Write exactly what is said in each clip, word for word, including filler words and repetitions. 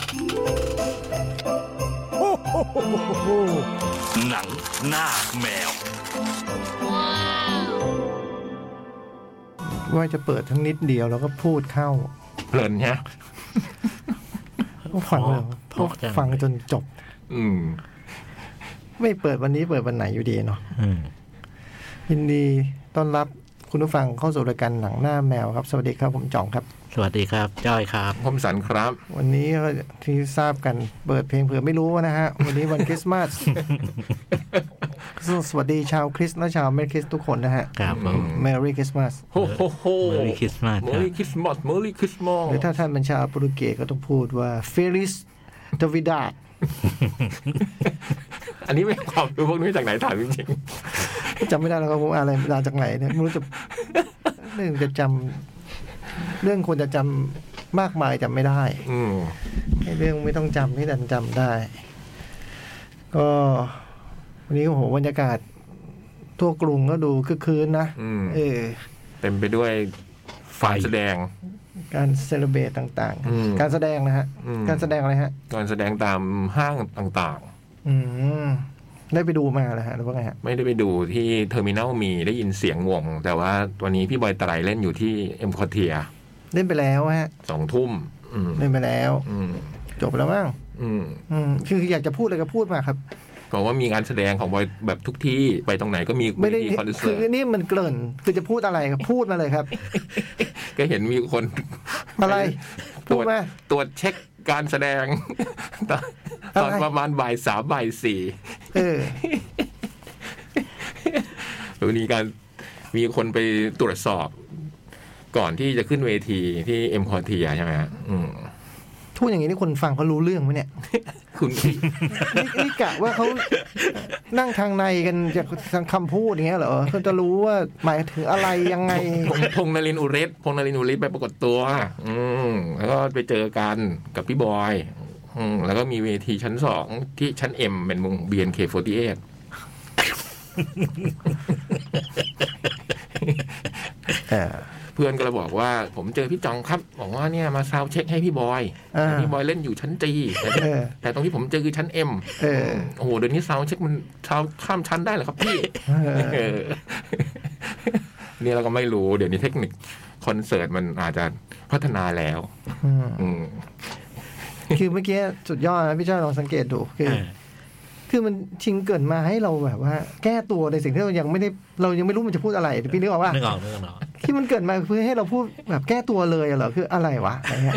หนังหน้าแมวว่าจะเปิดทั้งนิดเดียวแล้วก็พูดเข้าเพลินใช่ก็ฟังเลยฟังจนจบอืมไม่เปิดวันนี้เปิดวันไหนอยู่ดีเนาะยินดีต้อนรับคุณผู้ฟังเข้าสู่รายการหนังหน้าแมวครับสวัสดีครับผมจ่องครับสวัสดีครับจ้อยครับผมสันครับวันนี้ที่ทราบกันเปิดเพลงเผื่อไม่รู้นะฮะวันนี้วันคริสต์มาสสวัสดีชาวคริสต์และชาวไม่คริสต์ทุกคนนะฮะครับผม Merry Christmas โฮโฮโฮ Merry Christmas Merry Christmas Merry Christmas หรือถ้าท่านเป็นชาวโปรตุเกสก็ต้องพูดว่า Feliz Navidad อันนี้ไม่ความรู้พวกนี้จากไหนถามจริงๆจำไม่ได้แล้วครับผมอะไรมาจากไหนเนี่ยไม่รู้จะเรื่องจะจำเรื่องควรจะจำมากมายจำไม่ได้เรื่องไม่ต้องจำที่ดันจำได้ก็วันนี้โอ้โหบรรยากาศทั่วกรุงก็ดูคึกคืนนะเออเต็มไปด้วยไฟแสดงการเซเลบเรตต่างๆการแสดงนะฮะการแสดงอะไรฮะการแสดงตามห้างต่างๆอืมได้ไปดูมาแล้วฮะหรือว่าไงฮะไม่ได้ไปดูที่เทอร์มินัลมีได้ยินเสียงวงแต่ว่าวันนี้พี่บอยไตรเล่นอยู่ที่เอ็มคอเทียเล่นไปแล้วฮะสองทุ่มเล่นไปแล้วจบแล้วมั้งคืออยากจะพูดอะไรก็พูดมาครับบอกว่ามีงานแสดงของบอยแบบทุกที่ไปตรงไหนก็มีไม่ได้คือนี่มันเกริ่นคือจะพูดอะไรครับพูดมาเลยครับก็เห็นมีคนอะไรตรวจตรวจเช็คการแสดงตอนประมาณบ่ายสามบ่ายสี่เออวันนี้การมีคนไปตรวจสอบก่อนที่จะขึ้นเวทีที่เอ็มคอเทียใช่ไหมฮะพูดอย่างนี้นี่คนฟังเขารู้เรื่องไหมเนี่ยคุณนี่กะว่าเขานั่งทางในกันจากทางคำพูดอย่างเงี้ยเหรอเขาจะรู้ว่าหมายถึงอะไรยังไงพงษ์นรินทร์อุเรศพงษ์นรินทร์อุเรศไปปรากฏตัวอืมแล้วก็ไปเจอกันกับพี่บอยอืมแล้วก็มีเวทีชั้นสองที่ชั้น M เป็นมุง บี เอ็น เค สี่สิบแปดเออเพื่อนก็เลยบอกว่าผมเจอพี่จองครับบอกว่าเนี่ยมาซาวด์เช็คให้พี่บอยพี่บอยเล่นอยู่ชั้นจีแต่แต่ตรงที่ผมเจอคือชั้นเอ็มโอ้โหเดี๋ยวนี้ซาวด์เช็คมันซาวด์ข้ามชั้นได้เหรอครับพี่นี่เราก็ไม่รู้เดี๋ยวนี้เทคนิคคอนเสิร์ตมันอาจจะพัฒนาแล้วคือเมื่อกี้สุดยอดนะพี่เจ้าลองสังเกตดูคือคือมันชิงเกิดมาให้เราแบบว่าแก้ตัวในสิ่งที่เรายังไม่ได้เรายังไม่รู้มันจะพูดอะไรพี่นึกออกว่านึกออกนึกออกที่มันเกิดมาเพื่อให้เราพูดแบบแก้ตัวเลยเหรอคืออะไรวะอะไรเงี้ย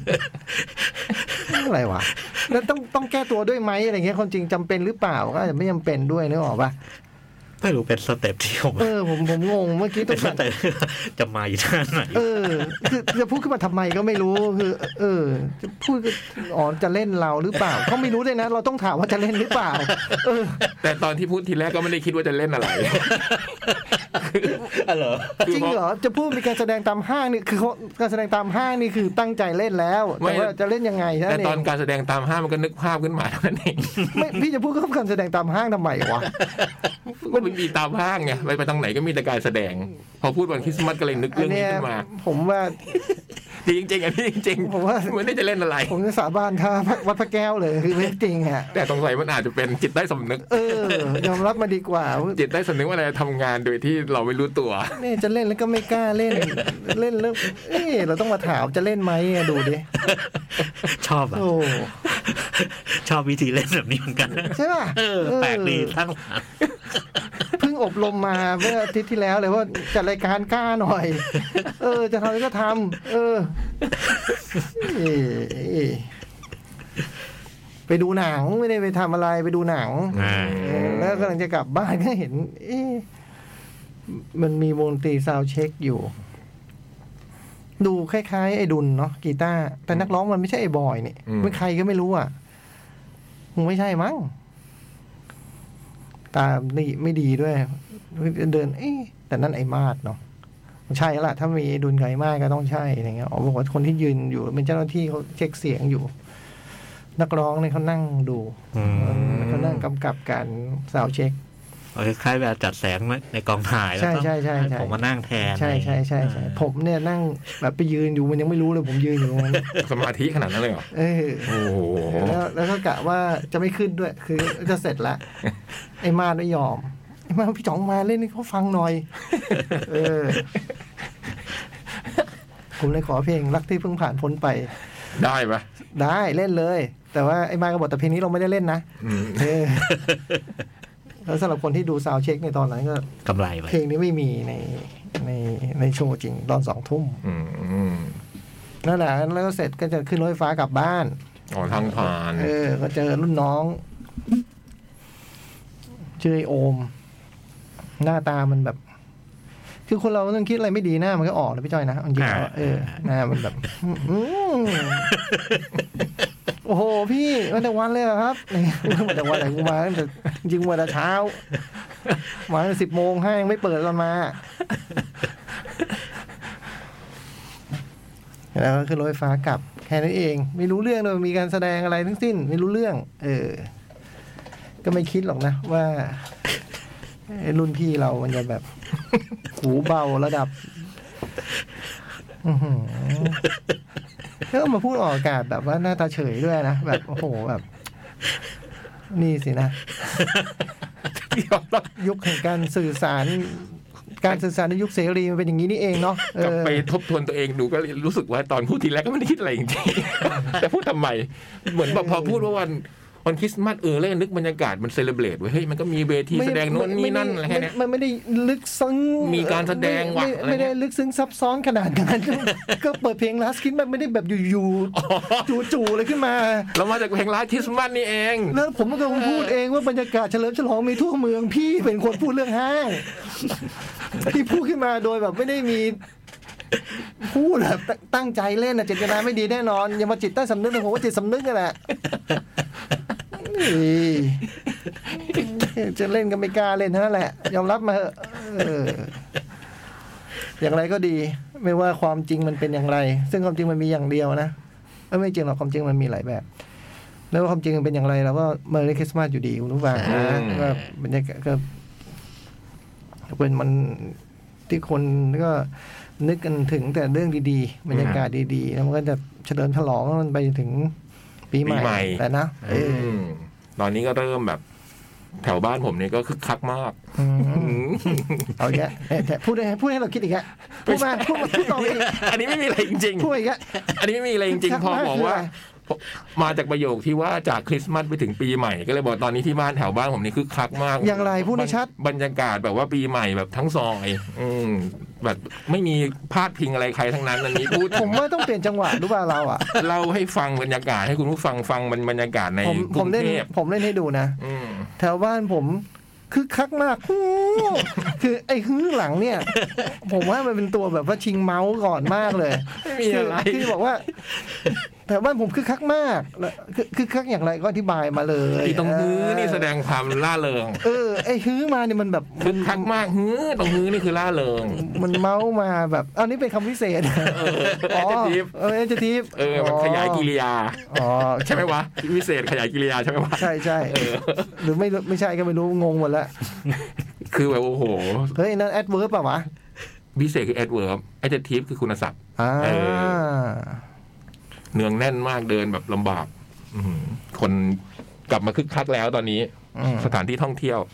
อะไรวะแล้วต้องต้องแก้ตัวด้วยไหมอะไรเงี้ยคนจริงจำเป็นหรือเปล่าก็อาจจะไม่จำเป็นด้วยนึกออกป่ะไม่รู้เป็นสเต็ปที่ผมเออผมผมงงเมื่อกี้ต้องแต่จะมาอยู่ท่าไหนเออคือจะพูดขึ้นมาทำไมก็ไม่รู้คือเออจะพูดอ๋อจะเล่นเราหรือเปล่าเขาไม่รู้เลยนะเราต้องถามว่าจะเล่นหรือเปล่าเออแต่ตอนที่พูดทีแรกก็ไม่ได้คิดว่าจะเล่นอะไรอ๋อเหรอจริงเหรอจะพูดมีการแสดงตามห้างนี่คือการแสดงตามห้างนี่คือตั้งใจเล่นแล้วแต่ว่าจะเล่นยังไงนะแต่ตอนการแสดงตามห้างมันก็นึกภาพขึ้นมาเท่านั้นเองไม่พี่จะพูดก็การแสดงตามห้างทำไมวะมันมีตามห้างไงไปไปทางไหนก็มีแต่การแสดงพอพูดวันคริสต์มาสก็เลยนึกเรื่องนี้ขึ้นมาผมว่าจริงๆอันนี้จริงๆผมว่าไม่ได้จะเล่นอะไรผมจะสาบานท่าวัดพระแก้วเลยคือไม่จริงอ่ะแต่สงสัยมันอาจจะเป็นจิตใต้สำนึกเออยอมรับมาดีกว่าจิตใต้สำนึกว่าอะไรทำงานโดยที่เราไม่รู้ตัวนี่จะเล่นแล้วก็ไม่กล้าเล่นเล่นแล้วเออเราต้องมาถามจะเล่นไหมดูดิชอบอ่ะชอบวิธีเล่นแบบนี้เหมือนกันใช่ป่ะเออแปลกดีทั้งเพิ่งอบรมมาเมื่ออาทิตย์ที่แล้วเลยว่าจัดรายการกล้าหน่อยเออจะทำอะไรก็ทำเออไปดูหนังไม่ได้ไปทำอะไรไปดูหนังแล้วกำลังจะกลับบ้านก็เห็นมันมีวงดนตรีซาวด์เช็คอยู่ดูคล้ายๆไอ้ดุลเนาะกีตาร์แต่นักร้องมันไม่ใช่ไอ้บอยนี่เป็นใครก็ไม่รู้อ่ะมึงไม่ใช่มั้งตานี่ไม่ดีด้วยเดินเอ๊ะแต่นั่นไอ้มาดเนาะใช่แล้วล่ะถ้ามีดุลไก่มากก็ต้องใช่อะไรเงี้ยอ๋อบอกว่าคนที่ยืนอยู่เป็นเจ้าหน้าที่เขาเช็คเสียงอยู่นักร้องเนี่ยเขานั่งดูเขานั่งกำกับการซาวด์เช็คคล้ายๆแบบจัดแสงในกองถ่ายแล้วใช่ใช่ใช่ใช่ผมมานั่งแทนใช่ใช่ใช่ใช่ผมเนี่ยนั่งแบบไปยืนอยู่มันยังไม่รู้เลยผมยืนอยู่ตรงนั้นสมาธิขนาดนั้นเลยเหรอเออโอ้โหแล้วแล้วก็กะว่าจะไม่ขึ้นด้วย คือจะเสร็จละไอ้มาดไม่ยอมไอ้มาดพี่จ๋องมาเล่นให้เขาฟังหน่อยเออผมเลยขอเพลงรักที่เพิ่งผ่านพ้นไปได้ปะได้เล่นเลย แต่ว่าไอ้มาดก็บอกแต่เพลงนี้เราไม่ได้เล่นนะอืมเออแล้วสำหรับคนที่ดูซาวด์เช็คในตอนนั้นก็กำไรไปเพลงนี้ไม่มีในในในโชว์จริงตอนสองทุ่มอืมนั่นแหละแล้วก็เสร็จก็จะขึ้นรถไฟฟ้ากลับบ้านอ๋อทางผ่านเออ ก็เจอรุ่นน้องชื่อไอโอม หน้าตามันแบบ คือคนเราต้องคิดอะไรไม่ดีหน้ามันก็ออกนะพี่จ้อยนะจริงๆเออหน้ามันแบบอื้อโอ้โหพี่วันแต่วันเลยเหรอครับวันแต่วันไหนกูมาตั้งแต่จริงๆวันแต่เช้ามาตั้งสิบโมงห้างไม่เปิดตอนมาแล้วก็ขึ้นรถไฟฟ้ากลับแค่นั้นเอง ไม่รู้เรื่องเลยมีการแสดงอะไรทั้งสิ้น ไม่รู้เรื่อง เออ ก็ไม่คิดหรอกนะว่าไอ้รุ่นพี่เรามันจะแบบ หูเบาระดับแล้วมาพูดออกอากาศแบบว่าหน้าตาเฉยด้วยนะแบบโอ้โหแบบ นี่สินะ ยุคแห่งการสื่อสาร การสื่อสารในยุคเสรีมันเป็นอย่างนี้นี่เองเนาะกลับไปทบทวนตัวเองดูก็รู้สึกว่าตอนพูดทีแรกก็ไม่ได้คิดอะไรจริงๆ แต่พูดทำไมเหมือนแบบพอพูดว่าวันวันคริสต์มาสเออแล้วนึกบรรยากาศมันเซเลบรตเว้ยเฮ้ยมันก็มีเวทีแสดงโน่นนี่นั่นอะไรแค่นี้มันไม่ได้ลึกซึ้งมีการแสดงว่ะอะไรเงี้ยไม่ได้ลึกซึ้งซับซ้อนขนาดนั้น ก็เปิดเพลงลาสคิดมันไม่ได้แบบอยู่ๆจู่ๆอะไรขึ้นมาเรามาจากเพลงลาสคริสต์มาสนี่เองแล้วผมก็พูดเองว่าบรรยากาศเฉลิมฉลองมีทั่วเมืองพี่เป็นคนพูดเรื่องห้างที่พูดขึ้นมาโดยแบบไม่ได้มีพูดแบบตั้งใจเล่นนะเจตนาไม่ดีแน่นอนอย่ามาจิตใต้สำนึกนะผมว่าจิตสำนึกนั่นแหละจะเล่นก็ไม่กล้าเล่นเท่านั้นแหละยอมรับมาเถอะเอออย่างไรก็ดี ไม่ว่าความจริงมันเป็นอย่างไร ซึ่งความจริงมันมีอย่างเดียวนะไม่จริงหรอกความจริงมันมีหลายแบบ แล้วความจริงมันเป็นอย่างไรเราก็เมอร์รี่คริสต์มาสอยู่ดีคุณผู้ฟังนะก็บรรยากาศก็เป็นมันที่คนก็นึกกันถึงแต่เรื่องดีๆบรรยากาศดีๆแล้วมันก็จะเฉลิมฉลองมันไปถึงปีใหม่แต่นะเออตอนนี้ก็เริ่มแบบแถวบ้านผมนี่ก็คึกคักมากเอาแยะพูดให้พูดให้เราคิดอีกแกพูดมาพูดมาพูดต่ออีกอันนี้ไม่มีอะไรจริงๆพูดอีกแกอันนี้ไม่มีอะไรจริงๆพอบอกว่ามาจากประโยคที่ว่าจากคริสต์มาสไปถึงปีใหม่ก็เลยบอกตอนนี้ที่บ้านแถวบ้านผมนี่คึกคักมากอย่างไรพูดให้ชัดบรรยากาศแบบว่าปีใหม่แบบทั้งซอยอืมแบบไม่มีพาดพิงอะไรใครทั้งนั้นอันนี้พูดผมว่าต้องเปลี่ยนจังหวะรู้ป่ะเราอ่ะเล่าให้ฟังบรรยากาศให้คุณผู้ฟังฟังบรรยากาศในกรุงเทพผมเล่นให้ดูนะแถวบ้านผมคือคักมากคือไอ้ฮื้อหลังเนี่ยผมว่ามันเป็นตัวแบบว่าชิงเมาส์ก่อนมากเลยไม่มีอะไรคือบอกว่าแต่บ้านผมคือคักมากคือคือคักอย่างไรก็อธิบายมาเลยที่ตรงฮื้อนี่แสดงความล่าเริงเออไอ้ฮื้อมาเนี่ยมันแบบคือคักมากฮื้อตรงฮื้อนี่คือล่าเริงมันเมาส์มาแบบอันนี้เป็นคำพิเศษอ๋อเอเจทีฟเออเอเจทีฟเออมันขยายกิริยาอ๋อใช่ไหมวะพิเศษขยายกิริยาใช่ไหมวะใช่ใช่หรือไม่ไม่ใช่ก็ไม่รู้งงหมดแล้วคือแบบโอ้โหเฮ้ยนั่นแอดเวิร์บป่ะวะพิเศษคือแอดเวิร์บเอเจทีฟคือคุณศัพท์เนืองแน่นมากเดินแบบลำบากคนกลับมาคึกคักแล้วตอนนี้สถานที่ท่องเที่ยว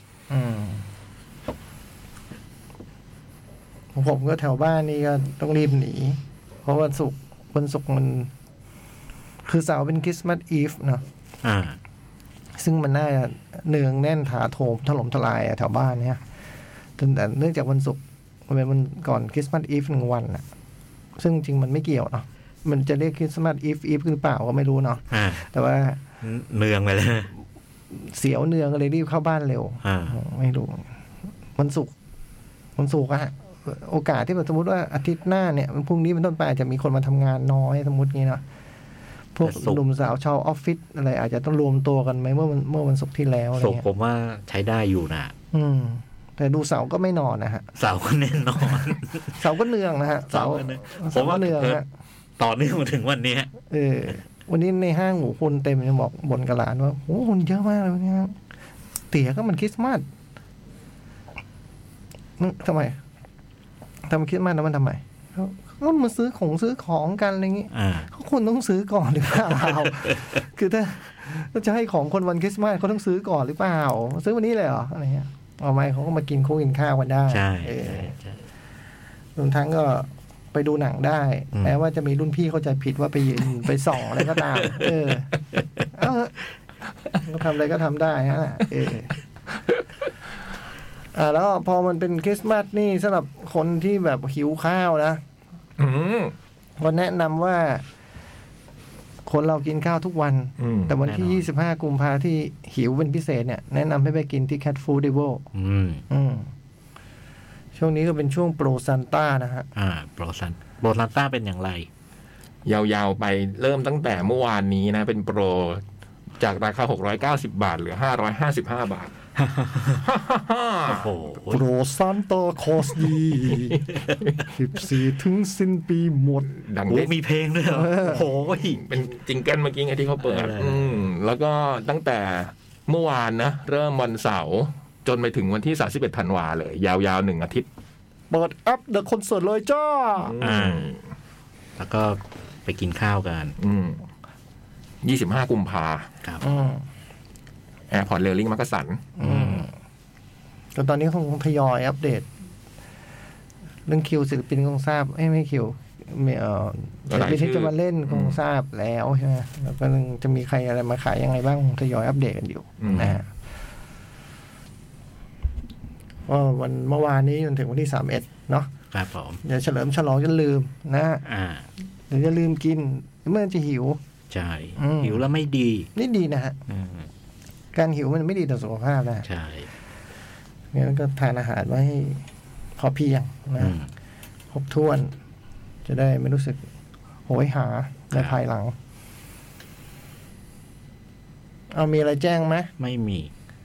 ผมก็แถวบ้านนี่ก็ต้องรีบหนีเพราะวันศุกร์วันศุกร์มันคือเสาร์เป็นคริสต์มาสอีฟเนาะซึ่งมันน่าจะเนืองแน่นถาโถมถล่มทลายแถวบ้านเนี่ยแต่เนื่องจากวันศุกร์มันเป็นวันก่อนคริสต์มาสอีฟหนึ่งวันน่ะซึ่งจริงมันไม่เกี่ยวเนาะมันจะเรียกคริสต์มาสอีฟอีฟหรือเปล่าก็ไม่รู้เนาะแต่ว่าเนืองไปเลยเสียวเนืองเลยรีบเข้าบ้านเร็วไม่รู้วันศุกร์วันศุกร์อะโอกาสที่แบบสมมติว่าอาทิตย์หน้าเนี่ยพรุ่งนี้เป็นต้นไปอาจจะมีคนมาทำงานน้อยสมมติงี้เนาะพวกหนุ่มสาวชาวออฟฟิศอะไรอาจจะต้องรวมตัวกันไหมเมื่อวันเมื่อวันศุกร์ที่แล้วอะไรเงี้ยผมว่าใช้ได้อยู่นะอืมแต่ดูเสาก็ไม่นอนนะฮะเสาก็แน่นอนเสาก็เนืองนะฮะเสาผมว่าเนืองฮะต่อเนื่องมาถึงวันนี้เออวันนี้ในห้างหมูคนเต็มจะบอกบนกระหลานว่าโอ้คนเยอะมากเลยเนี่ยเตี๋ยก็มันคริสต์มาสทำไมทำคริสต์มาสแล้วมันทำไมเขาก็มาซื้อของซื้อของกันอะไรอย่างงี้เขาควรต้องซื้อก่อนหรือเปล่า คือถ้าถ้าจะให้ของคนวันคริสต์มาสเขาต้องซื้อก่อนหรือเปล่าซื้อวันนี้เลยเหรออะไรเงี้ยเอาไหมเขาก็มากินคู่กินข้าวกันได้ใช่รวมทั้งก็ไปดูหนังได้แม้ว่าจะมีรุ่นพี่เข้าใจผิดว่าไปยืนไปส่องอะไรก็ตามเออเอาก็ทำอะไรก็ทำได้ฮะเอออ่าแล้วพอมันเป็นคริสต์มาสนี่สำหรับคนที่แบบหิวข้าวนะก็แนะนำว่าคนเรากินข้าวทุกวันแต่วันที่ยี่สิบห้ากุมภาที่หิวเป็นพิเศษเนี่ยแนะนำให้ไปกินที่ Cat Food Devil อืมอืมช่วงนี้ก็เป็นช่วงโปรซันต้านะฮะอ่าโปรซันโปรซันต้าเป็นอย่างไรยาวๆไปเริ่มตั้งแต่เมื่อวานนี้นะเป็นโปรจากราคาหกร้อยเก้าสิบบาทเหลือห้าร้อยห้าสิบห้าบาทโอ้โหโปรซันต้าคอสดีสิบสี่ถึงสิ้นปีหมดดังได้มีเพลงด้วยเหรอโอ้โหเป็นจิงเกิลเมื่อกี้ไงที่เขาเปิดอืมแล้วก็ตั้งแต่เมื่อวานนะเริ่มวันเสาร์จนไปถึงวันที่สามสิบเอ็ดธันวาเลยยาวๆหนึ่งอาทิตย์เปิดแอปเดอะคอนเสิร์ตเลยจ้าอ่าแล้วก็ไปกินข้าวกันอืมยี่สิบห้ากุมภาครับแอร์พอร์ตเรลลิงมักกะสันก็ตอนนี้คงทยอยอัปเดตเรื่องคิวศิลปินคงทราบไม่ไม่คิวมีเอ่อศิลปินที่จะมาเล่นคงทราบแล้วใช่ไหมแล้วก็จะมีใครอะไรมาขายยังไงบ้างทยอยอัปเดตกันอยู่นะฮะว่าวันเมื่อวานนี้จนถึงวันที่สามเอ็ดเนาะครับผมอย่าเฉลิมฉลองจนลืมนะอ่าเดี๋ยวจะลืมกินเมื่อจะหิวใช่หิวแล้วไม่ดีนี่ดีนะฮะการหิวมันไม่ดีต่อสุขภาพนะใช่งั้นก็ทานอาหารไว้ให้พอเพียงนะครบถ้วนจะได้ไม่รู้สึกโหยหาในภายหลังเอามีอะไรแจ้งไหมไม่มี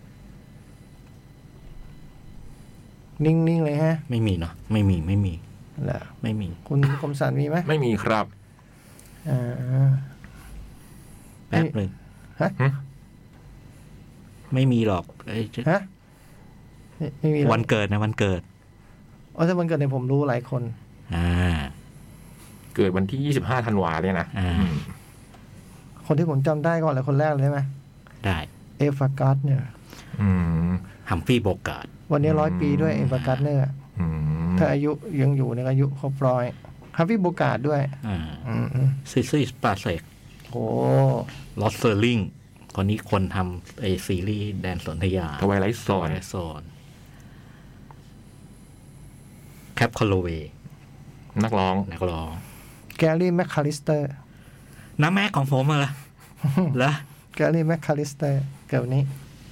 นิ่งๆเลยฮะไม่มีเนาะไม่มีไม่มีแล้วไม่มีคุณคมสันมีไหมไม่มีครับอ่าแป๊บนึงฮะไม่มีหรอกฮะไม่มีวันเกิดนะวันเกิดอ๋อถ้าวันเกิดเนี่ยผมรู้หลายคนอ่าเกิดวันที่ยี่สิบห้าธันวาเนี่ยนะอ่าคนที่ผมจำได้ก่อนเลยคนแรกเลยไหมได้เอฟากัสเนี่ยอืมฮัมฟี่โบกาดวันนี้ร้อยปีด้วยเอฟากัสเนี่ยถ้าอายุยังอยู่ในอายุครบร้อยฮัมฟี่โบกาดด้วยอ่าซิซี่สปาเซกโอ้ลอสเซอร์ลิงคนนี้คนทำไอซีรีส์แดนสนธยาทวายไลท์โซนโซนแคปคอลโลเวย์นักร้องนักร้องแกรี่แมคคาลิสเตอร์น้าแม่ของผมอะล่ะเหรอแกรี่แมคคาลิสเตอร์เกี่ยวนี้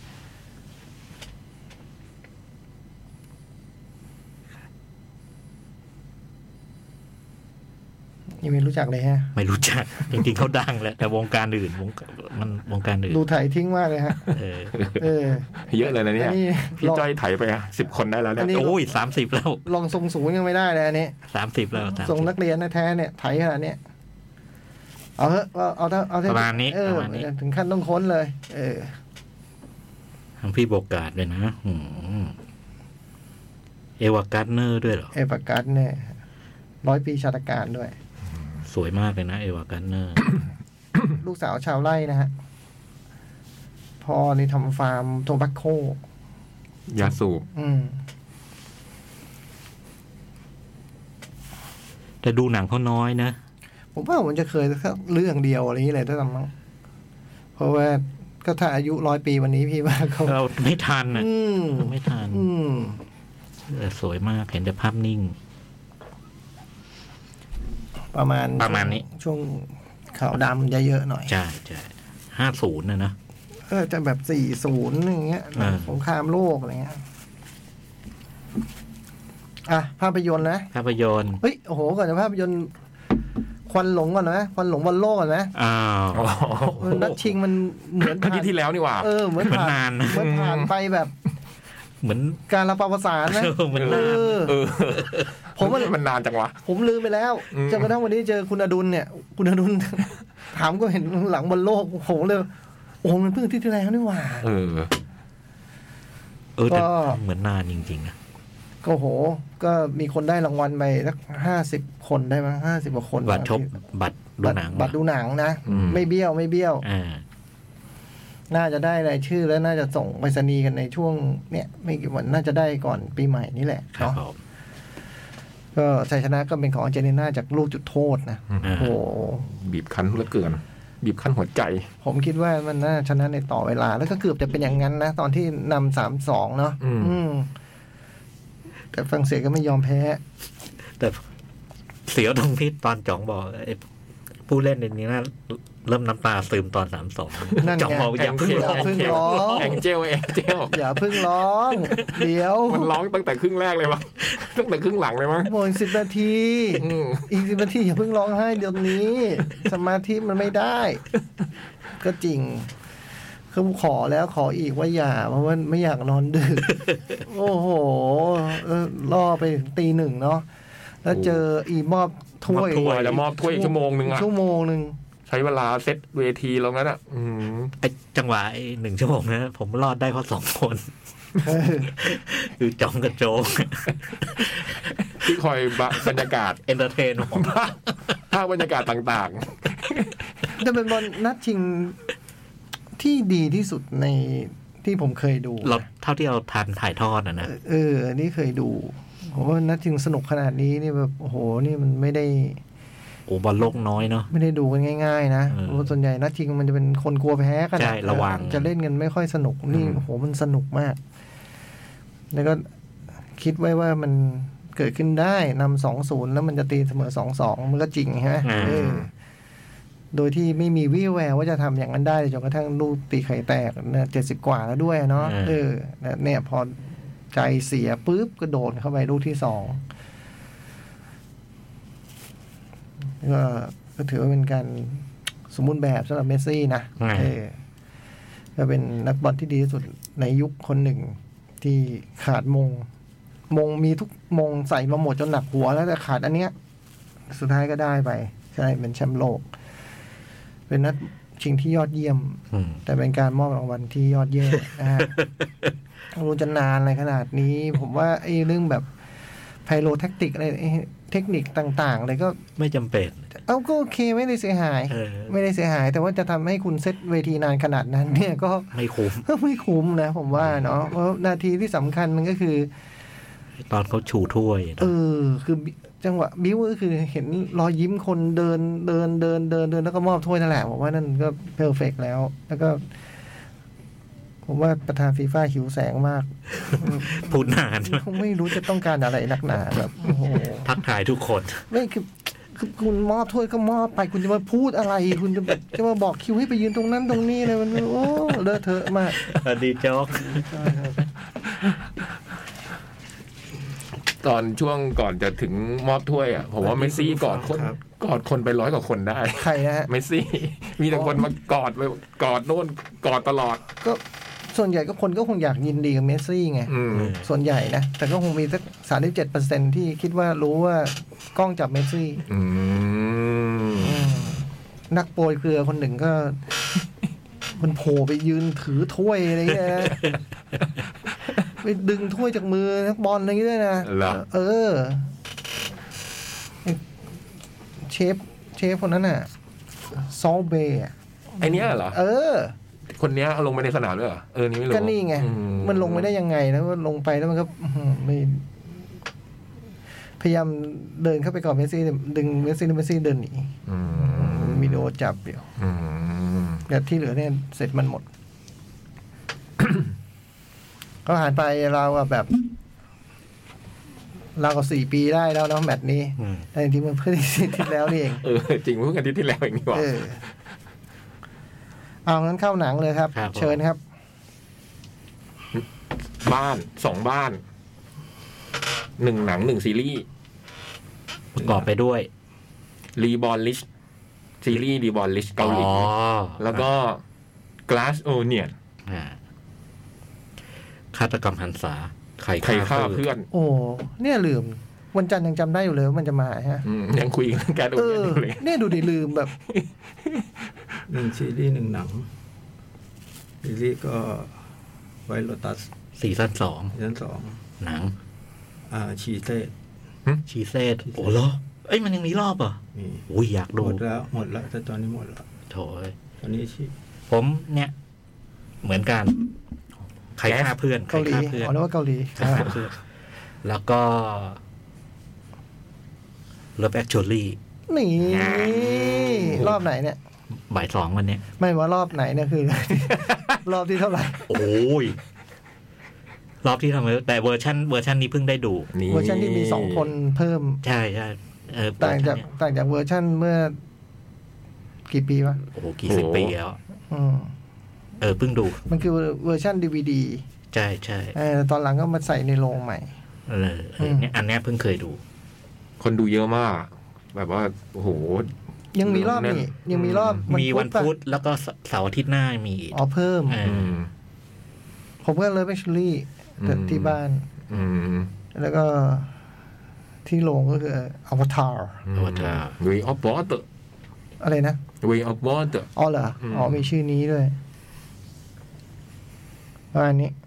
ยังไม่รู้จักเลยฮะไม่รู้จักจริงๆเขาดังแหละแต่วงการอื่นวงมันวงการอื่นดูถ่ายทิ้งมากเลยฮะเออเออเยอะเลยนะเนี่ยพี่จ้อยถ่ายไปสิบคนได้แล้วเนี่ยโอ้ยสามสิบแล้วลองทรงสูงยังไม่ได้เลยอันนี้สามสิบแล้วทรงนักเรียนแท้เนี่ยถ่ายขนาดนี้เอาเถอะเอาเถอะเอาเถอะประมาณนี้เออถึงขั้นต้องค้นเลยเออทำพี่โบกาดเลยนะเอวาการ์เนอร์ด้วยเหรอเอวาการ์เนอร์ร้อยปีชาตการด้วยสวยมากเลยนะเอวาการ์เนอร์ลูกสาวชาวไร่นะฮะพ่อนี่ทำฟาร์มโทแบคโคยาสูบอืมแต่ดูหนังเขาน้อยนะผมว่าผมจะเคยแค่เรื่องเดียวอะไรอย่างนี้เลยถ้าทำมั้งเพราะว่าก็ถ้าอายุร้อยปีวันนี้พี่ว่าเขาเราไม่ทันอ่ะไม่ทันสวยมากเห็นแต่ภาพนิ่งประมาณประมาณนี้ช่วงขาวดำเยอะๆหน่อยใช่ใช่ห้าศูนย์นะนะเออจะแบบสี่ศูนย์อย่างเงี้ยสงครามโลกอะไรเงี้ยอ่ะภาพยนตร์นะภาพยนตร์เฮ้ยโอ้โหก่อนจะภาพยนตร์ควันหลงก่อนนะควันหลงบอลโลกก่อนนะอ้าวนัดชิงมันเหมือนครั้งที่แล้วนี่หว่าเออเหมือนผ่านเหมือนผ่านไปแบบเหมือนการรับประสานนะเหมือนนานผมว่ามันนานจังวะผมลืมไปแล้วจนกระทั่งวันนี้เจอคุณอดุลเนี่ยคุณอดุลถามก็เห็นหลังบอลโลกผมเลยโอ้มันเพิ่งที่ที่แล้วนี่หว่าเออเออแต่เหมือนนานจริงๆนะก็โหก็มีคนได้รางวัลไปสักห้าสิบคนได้มั้งห้าสิบกว่าคนบัตรชมบัตรดูหนังบัตรดูหนังนะไม่เบี้ยวไม่เบี้ยวอ่าน่าจะได้รายชื่อแล้วน่าจะส่งไปรษณีย์กันในช่วงเนี้ยไม่กี่วันน่าจะได้ก่อนปีใหม่นี่แหละเนาะก็ชัยชนะก็เป็นของอาร์เจนตินาจากลูกจุดโทษนะโอ้โหบีบคั้นเหลือเกินบีบคั้นหัวใจผมคิดว่ามันน่าชนะในต่อเวลาแล้วก็เกือบจะเป็นอย่างนั้นนะตอนที่นำสามสองเนาะแต่ฝรั่งเศสก็ไม่ยอมแพ้แต่เสียวตรงที่ตอนจ่องบอกผู้เล่นในนี้นะเริ่มน้ำตาซึมตอนสามสองจ่องบอกอย่าเพิ่งร้องแองเจลแองเจลอย่าเพิ่งร้องเดี๋ยวมันร้องตั้งแต่ครึ่งแรกเลยมั้งตั้งแต่ครึ่งหลังเลยมั้งโอ้ยสิบนาทีอีกสิบนาทีอย่าเพิ่งร้องไห้เดี๋ยวนี้สมาธิมันไม่ได้ก็จริงคือขอแล้วขออีกว่าอย่าเพราะว่าไม่อยากนอนดึกโอ้โหล่อไปตีหนึ่งเนาะแล้วเจออีมอบถ้วยแล้วมอบถ้วยชั่วโมงนึงอะชั่วโมงนึงใช้เวลาเซตเวทีลงนั้นอ่ะไอจังหวะไอหนึ่งชั่วโมงนะผมรอดได้เพราะสองคนคือจ่องกับโจงที่คอยบรรยากาศเอนเตอร์เทนผมภาพบรรยากาศต่างๆจะเป็นบอลนัดชิงที่ดีที่สุดในที่ผมเคยดูเราเท่าที่เราทันถ่ายทอดนะนะเออนี่เคยดูผมว่านัดชิงสนุกขนาดนี้นี่แบบโอ้โหนี่มันไม่ได้โอ้บอลโลกน้อยเนาะไม่ได้ดูกันง่ายๆนะเพราะส่วนใหญ่นัดชิงมันจะเป็นคนกลัวแพ้กันใช่ระวังจะเล่นกันไม่ค่อยสนุกนี่โอ้โหมันสนุกมากแล้วก็คิดไว้ว่ามันเกิดขึ้นได้นำสองศูนย์แล้วมันจะตีเสมอสองสองมันก็จริงฮะโดยที่ไม่มีวี่แววว่าจะทำอย่างนั้นได้จนกระทั่งลูกตีไข่แตกเนี่ยเจ็ดสิบกว่าแล้วด้วยเนาะเออเนี่ยพอใจเสียปุ๊บก็โดนเข้าไปลูกที่สองก็ก็ถือว่าเป็นการสมบูรณ์แบบสำหรับเมสซี่นะเออก็เป็นนักบอลที่ดีที่สุดในยุคคนหนึ่งที่ขาดมงมงมีทุกมงใส่มาหมดจนหนักหัวแล้วแต่ขาดอันเนี้ยสุดท้ายก็ได้ไปใช่เป็นแชมป์โลกเป็นนัดชิงที่ยอดเยี่ยมแต่เป็นการมอบรางวัลที่ยอดเยี่ยมนะฮะรู้จะนานอะไรขนาดนี้ผมว่าไอ้เรื่องแบบไพโรแทคติกอะไรเทคนิคต่างๆอะไรก็ไม่จำเป็นเอาก็โอเคไม่ได้เสียหายไม่ได้เสียหายแต่ว่าจะทำให้คุณเซตเวทีนานขนาดนั้นเนี่ยก็ไม่คุ้มไม่คุ้มนะผมว่าเนาะเพราะนาทีที่สำคัญมันก็คือตอนเขาชูถ้วยเออคือจังหวะบิ้วก็คือเห็นรอยยิ้มคนเดินเดินเดินเดินเดินแล้วก็มอบถ้วยนั่นแหละผมว่านั่นก็เพอร์เฟกต์แล้วแล้วก็ผมว่าประธานฟีฟ่าหิวแสงมากพูดนานไม่รู้จะต้องการอะไรนักหนาแบบโอ้โหทักทายทุกคนไม่คือคือคุณมอบถ้วยก็มอบไปคุณจะมาพูดอะไรคุณจะแบบจะมาบอกคิวให้ไปยืนตรงนั้นตรงนี้เลยมันโอ้เลอะเทอะมากดีจ๊อกตอนช่วงก่อนจะถึงมอบถ้วยอ่ะผมว่าเมสซี่กอดคนกอดคนไปร้อยกว่าคนได้ใครนะเมสซี่มีแต่คนมากอดไปกอดโน่นกอดตลอดก็ส่วนใหญ่ก็คนก็คงอยากยินดีกับเมสซี่ไงส่วนใหญ่นะแต่ก็คงมีสักสามสิบเจ็ดเปอร์เซ็นต์ที่คิดว่ารู้ว่ากล้องจับเมสซี่นักโปรยเกลือคนหนึ่งก็มันโผล่ไปยืนถือถ้วยอะไรเงี้ยไปดึงถ้วยจากมือนักบอลอะไรอย่างเงี้ยนะเออเชฟเชฟคนนั้นน่ะซอลเบย์ไอเนี้ยเหรอเออคนเนี้ยลงไปในสนามด้วยเหรอเออนี่ไม่รู้ก็นี่ไงมันลงไม่ได้ยังไงแล้วก็ลงไปแล้วมันก็ไม่พยายามเดินเข้าไปก่อนเมสซี่ดึงเมสซี่เมสซี่เดินหนีวิดีโอจับอยู่แต่ที่เหลือเนี่ยเสร็จมันหมดก็ผ่านไปเราแบบเราก็สี่ปีได้แล้วนะแมตช์นี้แต่จริงๆมันเพิ่งอาทิตย์ที่แล้วนี่เองเออจริงเพิ่งอาทิตย์ที่แล้วเองนี่หว่าเอางั้นเข้าหนังเลยครับเชิญครับบ้านสองบ้านหนึ่งหนังหนึ่งซีรีส์ประกอบไปด้วยรีบอลลิชซีรีส์รีบอลลิชเกาหลีแล้วก็ Glass Onion ฆาตกรรมหันษาใครฆ่าเพื่อนโอ้เนี่ยลืมวันจันทร์ยังจำได้อยู่เลยว่ามันจะมาฮะยังคุยกันแกดูเลยเนี่ยดูดิลืมแบบหนึ่งซีรีส์หนึ่งหนังซีรีส์ก็ไวโรตัสซีซั่นสองซีซั่นสองหนังอ่าชีเซตชีเซตโอ้เหรอเอ้ยมันยังมีรอบเหรอ่ะมีอุ้ยอยากหดูมดแล้วหมดแล้วแต่ตอนนี้หมดแล้วโถยตอนนี้ชีผมเนี่ย เหมือนกันใครฆ่าเพื่อนใครเกาหลีฆ่าเพื่อนอ๋อนึกว่าเกาหลีใครฆ่าเพื่อนแล้วก็ Love Actually นี่รอบไหนเนี่ยบ่ายสองวันเนี้ยไม่ว่ารอบไหนเนี่ยคือ รอบที่เท่าไหร่โอ้ยรอบที่ทำไมแต่เวอร์ชันเวอร์ชันนี้เพิ่งได้ดูนี่เวอร์ชันที่มีสองคนเพิ่มใช่ใช่เออต่างจากต่างจากเวอร์ชันเมื่อกี่ปีวะโอ้โหกี่สิบปีแล้วอืมเออเพิ่งดูมันคือเวอร์ชันดีวีดีใช่ใช่เออตอนหลังก็มาใส่ในโรงใหม่เออเออเนี่ยอันเนี้ยเพิ่งเคยดูคนดูเยอะมาก แบบว่าโอ้โหยังมีรอบนี่ยังมีรอบมีวันพุธแล้วก็เสาร์อาทิตย์หน้ามีอีกอ๋อเพิ่มเออือมผมก็เลยไปชุลี่อืมที่บ้านอืมแล้วก็ที่โรงก็คืออวตาร Way of Water อะไรนะ Way of Water อ๋อเหรออืมอ๋อมีชื่อนี้ด้วยประมาณนี้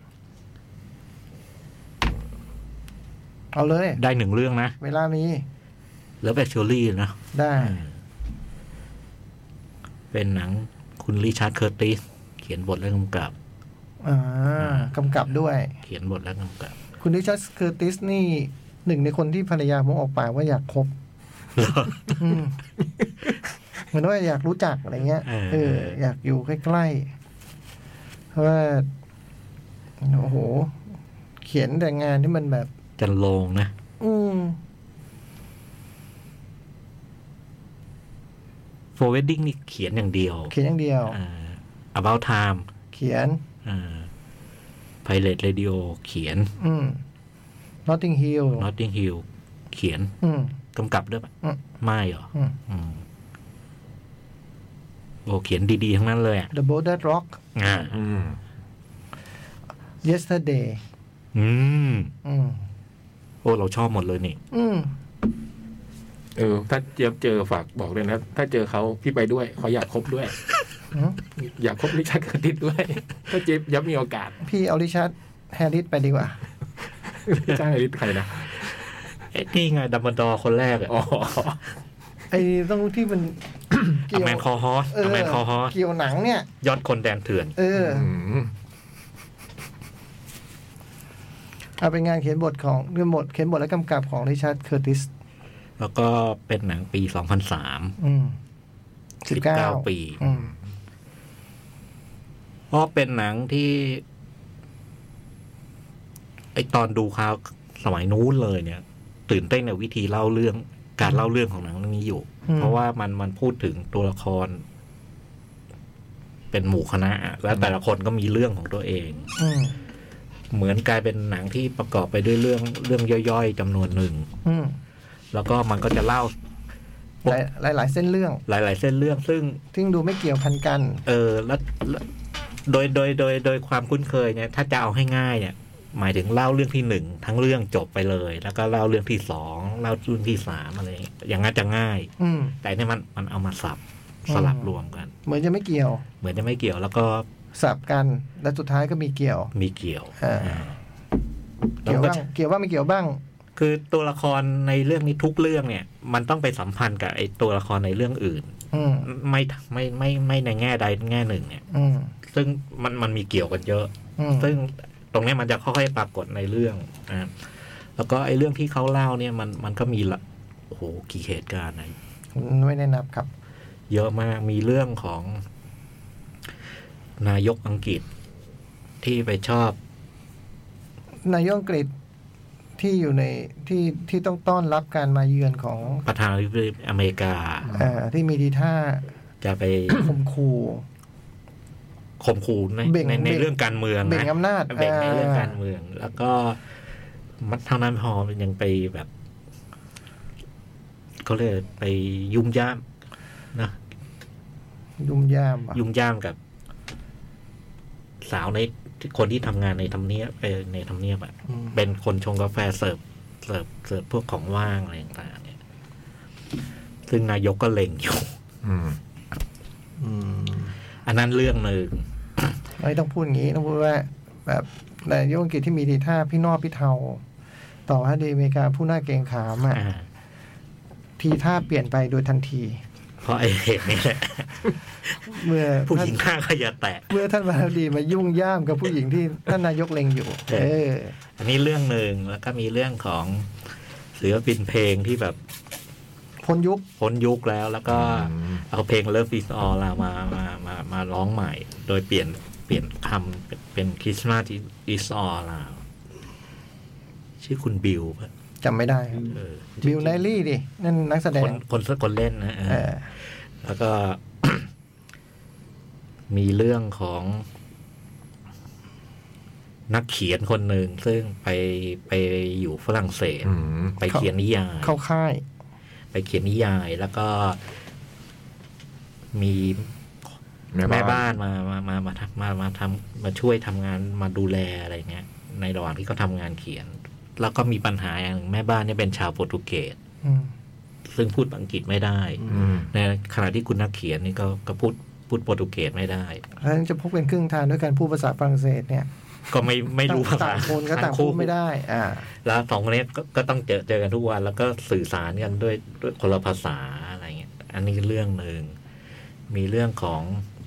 เอาเลยได้หนึ่งเรื่องนะเวลามีแล้วแบคชูรี่นะได้เป็นหนังคุณริชาร์ดเคอร์ติสเขียนบทและกำกับอ่ากำกับด้วยเขียนบทและกำกับคุณริชาร์ดเคอร์ติสนี่หนึ่งในคนที่ภรรยาผมออกปากว่าอยากคบอืมเหมือนว่าอยากรู้จักอะไรเงี้ยเออเออ อยากอยู่ใกล้ๆเพราะว่าโอ้โห เขียนแต่งานที่มันแบบจันโลงนะอืม For Wedding นี่เขียนอย่างเดียวเขียนอย่างเดียวอ่า About Time เขียนอ่า Pirate Radio เขียนอืม Notting Hill Notting Hill เขียนอืมกำกับด้วยปะอืมไม่เหรออืมอืมโอ้เขียนดีๆ ทั้งนั้นเลยอ่ะ The Boulder Rock อ่าอืม Yesterday อืมอืมโอ้เราชอบหมดเลยนี่อืมเออ ถ้าเจอเจอฝากบอกเลยนะ ถ้าเจอเขาพี่ไปด้วยเขาอยากคบด้วยอืมอยากคบริชาร์ดเคอร์ติสด้วย ถ้าเจฟยับมีโอกาสพี่เอาริชาร์ดแฮร์ริสไปดีกว่าจ้างริชใครนะเอ้นี่ไงดัมเบิลดอร์คนแรกอ่ะอ๋อไอ้ต้องที่มันอแมนคอฮอสเอออแมนคอฮอสเกี่ยวหนังเนี่ยยอดคนแดนเถื่อนเอออืมเอาเป็นงานเขียนบทของเขียนบทเขียนบทและกำกับของริชาร์ดเคอร์ติสแล้วก็เป็นหนังปีสองพันสามอืมสิบเก้าปีอืมเพราะเป็นหนังที่ ไอตอนดูข่าวสมัยนู้นเลยเนี่ย ตื่นเต้นในวิธีเล่าเรื่องการเล่าเรื่องของหนังเรื่องนี้อยู่ เพราะว่ามันมันพูดถึงตัวละคร เป็นหมู่คณะ แล้วแต่ละคนก็มีเรื่องของตัวเองอืมเหมือนกลายเป็นหนังที่ประกอบไปด้วยเรื่องเรื่องย่อยๆจำนวนหนึ่งอืมแล้วก็มันก็จะเล่าหลายหลายหลายเส้นเรื่องหลาย ๆ เส้นเรื่อง ซึ่งที่ดูไม่เกี่ยวพันกันเออแล้วแล้วโดยโดยโดยโดยความคุ้นเคยเนี่ย ถ้าจะเอาให้ง่ายเนี่ย หมายถึงเล่าเรื่องที่หนึ่งทั้งเรื่องจบไปเลย แล้วก็เล่าเรื่องที่สองเล่าเรื่องที่สามอะไรอย่างเงี้ยอย่างนั้นจะง่ายอืมแต่เนี่ยมันมันเอามาสับสลับรวมกันเหมือนจะไม่เกี่ยวเหมือนจะไม่เกี่ยว แล้วก็สับกัน แล้วสุดท้ายก็มีเกี่ยวมีเกี่ยวอ่าอ่าเกี่ยวบ้างเกี่ยวบ้างไม่เกี่ยวบ้างคือตัวละครในเรื่องนี้ทุกเรื่องเนี่ย มันต้องไปสัมพันธ์กับไอ้ตัวละครในเรื่องอื่นอืมไม่ไม่ไม่ไม่ในแง่ใดแง่หนึ่งเนี่ยอืมซึ่งมันมันมีเกี่ยวกันเยอะอืมซึ่งตรงเนี้ยมันจะค่อยๆปรากฏในเรื่องนะครับแล้วก็ไอ้เรื่องที่เขาเล่าเนี่ยมันมันก็มีละโอ้โหกี่เหตุการณ์นะไม่ได้นับครับเยอะมากมีเรื่องของนายกอังกฤษที่ไปชอบนายกอังกฤษที่อยู่ในที่ที่ต้องต้อนรับการมาเยือนของประธานาธิบดีอเมริกาอ่าที่มีทีท่าจะไปข่มขู่ข่มขู่ในเบ่งในในเบ่งเรื่องการเมืองเบ่งนะอำนาจเบ่งในเรื่องอ่าการเมือง แล้วก็มันเท่านั้นพอมันยังไปแบบเขาเรียกไปยุ่มย่ามนะยุ่มย่ามอ่ะยุ่งย่ามกับ สาวในคนที่ทำงานในทำเนียบเอ่อในทำเนียบอ่ะอืมเป็นคนชงกาแฟเสิร์ฟเสิร์ฟเสิร์ฟพวกของว่างอะไรต่างๆเนี่ย ซึ่งนายกก็เล็งอยู่อืมอืมอันนั้นเรื่องหนึ่งไม่ต้องพูดอย่างนี้ต้องพูดว่า แบบนายกอังกฤษที่มีทีท่าพี่นอบพี่เทาต่อให้ในอเมริกาผู้น่าเกรงขามอ่ะทีท่าเปลี่ยนไปโดยทันทีเพราะไอ้เหตุนี้แหละเมื่อผู้หญิงข้างขยะแตกเมื่อท่านประธานาธิบดีมายุ่งย่ามกับผู้หญิงที่ท่านนายกเล็งอยู่เอออันนี้เรื่องหนึ่งแล้วก็มีเรื่องของศิลปินเพลงที่แบบพ้นยุคพ้นยุคแล้วแล้วก็เอาเพลง Love Is All มามามามามาร้องใหม่โดยเปลี่ยนเปลี่ยนคำเป็น Christmas Is All แล้วชื่อคุณบิลจำไม่ได้บิลไนลี่ดินั่นนักแสดงคนคนคนเล่นนะแล้วก็ มีเรื่องของนักเขียนคนหนึ่งซึ่งไปไปอยู่ฝรั่งเศสไปเขียนนิยายเข้าค่ายไปเขียนนิยายแล้วก็มีแม่บ้านมามามามามามาทำมาช่วยทำงานมาดูแลอะไรเงี้ยในระหว่างที่เขาทำงานเขียนแล้วก็มีปัญหาอย่างแม่บ้านเนี่ยเป็นชาวโปรตุเกสซึ่งพูดอังกฤษไม่ได้ในขณะที่คุณนักเขียนนี่ก็ก็พูดพูดโปรตุเกสไม่ได้แล้วจะพบเป็นครึ่งทางด้วยการพูดภาษาฝรั่งเศสเนี่ยก็ไม่ไม่รู้ภาษาคนก็ต่างพูดไม่ได้อ่าแล้วสองคนนี้ก็ต้องเจอเจอกันทุกวันแล้วก็สื่อสารกันด้วยด้วยคนละภาษาอะไรเงี้ยอันนี้เรื่องหนึ่งมีเรื่องของ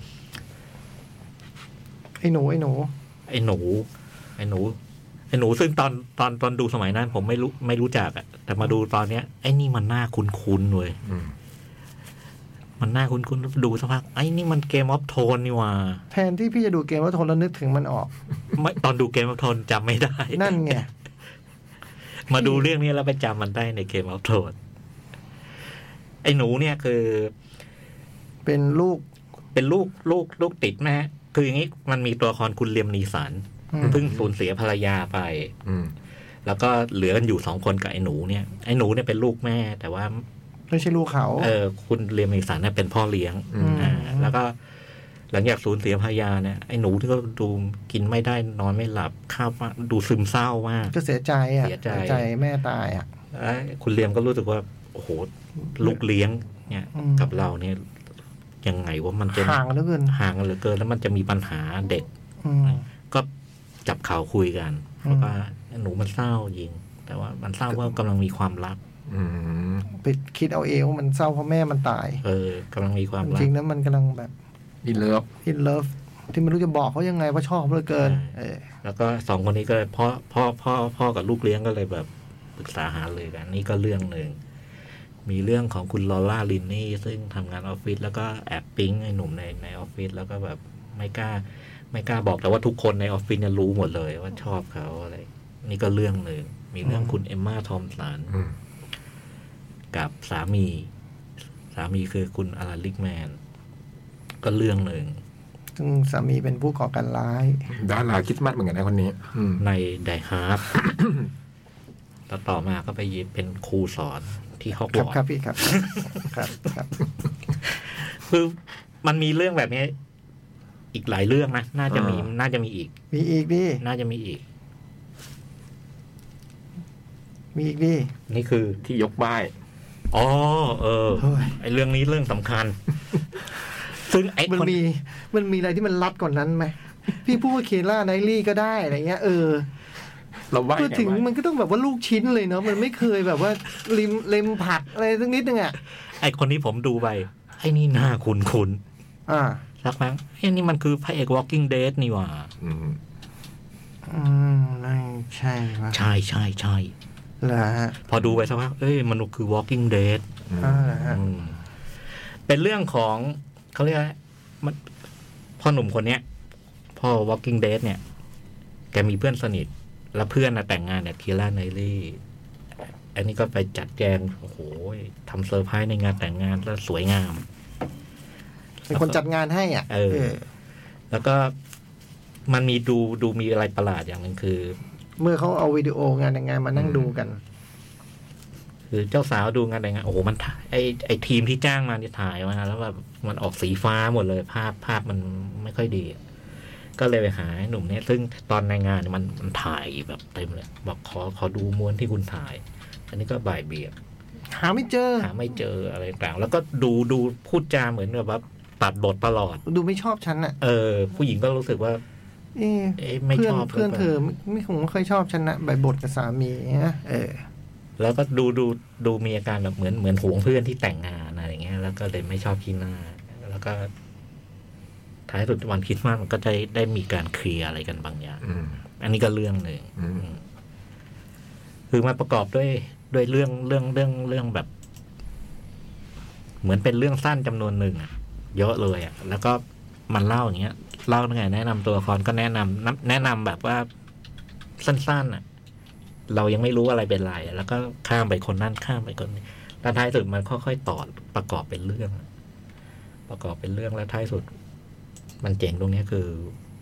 ไอ้หนูไอ้หนูไอ้หนูไอ้หนูไอ้หนูซึ่งตอนตอนตอนดูสมัยนั้นผมไม่รู้ไม่รู้จักอะแต่มาดูตอนเนี้ยไอ้นี่มันน่าคุ้นๆเลยมันน่าคุ้นๆดูสักพักไอ้นี่มันเกมออฟโทนนี่ว่าแทนที่พี่จะดูเกมออฟโทนแล้วนึกถึงมันออกไม่ตอนดูเกมออฟโทนจำไม่ได้นั่นไงมาดูเรื่องนี้แล้วไปจำมันได้ในเกมออฟโทนไอ้หนูเนี่ยคือเป็นลูกเป็นลูกลูกลูกติดแม่คืออย่างนี้มันมีตัวละครคุณเลียมนีสันเพิ่งสูญเสียภรรยาไปแล้วก็เหลือกันอยู่สองคนกับไอ้หนูเนี่ยไอ้หนูเนี่ยเป็นลูกแม่แต่ว่าไม่ใช่ลูกเขาเออคุณเลียมนีสันเนี่ยเป็นพ่อเลี้ยงอ่าแล้วก็หลังจากสูญเสียภรรยาเนี่ยไอ้หนูที่ก็ดูกินไม่ได้นอนไม่หลับข้าวดูซึมเศร้ามากก็เสียใจอ่ะเสียใจแม่ตายอ่ะแล้วคุณเลียมก็รู้สึกว่าโอ้โหลูกเลี้ยงเนี่ยกับเราเนี่ยยังไงว่ามันจะห่างเหลือเกินห่างกันเหลือเกินแล้วมันจะมีปัญหาเด็กก็จับข่าวคุยกันเพราะว่าหนูมันเศร้าจริงแต่ว่ามันเศร้าว่ากำลังมีความรักไปคิดเอาเองว่ามันเศร้าเพราะแม่มันตายเออกำลังมีความรักจริงนะมันกำลังแบบอินเลิฟอินเลิฟที่ไม่รู้จะบอกเขายังไงว่าชอบเหลือเกินแล้วก็สองคนนี้ก็พ่อพ่อพ่อพ่อกับลูกเลี้ยงก็เลยแบบปรึกษาหารือกันนี่ก็เรื่องหนึ่งมีเรื่องของคุณลอร่าลินนี่ซึ่งทำงานออฟฟิศแล้วก็แอบปิ๊งไอ้หนุ่มในในออฟฟิศแล้วก็แบบไม่กล้าไม่กล้าบอกแต่ว่าทุกคนในออฟฟิศเนี่ยรู้หมดเลยว่าชอบเขาอะไรนี่ก็เรื่องหนึ่งมีเรื่องคุณเอมม่าทอมสันกับสามีสามีคือคุณอลันริกแมนก็เรื่องหนึ่งซึ่งสามีเป็นผู้ก่อการร้ายดาราคริสต์มาสเหมือนกันนะคนนี้ในไดฮาร์ดแล้วต่อมาก็ไปยิบเป็นครูสอนที่ฮอกวอตส์ครับพี่ครับครับครับคือมันมีเรื่องแบบนี้อีกหลายเรื่องนะน่าจะมีน่าจะมีอีกมีอีกดิน่าจะมีอีกมีอีกดินี่คือที่ยกป้ายอ๋อเออไอเรื่องนี้เรื่องสำคัญซึ่งไอ้มันมีมันมีอะไรที่มันลัดกว่านั้นไหมพี่พูดว่าเคล่าไนลี่ก็ได้อะไรเงี้ยเออเราว่าพูดถึงมันก็ต้องแบบว่าลูกชิ้นเลยเนาะมันไม่เคยแบบว่าริมเล็มผัดอะไรสักนิดนึงอ่ะไอคนนี้ผมดูไปไอ้นี่หน้าคุ้นคุ้นอ่าสักครั้งไอ้นี่มันคือพระเอก Walking Dead นี่หว่าอืมอืมไม่ใช่ป่ะใช่ใช่ใช่เหรอฮะพอดูไปสักพักเอ้ยมันคือ Walking Dead อ่าฮะเป็นเรื่องของเขาเรียกมันพ่อหนุ่มคนเนี้ยพ่อ Walking Dead เนี่ยแกมีเพื่อนสนิทแล้วเพื่อนน่ะแต่งงานกับคีร่าไนลี่อันนี้ก็ไปจัดแจงโอ้โหทำเซอร์ไพรส์ในงานแต่งงานแล้วสวยงามเป็นคนจัดงานให้อ่ะเออแล้วก็มันมีดูดูมีอะไรประหลาดอย่างหนึ่งคือเมื่อเขาเอาวิดีโองานแต่งงานมานั่งดูกันคือเจ้าสาวดูงานแต่งงานโอ้โหมันไอไอทีมที่จ้างมาเนี่ยถ่ายมาแล้วแบบมันออกสีฟ้าหมดเลยภาพภาพมันไม่ค่อยดีก็เลยไปหาหนุ่มเนี่ยซึ่งตอนในงานมันมันถ่ายแบบเต็มเลยบอกขอขอดูม้วนที่คุณถ่ายอันนี้ก็บ่ายเบี่ยงหาไม่เจอหาไม่เจออะไรต่างแล้วก็ดูดูพูดจาเหมือนกับว่าตัดบทตลอดดูไม่ชอบฉันอ่ะเออผู้หญิงก็รู้สึกว่าเอ๊ะเอ๊ะไม่เพื่อชนอบเพื่อนเธอไม่ไม่คงไม่ค่อยชอบฉันนะใบบทกับสามีนะเออแล้วก็ดูดูดูมีอาการแบบเหมือนเหมือนหวงเพื่อนที่แต่งงานอะไรเงี้ยแล้วก็เลยไม่ชอบขี้หน้าแล้วก็ท้ายสุดวันคริสต์มาสมันก็ได้ได้มีการเคลียร์อะไรกันบางอย่างอืมอันนี้ก็เรื่องหนึ่งอืมคือมาประกอบด้วยด้วยเรื่องเรื่องเรื่องเรื่องแบบ เหมือนเป็นเรื่องสั้นจำนวนหนึ่งอะเยอะเลยอะแล้วก็มันเล่าอย่างเงี้ยเล่ายังไงแนะนำตัวละครก็แนะนำแนะนำแบบว่าสั้นๆอะเรายังไม่รู้อะไรเป็นไรแล้วก็ข้ามไปคนนั่นข้ามไปคนนี้แล้วท้ายสุดมันค่อยๆต่อประกอบเป็นเรื่อง ประกอบเป็นเรื่องแล้วท้ายสุด มันเจ๋งตรงนี้คือ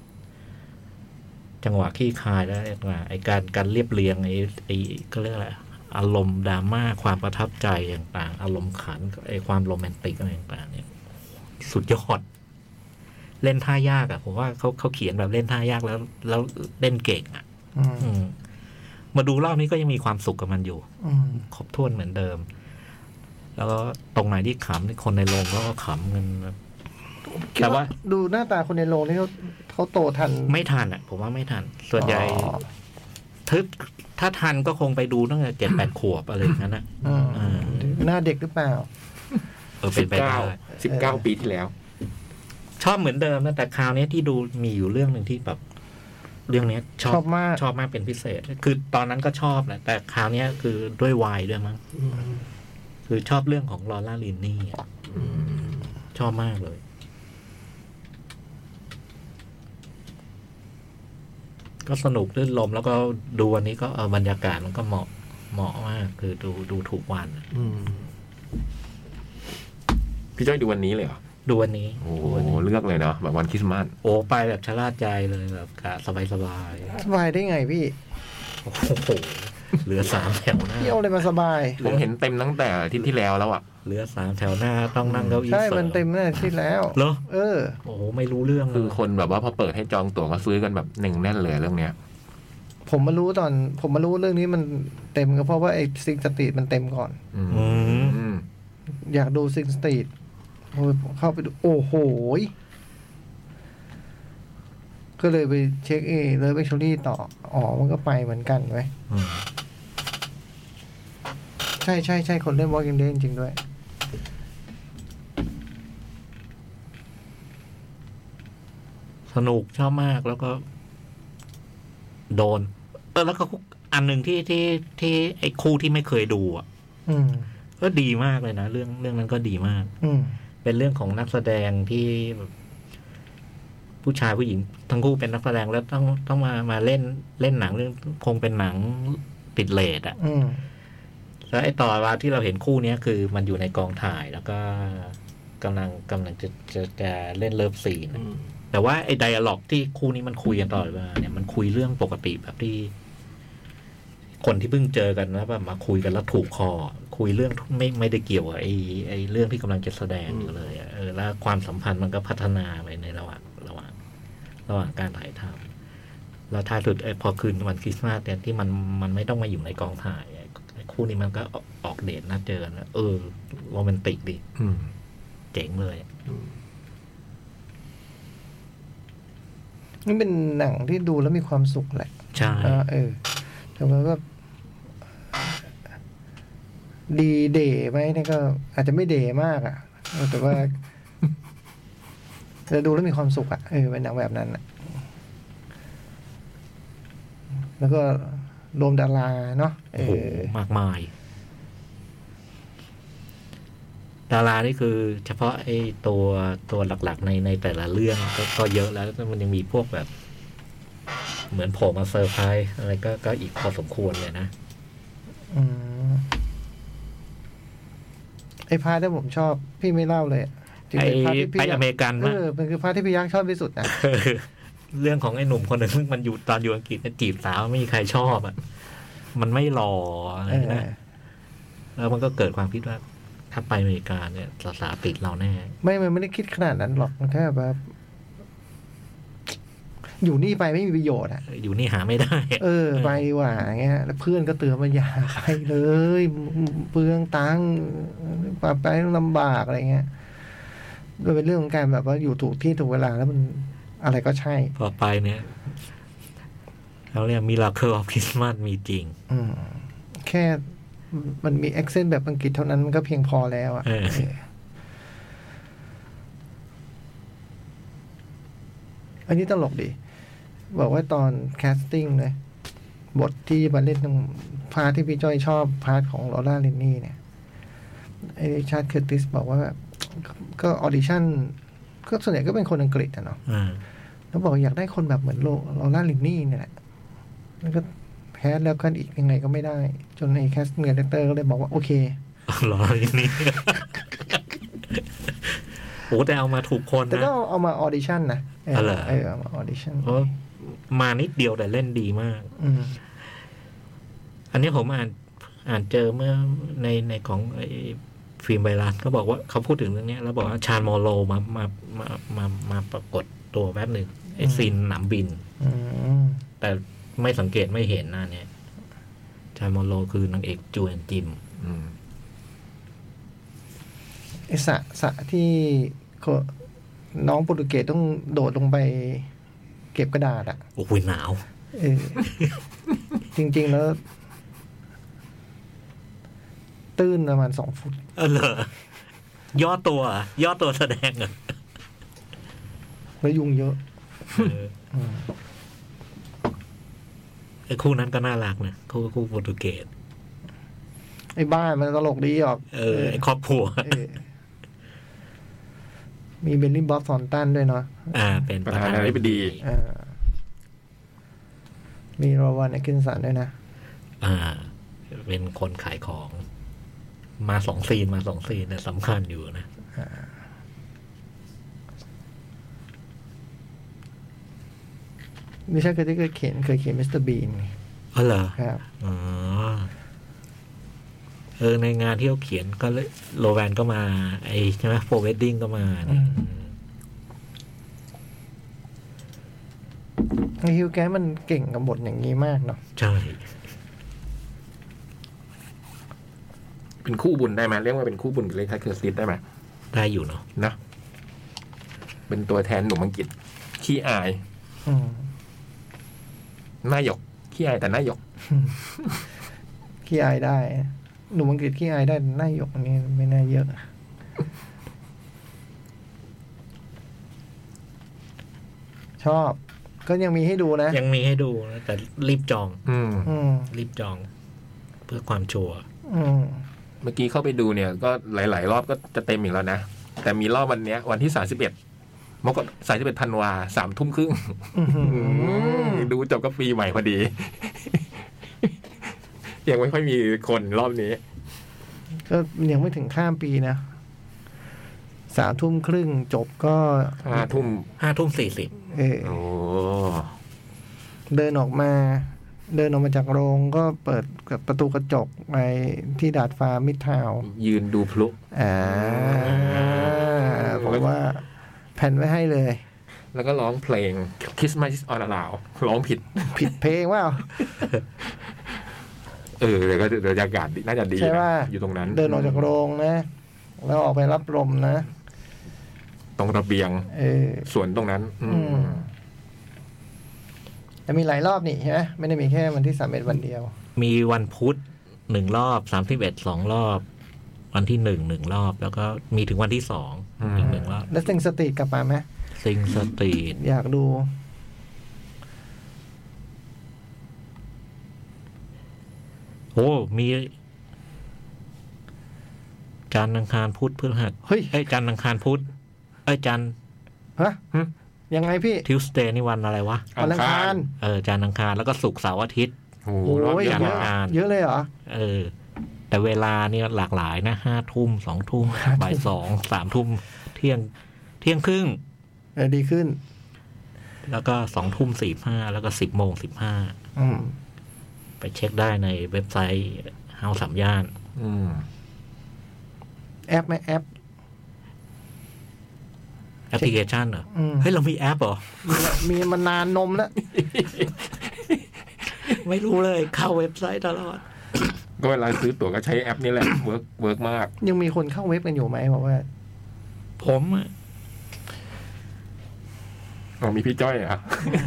จังหวะขี้คายแล้วไอ้การการเรียบเรียงไอ้ไอ้ก็เรียกอะไรอารมณ์ดราม่าความประทับใจต่างๆอารมณ์ขันไอ้ความโรแมนติกอะไรต่างๆเนี่ยสุดยอดเล่นท่ายากอ่ะผมว่าเขาเขาเขียนแบบเล่นท่ายากแล้ว แล้วเล่นเก่งอ่ะอืมอืมมาดูรอบนี้ก็ยังมีความสุขกับมันอยู่อืมครบถ้วนเหมือนเดิม แล้วก็ตรงไหนที่ขำคนในโรงก็ขำกันแบบแต่ว่าดูหน้าตาคนในโรงนี่เขาเขาโตทันไม่ทันอ่ะ ผมว่าไม่ทัน ส่วนใหญ่อ๋อถ้าถ้าทันก็คงไปดูตั้งแต่เจ็ดแปดขวบอะไรอย่างนั้นนะอืมอ่าหน้าเด็กหรือเปล่าเออเป็นไปได้สิบเก้าปีที่แล้วชอบเหมือนเดิมนะแต่คราวนี้ที่ดูมีอยู่เรื่องหนึ่งที่แบบ เรื่องนี้ชอชบอบมากชอบมากเป็นพิเศษ คือตอนนั้นก็ชอบแหละแต่คราวนี้คือด้วยวัยด้วยมั้งอืมคือชอบเรื่องของลอร่าลินนี่อะชอบมากเลย ก็สนุกลื่นลมแล้วก็ดูวันนี้ก็เออบรรยากาศมันก็เหมาะเหมาะมาก คือดูดูถูกวันอืมพี่จ้อยดูวันนี้เลยเหรอดูวันนี้โอ้ดูวันโหนี้เลือกเลยเนาะแบบวันคริสต์มาสโอ้ไปแบบชะล่าใจเลยแบบกะสบายสบายสบายได้ไงพี่ๆโอ้โหเหลือสามแถวหน้าพี่เอาอะไรมาสบายผมเห็นเต็มตั้งแต่อาที่ที่แล้วแล้วอ่ะเหลือสามแถวหน้าต้องนั่งเก้าอี้ใช่เสริมันเต็มตั้งแต่ที่แล้วเหรอเออโอ้โหไม่รู้เรื่องเลยคือคนแบบว่าพอเปิดให้จองตั๋วก็ซื้อกันแบบหนึ่งแน่นเลยเรื่องเนี้ยผมมารู้ตอน ผมมารู้เรื่องนี้มันเต็มก็เพราะว่าไอ้ซิงสตรีทมันเต็มก่อนอืมอืมอืมอยากดูซิงสตรีทเข้าไปดู โอ้โหยก็เลยไปเช็คเอเลยไปชอรี่ต่อ อ๋อ มันก็ไปเหมือนกันไว้ยอืมใช่ใช่ใช่คนเล่น Walking Dead จริงด้วยสนุกชอบมากแล้วก็ โดน เออแล้วก็อันหนึ่งที่ที่ที่ไอ้คู่ที่ไม่เคยดูอ่ะอืมก็ดีมากเลยนะเรื่องเรื่องนั้นก็ดีมากอืมเป็นเรื่องของนักแสดงที่แบบผู้ชายผู้หญิงทั้งคู่เป็นนักแสดงแล้วต้องต้องมามาเล่นเล่นหนังเรื่องคงเป็นหนังติดเรทอ่ะอืมแล้วไอ้ต่อว่าที่เราเห็นคู่เนี้ยคือมันอยู่ในกองถ่ายแล้วก็กำลังกำลังจะจะจะเล่นเลิฟซีนอะแต่ว่าไอ้ไดอะล็อกที่คู่นี้มันคุยกันตลอดเวลาเนี่ยมันคุยเรื่องปกติแบบที่ คนที่เพิ่งเจอกันแล้วแบบมาคุยกันแล้วถูกคอ คุยเรื่องไม่ไม่ได้เกี่ยวกับไอ้ไอ้เรื่องที่กำลังจะแสดงอยู่เลยอะเออแล้วความสัมพันธ์มันก็พัฒนาไปในระหว่างระหว่าง ระหว่างการถ่ายทำแล้วท้ายสุดไอ้พอคืนวันคริสต์มาสเนี่ยที่มันมันไม่ต้องมาอยู่ในกองถ่ายไอ้ไอ้คู่นี้มันก็ออกเดทนัดเจอกันแล้วเออโรแมนติกดิอืมเจ๋งเลยนี่เป็นหนังที่ดูแล้วมีความสุขแหละใช่เออเออแต่ว่าแบบดีเดย์ไหมเนี่ยก็ อาจจะไม่เดย์มากอ่ะเออแต่ว่า จะดูแล้วมีความสุขอ่ะเออเป็นหนังแบบนั้นอ่ะ แล้วก็รวมดาราเนาะเอโอ้โหอมากมาย ดารานี่คือ เฉพาะไอ้ตัวตัวหลักๆในในแต่ละเรื่องก็ก็เยอะแล้วมันยังมีพวกแบบ เหมือนโผล่มาเซอร์ไพรส์อะไรก็ก็อีกพอสมควรเลยนะอืมไอ้พาร์ทที่ผมชอบ พี่ไม่เล่าเลยอะจริงๆไอ้เป็นพาร์ทที่พี่ไปอเมริกันเอมากอมันคือพาร์ทที่พี่ยักษ์ชอบที่สุดนะเรื่องของไอ้หนุ่มคนหนึ่งมันอยู่ตอนอยู่อังกฤษเนี่ยจีบสาวไม่มีใครชอบอ่ะ มันไม่หล่ออะไรเออนะแล้วมันก็เกิดความคิดว่า ถ้าไปอเมริกาเนี่ยสาวๆติดเราแน่ไม่มันไม่ได้คิดขนาดนั้นหรอกมันแค่แบบอยู่นี่ไปไม่มีประโยชน์อ่ะอยู่นี่หาไม่ได้เออ ไปดีกว่าอย่างเงี้ยแล้วเพื่อนก็เตือนมาอย่าไปเลยเปลืองตังค์ไปไปต้องลำบากอะไรเงี้ยโดยเป็นเรื่องของการแบบว่าอยู่ถูกที่ถูกเวลาแล้วมันอะไรก็ใช่พอไปเนี่ยเขาเรียก Miracle of Christmas มีจริงอืมแค่มันมี accent แบบอังกฤษเท่านั้นมันก็เพียงพอแล้วอ่ะเอออันนี้ตลกดีบอกว่าตอนแคสติ้งเลยบทที่มาเล่นตรงพาร์ทที่พี่จ้อยชอบพาร์ทของลอร่าลินนี่เนี่ยไอ้ชาร์ดเคอร์ติสบอกว่าแบบก็ออดิชั่นก็ส่วนใหญ่ก็เป็นคนอังกฤษอะเนาะอ่าแล้วบอกอยากได้คนแบบเหมือนโลลอร่าลินนี่เนี่ยแหละแล้วก็แพ้แล้วกันอีกยังไงก็ไม่ได้ จนไอ้แคสเนื้อเดเตอร์ก็เลยบอกว่าโอเครออย่างนี้ โอ้แต่เอามาถูกคนแต่นะก็เอามาออดิชั่นนะเอออ๋อเหรอเออเอามาออดิชั่นเพราะมานิดเดียวแต่เล่นดีมากอืมอันนี้ผมอ่านอ่านเจอเมื่อในในของไอ้ฟิล์มไบรัสเขาบอกว่าเขาพูดถึงเรื่องนี้แล้วบอกว่าชาญมอโลมามามามามาปรากฏตัวแป๊บหนึ่งไอ้ซีนหนามบินอืมแต่ไม่สังเกตไม่เห็นหน้าเนี่ยชาญมอโลคือนางเอกจูเอนจิมอืมไอสระสระที่เขาน้องโปรตุเกสต้องโดดลงไปเก็บกระดาษอ่ะโอ้โหหนาวเออ จริง ๆ แล้ว ตื้นประมาณสองฟุตเออเหรอย่อตัวเหรอย่อตัวแสดงเหรอแล้วยุงเยอะเออไอ้คู่นั้นก็น่ารักนะคู่คู่โปรตุเกสไอ้บ้านมันตลกดีออกเออไอ้ครอบครัวเออมีเบนลี่บ๊อบซอนตันด้วยเนาะอ่า เป็นประธานาธิบดีอ่ามีโรวันแอตกินสันด้วยนะอ่า เป็นคนขายของ มาสองซีนมาสองซีนเนี่ยสำคัญอยู่นะไม่ใช่เคยที่เคยเขียนเคยเขียนมิสเตอร์บีนอ๋อเหรอครับอ๋อ เออ ในงานที่เขาเขียนก็เลยโรแวนก็มา ไอใช่ไหมโฟร์เวดดิ้งก็มาเนี่ยไอฮิวแกมันเก่งกับบทอย่างนี้มากเนาะใช่เป็นคู่บุญได้ไหมเรียกว่าเป็นคู่บุญกับเลคาเคอร์ซิสได้ไหมได้อยู่เนาะนะเป็นตัวแทนหนุ่มอังกฤษขี้อายอืมหน้าหยกขี้อายแต่หน้าหยกขี้อายได้ หนุ่มอังกฤษขี้อายได้หน้าหยกอันนี้ไม่น่าเยอะ ชอบ ก็ยังมีให้ดูนะยังมีให้ดูนะแต่รีบจองอืมอืมรีบจอง เพื่อความชัวร์อืมเมื่อกี้เข้าไปดูเนี่ย ก็หลาย ๆ รอบก็จะเต็มอีกแล้วนะ แต่มีรอบวันเนี้ย วันที่สามสิบเอ็ดมกสามสิบเอ็ดธันวาสามทุ่มครึ่งอื้อหือดูจบก็ปีใหม่พอดี ยังไม่ค่อยมีคนรอบนี้ก็ยังไม่ถึงข้ามปีนะสามทุ่มครึ่งจบก็ห้าทุ่มห้าทุ่มสี่สิบเออโอ้เดินออกมา เดินออกมาจากโรงก็เปิดกับประตูกระจกไปที่ดาดฟ้ามิดทาวน์ยืนดูพลุอ่าผมว่าแผ่นไว้ให้เลยแล้วก็ร้องเพลง Christmas is all around ร้องผิดผิดเพลงว่าเออเดี๋ยวก็เดี๋ยวบรรยากาศดีน่าจะดีใช่นะป่ะอยู่ตรงนั้นเดินออกจากโรงนะ แล้วออกไปรับลมนะตรงระเบียงเออสวนตรงนั้น อือืมมแต่มีหลายรอบนี่ใช่ไหมไม่ได้มีแค่วันที่สามเอ็ดวันเดียวมีวันพุธหนึ่งรอบสามสิบเอ็ดสองรอบ วันที่หนึ่งหนึ่งรอบ แล้วก็มีถึงวันที่สองอีกหนึ่งรอบแล้วซิงสตรีทกลับมาไหมซิงสตรีทอยากดูโอ้มีจันทร์อังคารพุธพฤหัสเฮ้ยเอ้ยจันทร์อังคารพุธเอ้ยจันทร์ฮะยังไงพี่ทิวสเดย์นี่วันอะไรวะวันอังคารเออจันทร์อังคารแล้วก็ศุกร์เสาร์อาทิตย์โอ้โหโอ้รอบยเดียวเยอะมาเยอะเลยเหรอเออ แต่เวลาเนี่ยหลากหลายนะห้าทุ่มสองทุ่มบ่ายสองสามทุ่มเที่ยง เที่ยงครึ่งเออดีขึ้นแล้วก็สองทุ่มสี่ห้าแล้วก็สิบโมงสิบห้าอืมไปเช็คได้ในเว็บไซต์เฮาสามย่านอืมแอปไหมแอปแอปพลิเคชันเหรออืมเฮ้ย เรามีแอปเหรอมีละมีมานานนมแล้วไม่รู้เลยเข้าเว็บไซต์ตลอดก็เวลาซื้อตั๋วก็ใช้แอปนี้แหละ เวิร์กเวิร์กมากยังมีคนเข้าเว็บกันอยู่ไหมบอกว่าผมอะอ๋อมีพี่จ้อยอ่ะ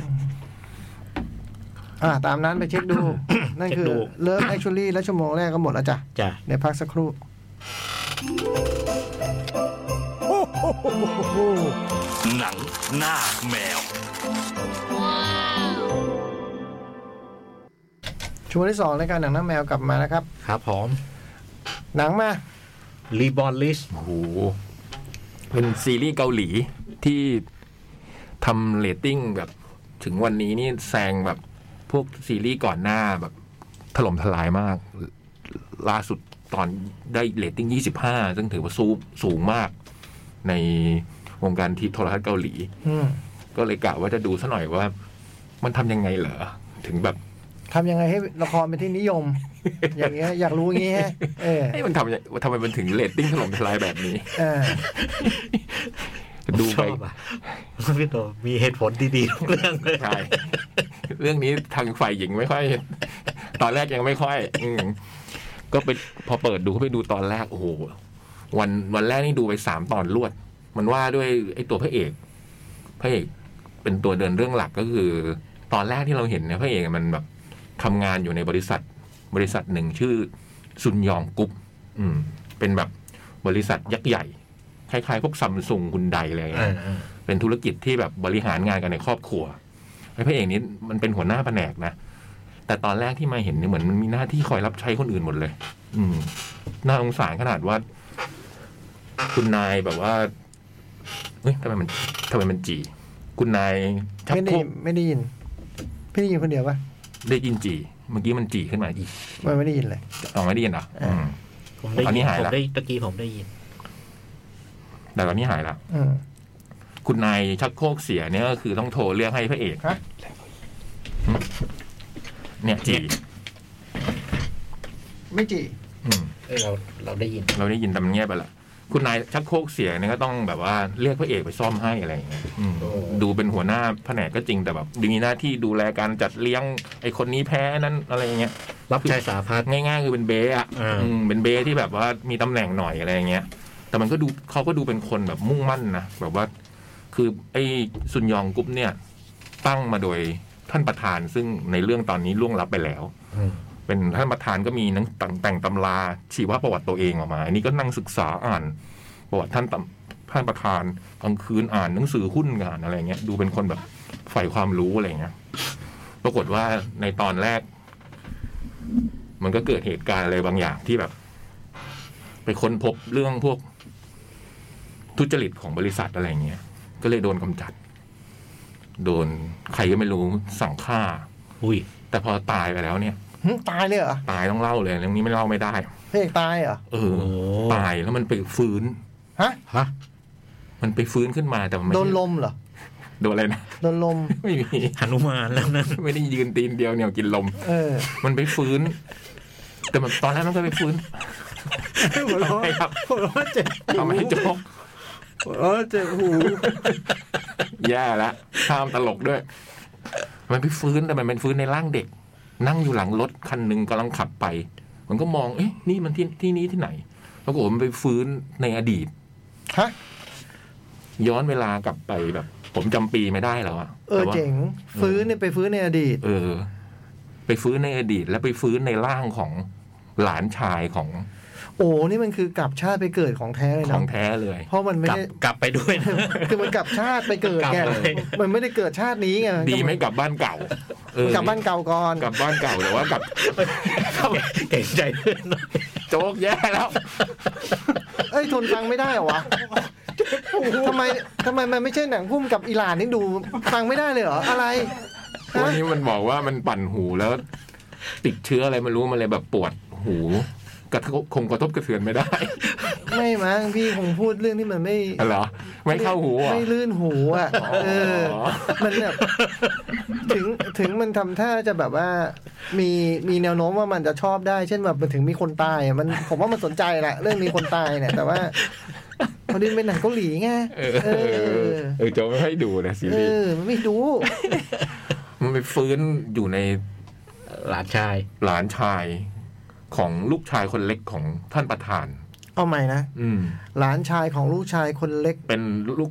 อ่าตามนั้นไปเช็คดู นั่นคือเลิฟแอคชวลี่และชั่วโมงแรกก็หมดแล้วจ้ะจ้ะเดี๋ยวพักสักครู่หนังหน้าแมวช่วงที่สองในการหนังหน้าแมวกลับมานะครับครับผมหนังมารีบอลลิสโอ้โหเป็นซีรีส์เกาหลีที่ทำเรตติ้งแบบถึงวันนี้นี่แซงแบบพวกซีรีส์ก่อนหน้าแบบถล่มทลายมาก ล่าสุดตอนได้เรตติ้งยี่สิบห้าซึ่งถือว่าสูงสูงมากในวงการที่โทรทัศน์เกาหลีอืมก็เลยกะว่าจะดูซะหน่อยว่า มันทำยังไงเหรอถึงแบบทำยังไงให้ละครเป็นที่นิยม อย่างเงี้ยอยากรู้อย่างเงี้ยเออให้มันทำยังทำไมมันถึงเรตติ้งถล่มทลายแบบนี้เออดูชไปอบอ่ะพี่โตมีเหตุผลดีๆทุกเรื่องเลยใช่เรื่องนี้ทางฝ่ายหญิงไม่ค่อย ตอนแรกยังไม่ค่อย อืมก็ไปพอเปิดดูก็ไปดูตอนแรกโอ้โหวันวันแรกนี่ดูไปสามตอนรวด มันว่าด้วยไอ้ตัวพระเอกพระเอกเป็นตัวเดินเรื่องหลักก็คือ ตอนแรกที่เราเห็นเนี่ยพระเอกมันแบบทำงานอยู่ในบริษัท บริษัทหนึ่งชื่อซุนยองกรุ๊ปอืม เป็นแบบบริษัทยักษ์ใหญ่คล้ายๆพวกซัมซุงฮุนไดอะไรอย่างเงี้ย เป็นธุรกิจที่แบบบริหารงานกันในครอบครัวไอ้พระเอกนี้มันเป็นหัวหน้าแผนกนะแต่ตอนแรกที่มาเห็นเนี่ยเหมือนมันมีหน้าที่คอยรับใช้คนอื่นหมดเลย อืมน่าสงสารขนาดว่า คุณนายแบบว่าเฮ้ยทำไมมันทำไมมันจีคุณนายชักไม่ได้โครกไม่ได้ยิน พี่ได้ยินคนเดียวปะได้ยินจีเมื่อกี้มันจีขึ้นมาอีกมันไม่ได้ยินเลยอ๋อไม่ได้ยินเหรออืมผมได้ตอนนี้ยินหายผมละได้ตะกี้ผมได้ยินแต่ตอนนี้หายแล้วอืมคุณนายชักโครกเสียเนี่ยก็คือต้องโทรเรียกให้พระเอกฮะเนี่ยจีไม่จีอืมเออเราเราได้ยินเราได้ยินแต่มันเงียบไปละคุณนายชักโครกเสียเนี่ยก็ต้องแบบว่าเรียกพระเอกไปซ่อมให้อะไรอย่างเงี้ยอืมโอ้ดูเป็นหัวหน้าแผนกก็จริงแต่แบบมีหน้าที่ดูแลการจัดเลี้ยงไอ้คนนี้แพ้นั้นอะไรอย่างเงี้ยรับใช้สาพัดง่ายๆคือเป็นเบสอ่ะอ่าอืมเป็นเบสที่แบบว่ามีตำแหน่งหน่อยอะไรอย่างเงี้ย แต่มันก็ดูเขาก็ดูเป็นคนแบบมุ่งมั่นนะแบบว่า คือไอ้ซุนยองกรุ๊ปเนี่ย ตั้งมาโดยท่านประธานซึ่งในเรื่องตอนนี้ล่วงลับไปแล้วอืมเป็นท่านประธานก็มีหนังแต่งแต่งตำราชีวประวัติตัวเองออกมาอันนี้ก็นั่งศึกษาอ่านประวัติท่านตำท่านประธานกลางคืนอ่านหนังสือหุ้นงานอะไรเงี้ยดูเป็นคนแบบใฝ่ความรู้อะไรเงี้ยปรากฏว่าในตอนแรก มันก็เกิดเหตุการณ์อะไรบางอย่างที่แบบ ไปค้นพบเรื่องพวกทุจริตของบริษัทอะไรเงี้ยก็เลยโดนกำจัด โดนใครก็ไม่รู้สั่งฆ่าอุ้ยแต่พอตายไปแล้วเนี่ยหึตายเลยเหรอตายต้องเล่าเลยเรื่องนี้ไม่เล่าไม่ได้พระเอกตายเหรอเออ ตายแล้วมันไปฟื้นฮะฮะมันไปฟื้นขึ้นมาแต่มันไม่โดนใช่ลมเหรอโดนอะไรนะโดนลมไม่มีหนุมานแล้วนั้นไม่ได้ยืนตีนเดียวเนี่ยกินลมเออมันไปฟื้น แต่มันตอนแรกมันก็ไปฟื้นหัวเราะทำไมครับหัวเราะเจ็บทำไมโจ๊กหัวเราะเจ็บหูแย่ละข้ามตลกด้วย มันไปฟื้นแต่มันเป็นฟื้นในร่างเด็ก นั่งอยู่หลังรถคันหนึ่งกำลังขับไป มันก็มองเอ๊ะนี่มันที่ที่นี้ที่ไหนปรากฏว่ามันไปฟื้นในอดีตฮะย้อนเวลากลับไปแบบ ผมจำปีไม่ได้แล้วอะเออแต่ว่าเจ๋ง ฟื้นเนี่ยไปฟื้นในอดีตเออ ไปฟื้นในอดีต แล้วไปฟื้นในร่างของหลานชายของโอ้นี่มันคือกลับชาติไปเกิดของแท้เลยขอเนาะงแท้เลยเพราะมันไม่กลับได้กลับไปด้วยนะคือมันกลับชาติไปเกิดกลับแกเลยมันไม่ได้เกิดชาตินี้ไงดีไม่กลับบ้านเก่า เออกลับบ้านเก่าก่อนกลับบ้านเก่าแต่ว่ากลับเก่งใจเพื่อนหน่อยโจ๊กแย่แล้วเอ้ยทนฟังไม่ได้เหรอวะทำไมทำไมมันไม่ใช่หนังพุ่มกับอิหร่านนี่ดูฟังไม่ได้เลยเหรออะไรวันฮะนี้มันบอกว่ามันปั่นหูแล้ว ติดเชื้ออะไรไม่รู้มันเลยแบบปวดหูกระทบคงกระทบกระเทือนไม่ได้ไม่มั้งพี่คงพูดเรื่องที่มันไม่เหรอ ไม่เข้าหูอ่ะไม่ลื่นหูอ่ะเออ มันแบบถึงถึงมันทำท่าจะแบบว่า มีมีแนวโน้มว่ามันจะชอบได้ เช่นแบบมันถึงมีคนตายอ่ะมันผมว่ามันสนใจแหละเรื่องมีคนตายเนี่ยแต่ว่าพอดีเป็นหนังเกาหลีไงเออเออเออโจ๊กไม่ให้ดูนะซีเอรีส์อมันไม่ดูมันไปฟื้นอยู่ในหลานชายหลานชายของลูกชายคนเล็กของท่านประธานเอาใหม่นะอืมหลานชายของลูกชายคนเล็กเป็นลูกลูก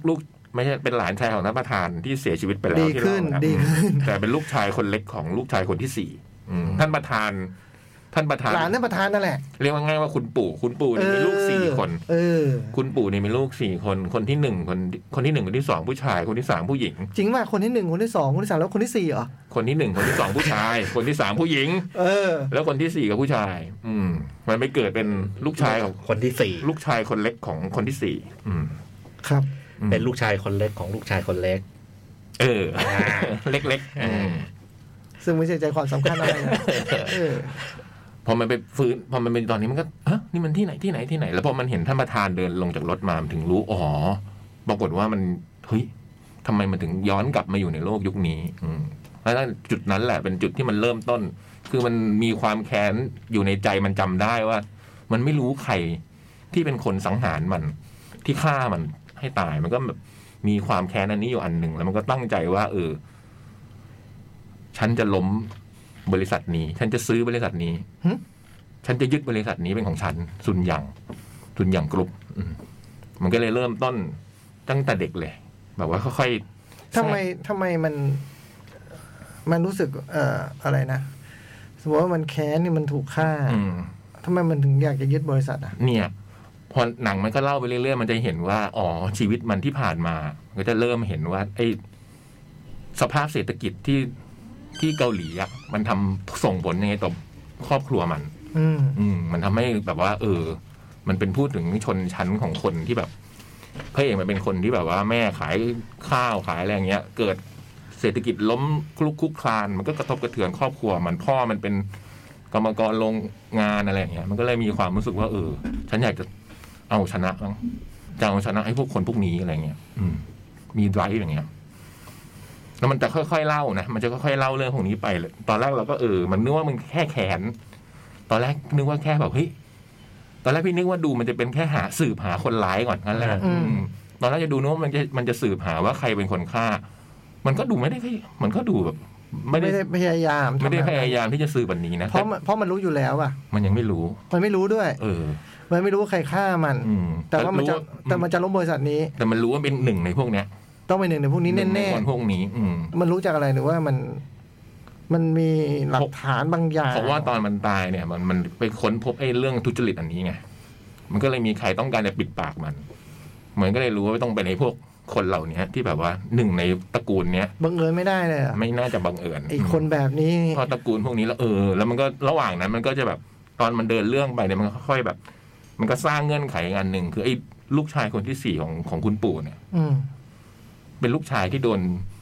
ไม่ใช่เป็นหลานชายของท่านประธานที่เสียชีวิตไปแล้วดีที่ขึ้นเราดีขึ้นแต่เป็นลูกชายคนเล็กของลูกชายคนที่สี่อืมท่านประธาน ท่านประธานหลานท่านประธานนั่นแหละเรียกว่าง่ายว่าคุณปู่คุณปู่นี่มีลูกสี่คนเออคุณปู่นี่มีลูกสี่คนคนที่หนึ่งคนคนที่หนึ่งคนที่สองผู้ชายคนที่สามผู้หญิงจริงป่ะคนที่หนึ่งคนที่สองคนที่สามแล้วคนที่สี่เหรอคนที่หนึ่งคนที่สองผู้ชายคนที่สามผู้หญิงเออแล้วคนที่สี่กับผู้ชายอืมมันไม่เกิดเป็นลูกชายของคนที่สี่ลูกชายคนเล็กของคนที่สี่อืมครับเป็นลูกชายคนเล็กของลูกชายคนเล็กเออเล็กๆอืมซึ่งไม่ใช่ใจความสำคัญอะไรนะเออพอมันไปฟื้นพอมันเป็นตอนนี้มันก็เฮ้ยนี่มันที่ไหนที่ไหนที่ไหนแล้วพอมันเห็นท่านประธานเดินลงจากรถมาถึงรู้อ๋อปรากฏว่ามันเฮ้ยทำไมมันถึงย้อนกลับมาอยู่ในโลกยุคนี้อืมแล้วจุดนั้นแหละเป็นจุดที่มันเริ่มต้นคือมันมีความแค้นอยู่ในใจมันจำได้ว่ามันไม่รู้ใครที่เป็นคนสังหารมันที่ฆ่ามันให้ตายมันก็แบบมีความแค้นอันนี้อยู่อันหนึ่งแล้วมันก็ตั้งใจว่าเออฉันจะล้มบริษัทนี้ฉันจะซื้อบริษัทนี้ฉันจะยึดบริษัทนี้เป็นของฉันซุนหยางซุนหยางกรุ๊ปมันก็เลยเริ่มต้นตั้งแต่เด็กเลยแบบว่าค่อยๆทำไมทำไมมันมันรู้สึกเอ่ออะไรนะสมมติว่ามันแค้นนี่มันถูกฆ่าทำไมมันถึงอยากจะยึดบริษัทอ่ะเนี่ยพอหนังมันก็เล่าไปเรื่อยๆมันจะเห็นว่าอ๋อชีวิตมันที่ผ่านมาก็จะเริ่มเห็นว่าไอ้สภาพเศรษฐกิจที่ที่เกาหลีอ่ะมันทำส่งผลยังไงต่อครอบครัวมัน อืมอืมมันทำให้แบบว่า เออ มันเป็นพูดถึงชนชั้นของคนที่แบบพระเอกมันเป็นคนที่แบบว่าแม่ขายข้าวขายอะไรอย่างเงี้ยเกิดเศรษฐกิจล้มคลุกคลุกคลานมันก็กระทบกระเทือนครอบครัวมันพ่อมันเป็นกรรมกรโรงงานอะไรอย่างเงี้ยมันก็เลยมีความรู้สึกว่าเออฉันอยากจะเอาชนะมั้งจะเอาชนะให้พวกคนพวกนี้อะไรเงี้ยอืมมีไดรฟ์อย่างเงี้ยแล้วมันจะค่อยๆเล่านะมันจะค่อยๆเล่าเรื่องพวกนี้ไปเลยตอนแรกเราก็เออมันนึกว่ามันแค่แขนตอนแรกนึกว่าแค่แบบเฮ้ยตอนแรกพี่นึกว่าดูมันจะเป็นแค่หาสืบหาคนร้ายก่อนนั่นแหละตอนแรกจะดูนึกว่ามันจะมันจะสืบหาว่าใครเป็นคนฆ่ามันก็ดูไม่ได้มันก็ดูแบบไม่ได้พยายามไม่ได้พยายามที่จะสืบแบบนี้นะเพราะเพราะมันรู้อยู่แล้วอ่ะมันยังไม่รู้มันไม่รู้ด้วยเออมันไม่รู้ว่าใครฆ่ามันแต่ว่ามันจะแต่มันจะล้มบริษัทนี้แต่มันรู้ว่าเป็นหนึ่งในพวกเนี้ยต้องเป็นหนึ่งในพวกนี้แน่ๆคนพวกนี้มันรู้จากอะไรหรือว่ามันมันมีหลักฐานบางอย่างเพราะว่าตอนมันตายเนี่ยมันมันไปค้นพบไอ้เรื่องทุจริตอันนี้ไงมันก็เลยมีใครต้องการจะปิดปากมันเหมือนก็เลยรู้ว่าต้องเป็นไอ้พวกคนเหล่านี้ที่แบบว่าหนึ่งในตระกูลเนี้ยบังเอิญไม่ได้เลยไม่น่าจะบังเอิญไอ้คนแบบนี้พอตระกูลพวกนี้แล้วเออแล้วมันก็ระหว่างนั้นมันก็จะแบบตอนมันเดินเรื่องไปเนี่ยมันค่อยๆแบบมันก็สร้างเงื่อนไขอันหนึ่งคือไอ้ลูกชายคนที่สี่ของของคุณปู่เนี่ยเป็นลูกชายที่โดน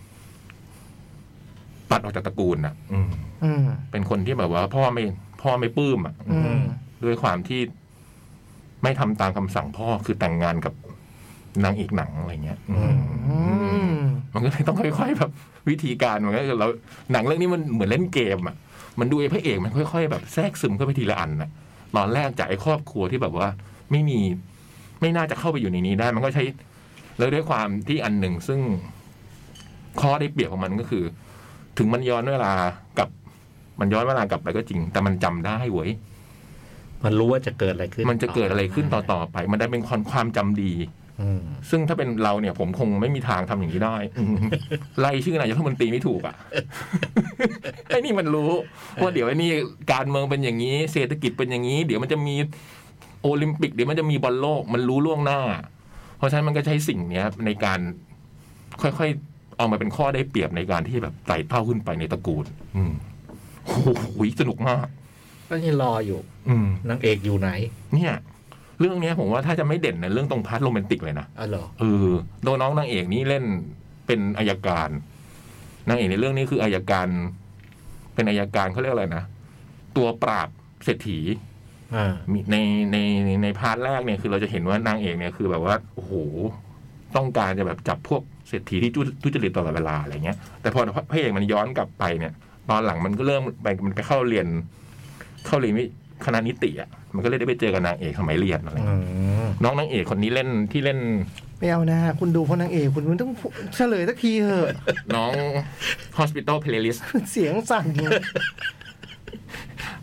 ตัดออกจากตระกูลอ่ะอืมเป็นคนที่แบบว่าพ่อไม่พ่อไม่ปลื้มอ่ะด้วยความที่ไม่ทำตามคำสั่งพ่อคือแต่งงานกับนางเอกหนังอะไรเงี้ยมันก็เลยต้องค่อยๆแบบวิธีการมันก็เราหนังเรื่องนี้มันเหมือนเล่นเกมอ่ะมันดูไอ้พระเอกมันค่อยๆแบบแทรกซึมเข้าไปทีละอันน่ะตอนแรกจากไอ้ครอบครัวที่แบบว่าไม่มีไม่น่าจะเข้าไปอยู่ในนี้ได้มันก็ใช้แล้วด้วยความที่อันหนึ่งซึ่งข้อได้เปรียบของมันก็คือถึงมันย้อนเวลากับมันย้อนเวลากลับไปก็จริงแต่มันจำได้เว้ยมันรู้ว่าจะเกิดอะไรขึ้นมันจะเกิดอะไรขึ้นต่อๆไปมันได้เป็นความความจำดีซึ่งถ้าเป็นเราเนี่ยผมคงไม่มีทางทำอย่างนี้ได้ไล่ชื่อนายกรัฐมนตรีไม่ถูกอ่ะไอ้นี่มันรู้ว่าเดี๋ยวไอ้นี่การเมืองเป็นอย่างนี้เศรษฐกิจเป็นอย่างนี้เดี๋ยวมันจะมีโอลิมปิกเดี๋ยวมันจะมีบอลโลกมันรู้ล่วงหน้าเพราะฉะนั้นมันก็ใช้สิ่งเนี้ยในการค่อยๆเอามาเป็นข้อได้เปรียบในการที่แบบไต่เต้าขึ้นไปในตระกูลอืมโอ้โหสนุกมากก็ยังรออยู่นางเอกอยู่ไหนเนี่ยเรื่องนี้ผมว่าถ้าจะไม่เด่นในเรื่องตรงพาร์ทโรแมนติกเลยนะอ๋อเหรอเออโดยน้องนางเอกนี่เล่นเป็นอัยการนางเอกในเรื่องนี้คืออัยการเป็นอัยการเขาเรียกอะไรนะตัวปราบเศรษฐีในในในพาร์ทแรกเนี่ยคือเราจะเห็นว่านางเอกเนี่ยคือแบบว่าโอ้โหต้องการจะแบบจับพวกเศรษฐีที่ทุจริตตลอดเวลาอะไรเงี้ยแต่พอพระเอกมันย้อนกลับไปเนี่ยตอนหลังมันก็เริ่มไปมันไปเข้าเรียนเข้าเรียนคณะนิติอ่ะมันก็เลยได้ไปเจอกับนางเอกสมัยเรียนอะไรน้องนางเอกคนนี้เล่นที่เล่นไม่เอานะคุณดูเพราะนางเอกคุณมันต้องเฉลยสักทีเถอะน้อง Hospital Playlist เสียงสั่น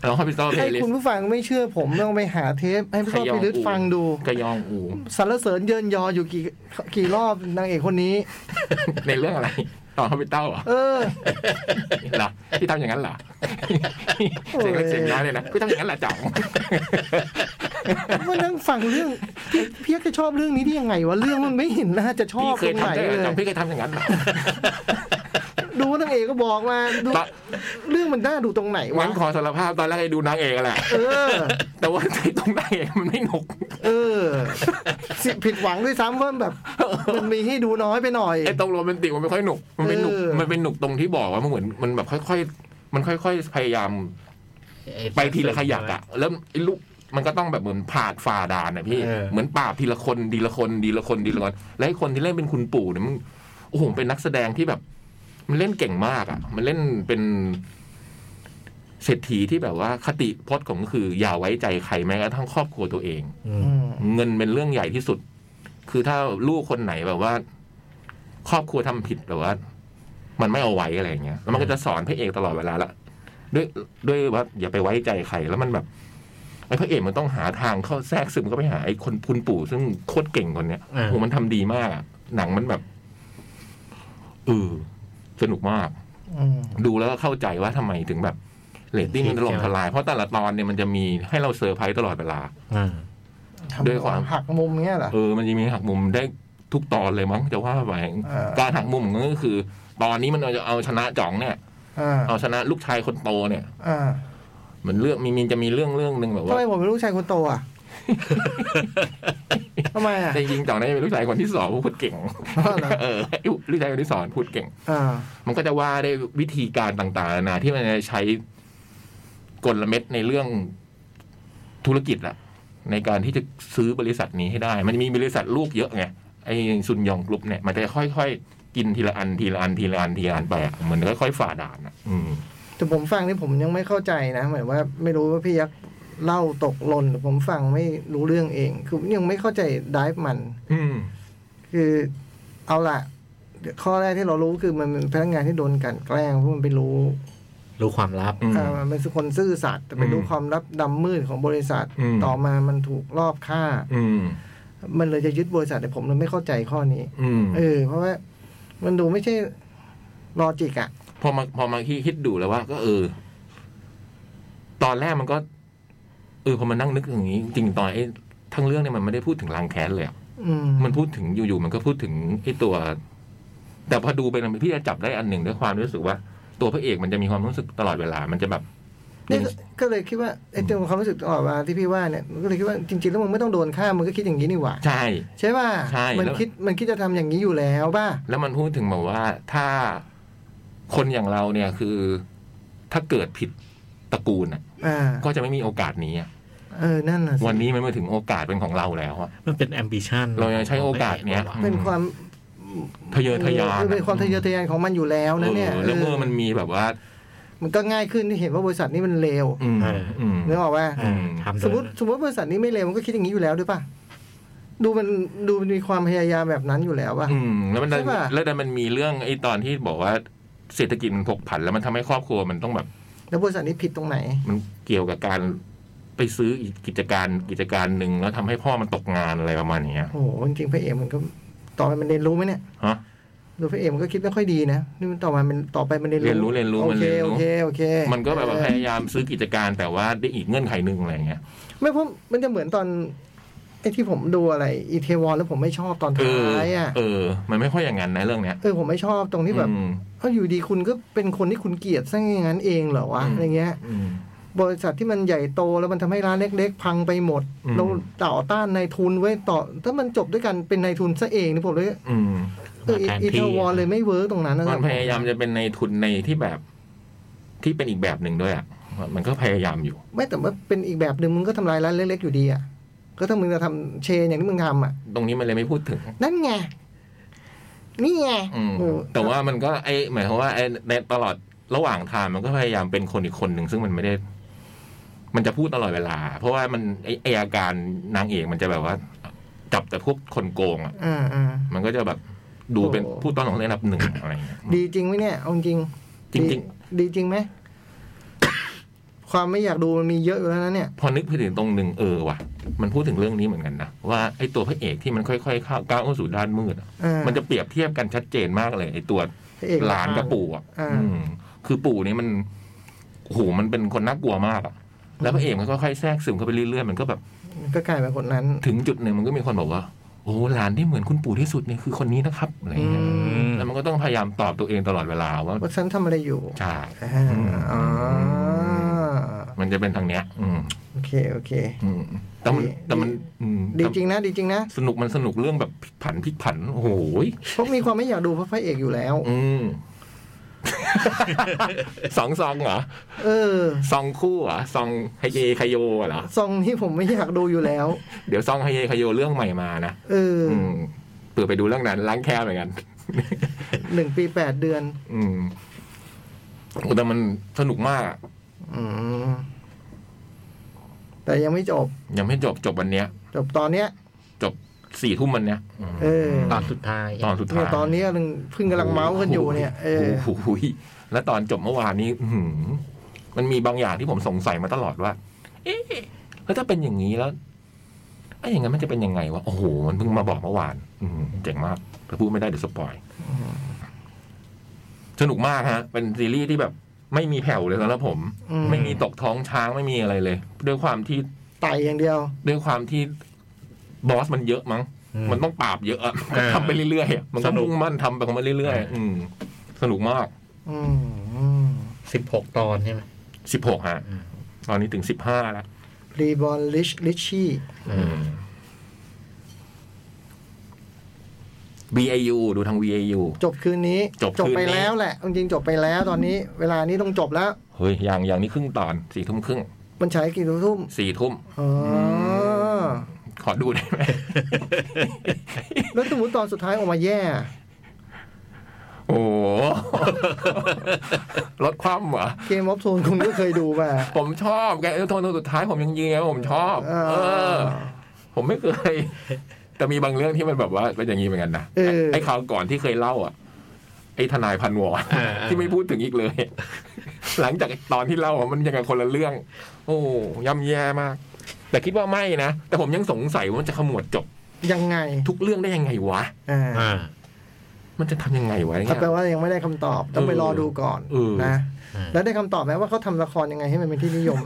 แล้วฮอสพิทอลเพลให้ย์ลิสคุณต์ผู้ฟังไม่เชื่อผมต้องไปหาเทปให้พี่ก็ไปลึกฟังดูกระยองอูสรรเสริญเยินยออยู่กี่กี่รอบนางเอกคนนี้ในเรื่องอะไรตอนฮอสพิทอลเหรอเออเหรอพี่ทำอย่างนั้นเหรอเสียงเล็กเสียงน้อยเลยนะพี่ทำอย่างนั้นเหรอจ๋องมานั่งฟังเรื่องพี่พี่จะชอบเรื่องนี้ได้ยังไงวะเรื่องมันไม่เห็นน่าจะชอบพี่เคตรยงไหนทำได้เหรเลอย จ๋องพี่เคยทำอย่างนั้นเหรอดูนางเอกก็บอกมาดูเรื่องมันน่าดูตรงไหนวะงั้นขอสารภาพตอนแรกไอ้ดูนางเอกแหละเออแต่ว่าไอ้ตรงนางเอกมันไม่หนุกเออสิผิดหวังด้วยซ้ำว่าแบบมันมีให้ดูน้อยไปหน่อยไอ้ตรงโรแมนติกมันไม่ค่อยหนุกมันเป็นหนุกเออมันเป็นหนุกตรงที่บอกว่ามันเหมือนมันแบบค่อยๆมันค่อยๆพยายามไปทีละขยักอะแล้วไอ้ลูกมันก็ต้องแบบเหมือนผ่านฝ่าด่านอะพี่เออเหมือนปราบทีละคนทีละคนทีละคนทีละคนและไอ้คนที่เล่นเป็นคุณปู่เนี่ยมันโอ้โหเป็นนักแสดงที่แบบ มันเล่นเก่งมากอะมันเล่นเป็นเศรษฐีที่แบบว่าคติพจน์ของคืออย่าไว้ใจใครแม้กระทั่งครอบครัวตัวเองอือืมมเงินเป็นเรื่องใหญ่ที่สุด คือถ้าลูกคนไหนแบบว่า ครอบครัวทำผิดแบบว่า มันไม่เอาไว้อะไรอย่างเงี้ย แล้วมันก็จะสอนพระเอกตลอดเวลาละด้วยด้วยว่าอย่าไปไว้ใจใคร แล้วมันแบบไอ้พระเอกมันต้องหาทางเข้าแทรกซึมก็ไปหาไอ้คนคุณปู่ซึ่งโคตรเก่งคนเนี้ยอ่าโหมันทำดีมากอะหนังมันแบบเออสนุกมากอืมดูแล้วก็เข้าใจว่าทำไมถึงแบบเรตติ้งมันถล่มทลาย เพราะแต่ละตอนเนี่ยมันจะมีให้เราเซอร์ไพรส์ตลอดเวลาอ่าด้วยความหักมุมเงี้ยเหรอเออ มันจะมีหักมุมได้ทุกตอนเลยมั้งจะว่าไปเออการหักมุมของมันก็คือ ตอนนี้มันจะเอาชนะจ่องเนี่ยอ่าเอาชนะลูกชายคนโตเนี่ยอ่าเหมือนเรื่องมีมีจะมีเรื่องเรื่องหนึ่งแบบทำว่าไมผมเป็นลูกชายคนโตอ่ะ ทำไมอ่ะแต่จริงๆจ่องเนี่ยเป็นลูกชายคนที่สองพูดเก่งอ๋อเหรอเออลูกชายคนที่สองพูดเก่งอ่ามันก็จะว่าได้วิธีการต่างๆนานาที่มันจะใช้กลเม็ดในเรื่องธุรกิจอะในการที่จะซื้อบริษัทนี้ให้ได้ มันมีบริษัทลูกเยอะไงไอ้ซุนยองกรุ๊ปเนี่ยมันจะค่อยๆกินทีละอันทีละอันทีละอันทีละอันไปอะเหมือนค่อยๆฝ่าด่านอะอืมแต่ผมฟังนี่ผมยังไม่เข้าใจนะเหมือนว่าไม่รู้ว่าพี่ยักษ์เล่าตกหล่นผมฟังไม่รู้เรื่องเอง คือยังไม่เข้าใจไดฟ์มันอืมคือเอาล่ะ ข้อแรกที่เรารู้คือมันเป็นพนักงานที่โดนกลั่นแกล้งเพราะมันไปรู้รู้ความลับอืมอ่ามันเป็นคนซื่อสัตย์แต่ไปรู้อืมความลับดำมืดของบริษัทอืมต่อมามันถูกลอบฆ่าอืมมันเลยจะยึดบริษัทแต่ผมเลยไม่เข้าใจข้อนี้อืมเออ เพราะว่ามันดูไม่ใช่ลอจิกอะพอมาพอมาคิดคิดดูแล้วว่า ก็เออ ตอนแรกมันก็ เออพอมานั่งนึกอย่างนี้ จริงๆตอนไอ้ทั้งเรื่องเนี่ยมันไม่ได้พูดถึงรางแค้นเลยอะอืมมันพูดถึงอยู่ๆมันก็พูดถึงไอ้ตัว แต่พอดูไปมันพี่จะจับได้อันหนึ่งด้วยความรู้สึกว่า ตัวพระเอกมันจะมีความรู้สึกตลอดเวลา มันจะแบบนี่ก็ก็เลยคิดว่าไอ้ตัวความรู้สึกตลอดเวลาที่พี่ว่าเนี่ยมันก็เลยคิดว่าจริงๆแล้วมึงไม่ต้องโดนฆ่ามึงก็คิดอย่างนี้นี่หว่าใช่ใช่ป่ะใช่มันแล้วคิดมันคิดจะทำอย่างนี้อยู่แล้วป่ะแล้วมันพูดถึงแบบว่าถ้าคนอย่างเราเนี่ยคือ ถ้าเกิดผิดตระกูลอ่ะอ่าก็จะไม่มีโอกาสนี้อะเออนั่นน่ะสิวันนี้มันมาถึงโอกาสเป็นของเราแล้วอะมันเป็นแอมบิชันเรายังใช้โอกาสเนี้ยเป็นความทะเยอทะยานเออเป็นความทะเยอทะยานของมันอยู่แล้วนะเนี่ยออแล้วเมื่อมันมีแบบว่ามันก็ง่ายขึ้นที่เห็นว่าบริษัทนี้มันเลวอืมอืมนึกออกป่ะอ่าทำโดยสมมติสมมติบริษัทนี้ไม่เลวมันก็คิดอย่างนี้อยู่แล้วด้วยป่ะดูมันดูมันมีความพยายามแบบนั้นอยู่แล้วป่ะอืมแล้วมันดันใช่ปะแล้วดันมันมีเรื่องไอ้ตอนที่บอกว่าเศรษฐกิจมันผกผันแล้วมันทำให้ครอบครัวมันต้องแบบแล้วบริษัทนี้ผิดตรงไหนมันเกี่ยวกับการไปซื้ออีกกิจการกิจการหนึ่งแล้วทำให้พ่อมันตกงานอะไรประมาณเนี้ยโอ้โหจริงๆพระเอกมันก็ต่อไปมันเรียนรู้ไหมเนี่ยฮะดูพระเอกมันก็คิดไม่ค่อยดีนะนี่มันต่อมามันต่อไปมันเรียนเรียนรู้เรียนรู้โอมันเคเรียนโอรู้เคโอเคมันก็แบบว่าเออพยายามซื้อกิจการแต่ว่าได้อีกเงื่อนไขหนึ่งอะไรเงี้ยไม่เพราะมันจะเหมือนตอนไอ้ที่ผมดูอะไรอีเทวอนแล้วผมไม่ชอบตอนเออท้ายอ่ะเออ มันไม่ค่อยอย่างนั้นนะเรื่องเนี้ยเออผมไม่ชอบตรงที่แบบอืมเอ้าอยู่ดีคุณก็เป็นคนที่คุณเกลียดซะอย่างนั้นเองเหรอวะอืมอะไรเงี้ยอืมบริษัทที่มันใหญ่โตแล้วมันทำให้ร้านเล็กๆ พังไปหมดอืมเราต่อต้านนายทุนไว้ต่อ ถ้ามันจบด้วยกันเป็นนายทุนซะเองนี่ผมเลยอืมเอออีเทวอนเลยไม่เวิร์กตรงนั้นนะมันพยายามจะเป็นในทุนในที่แบบที่เป็นอีกแบบหนึ่งด้วยอ่ะมันก็พยายามอยู่ไม่แต่ว่าเป็นอีกแบบหนึ่งมึงก็ทำลายร้านเล็กๆอยู่ดีอ่ะก็ถ้ามึงจะทำเชนอย่างที่มึงทำอ่ะตรงนี้มันเลยไม่พูดถึงนั่นไงนี่ไงอืมเออแต่ว่ามันก็ไอหมายความว่าไอในตลอดระหว่างทางมันก็พยายามเป็นคนอีกคนหนึ่งซึ่งมันไม่ได้ มันจะพูดตลอดเวลา เพราะว่ามันไอไออาการนางเอกมันจะแบบว่า จับแต่พวกคนโกงอ่ะอ่าอ่ามันก็จะแบบดูเป็นโอ้ผู้ต้นของระดับหนึ่งอะไรอย่างเงี้ยดีจริงไหมเนี่ยเอาจริงจริงดีดีจริงไหมผความไม่อยากดูมันมีเยอะอยู่แล้วนะเนี่ยพอนึกไปถึงตรงหนึ่งเออว่ะมันพูดถึงเรื่องนี้เหมือนกันนะว่าไอ้ตัวพระเอกที่มันค่อยๆเข้าก้าวเข้าสู่ด้านมืดมันจะเปรียบเทียบกันชัดเจนมากเลยไอ้ตัวหลานกับปู่อ่ะคือปู่นี่มันโอ้โหมันเป็นคนน่ากลัวมากอ่ะแล้วพระเอกมันค่อยๆแทรกซึมเข้าไปเรื่อยๆมันก็แบบก็กลายเป็นคนนั้นถึงจุดหนึ่งมันก็มีคนบอกว่าโอ้หลานที่เหมือนคุณปู่ที่สุดเนี่ยคือคนนี้นะครับอะไรเงี้ยแล้วมันก็ต้องพยายามตอบตัวเองตลอดเวลาว่าว่าฉันทำอะไรอยู่ใช่มันจะเป็นทางเนี้ยโอเคโอเคแต่มันแต่มันดีจริงนะดีจริงนะสนุกมันสนุกเรื่องแบบผันพลิกผันโอ้โหเพราะมีความไม่อยากดูเพราะพระเอกอยู่แล้วอืมสองซองเหรอเออซองคู่เหรอซองไฮเยไคโยเหรอซองที่ผมไม่อยากดูอยู่แล้วเดี๋ยวซองไฮเยไคโยเรื่องใหม่มานะเออเปิดไปดูเรื่องนั้นล้างแค้นเหมือนกันหนึ่งปีแปดเดือนอืมแต่มันสนุกมากอืมแต่ยังไม่จบยังไม่จบจบวันเนี้ยจบตอนเนี้ยจบสี่ทุ่มวันเนี้ยเออตอนสุดท้ายตอนสุดท้ายตอนนี้เพิ่งกำลังเมาส์กันอยู่เนี่ยเออโอ้โหแล้วตอนจบเมื่อวานนี้มันมีบางอย่างที่ผมสงสัยมาตลอดว่าเอ๊ะแล้วถ้าเป็นอย่างนี้แล้วไอ้อย่างนั้นมันจะเป็นยังไงวะโอ้โหมันเพิ่งมาบอกเมื่อวานเจ๋งมากแต่พูดไม่ได้เดี๋ยวสปอยสนุกมากฮะเป็นซีรีส์ที่แบบไม่มีแผ่วเลยสำหรับผมไม่มีตกท้องช้างไม่มีอะไรเลยด้วยความที่ไต่อย่างเดียวด้วยความที่บอสมันเยอะมั้งมันต้องปราบเยอะทำไปเรื่อยๆมันก็มุ่งมั่นทำไปของมันเรื่อยๆสนุกมากสิบหกตอนใช่ไหมสิบหกฮะตอนนี้ถึงสิบห้าแล้วรีบอลลิชลิชชี่วี ไอ ยู ดูทาง วี ไอ ยูจบคืนนี้จบไปแล้วแหละจริงๆจบไปแล้วตอนนี้เวลานี้ต้องจบแล้วเฮ้ยอย่างอย่างนี้ครึ่งตอนสี่ทุ่มครึ่งมันฉายกี่ทุ่มสี่ทุ่มอ๋อขอดูได้ไหมแล้วสมมติตอนสุดท้ายออกมาแย่โอ้ลดความเหรอเกมออฟโทนคุณก็เคยดูป่ะผมชอบแกเออโทนสุดท้ายผมยังยิงไงผมชอบเออผมไม่เคยแต่มีบางเรื่องที่มันแบบว่าเป็นอย่างนี้เหมือนกันนะไอ้คราวก่อนที่เคยเล่าอ่ะไอ้ทนายพันวอที่ไม่พูดถึงอีกเลยหลังจากตอนที่เล่ามันยังกับคนละเรื่องโอ้ย่ำแย่มากแต่คิดว่าไม่นะแต่ผมยังสงสัยว่ามันจะขมวดจบยังไงทุกเรื่องได้ยังไงวะอ่ามันจะทำยังไงวะเนี่ยแปลว่ายังไม่ได้คำตอบต้องไปรอดูก่อนนะแล้วได้คำตอบไหมว่าเขาทำละครยังไงให้มันเป็นที่นิยม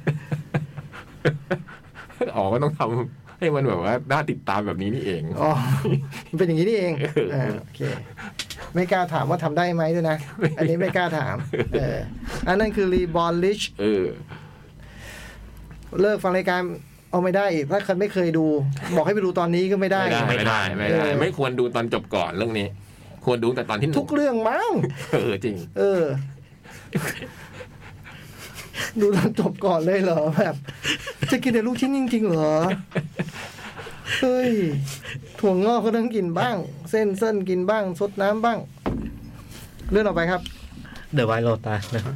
อ๋อก็ต้องทำให้มันแบบว่าน่าติดตามแบบนี้นี่เองอ๋อมันเป็นอย่างนี้นี่เองอ่าโอเคไม่กล้าถามว่าทำได้ไหมด้วยนะอันนี้ไม่กล้าถามเอออันนั้นคือรีบอลลิชเออเลิกฟังรายการเอาไม่ได้อีกถ้าคนไม่เคยดูบอกให้ไปดูตอนนี้ก็ไม่ได้ไม่ได้ไม่ได้ไม่ควรดูตอนจบก่อนเรื่องนี้ควรดูแต่ตอนที่ทุกเรื่องมั้งเออจริงเออดูตอนจบก่อนเลยเหรอแบบจะกินแต่ลูกชิ้นจริงๆเหรอเฮ้ยถั่วงอกก็ต้องกินบ้างเส้นเส้นกินบ้างซดน้ำบ้างเลื่อนออกไปครับ The White Lotus นะครับ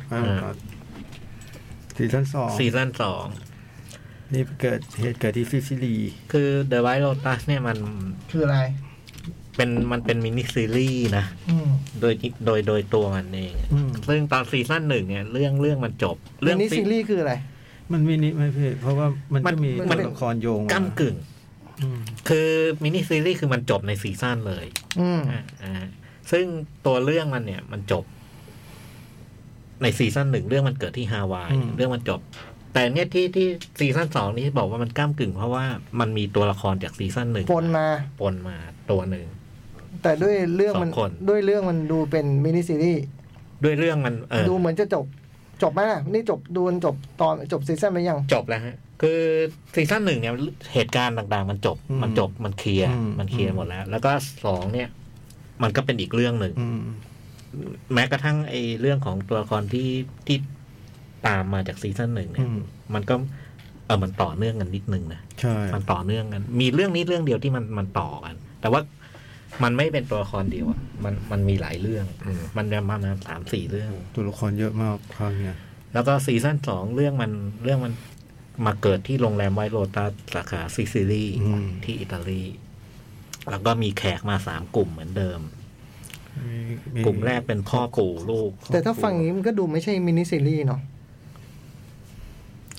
ซีซั่นสองซีซั่นสองนี่เกิดเหตุเกิดที่ซิซิลีคือ The White Lotus เนี่ยมันคืออะไรเป็นมันเป็นมินิซีรีส์นะโดยโดยโดยตัวมันเองซึ่งตอนซีซั่นหนึ่งเนี่ยเรื่องเรื่องมันจบเรื่องมินิซีรีส์คืออะไรมันมินิไม่พี่เพราะว่ามันก็มีตัวละครโยงก้ำกึ่งคือมินิซีรีส์คือมันจบในซีซั่นเลยอ่าซึ่งตัวเรื่องมันเนี่ยมันจบในซีซั่นหนึ่งเรื่องมันเกิดที่ฮาวายเรื่องมันจบแต่เนี่ยที่ที่ซีซั่นสองนี้บอกว่ามันก้ำกึ่งเพราะว่ามันมีตัวละครจากซีซั่นหนึ่งปนมาปนมาตัวหนึ่งแต่ด้วยเรื่องมันด้วยเรื่องมันดูเป็นมินิซีรีส์ด้วยเรื่องมันดูเหมือนจะจบจบไหมล่ะนี่จบดูจบตอนจบซีซั่นไปยังจบแล้วฮะคือซีซั่นหนึ่งเนี่ยเหตุการณ์ต่างๆมันจบมันจบมันเคลียร์มันเคลียร์หมดแล้วแล้วก็สองเนี่ยมันก็เป็นอีกเรื่องหนึ่งแม้กระทั่งไอ้เรื่องของตัวละครที่ที่ตามมาจากซีซั่นหนึ่งเนี่ยมันก็เออมันต่อเนื่องกันนิดนึงนะใช่มันต่อเนื่องกันมีเรื่องนี้เรื่องเดียวที่มันมันต่อกันแต่ว่ามันไม่เป็นตัวละครเดียวอ่ะมันมันมีหลายเรื่องมันจะประมาณสามสี่เรื่องตัวละครเยอะมากครั้งเนี้ยแล้วก็ซีซั่นสองเรื่องมันเรื่องมันมาเกิดที่โรงแรมไวท์โรตัสสาขาซิซิลีที่อิตาลีแล้วก็มีแขกมาสามกลุ่มเหมือนเดิมกลุ่มแรกเป็นพ่อปู่ลูกแต่ถ้าฟังนี้มันก็ดูไม่ใช่มินิซีรีส์เนาะ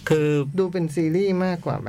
คือดูเป็นซีรีส์มากกว่าไหม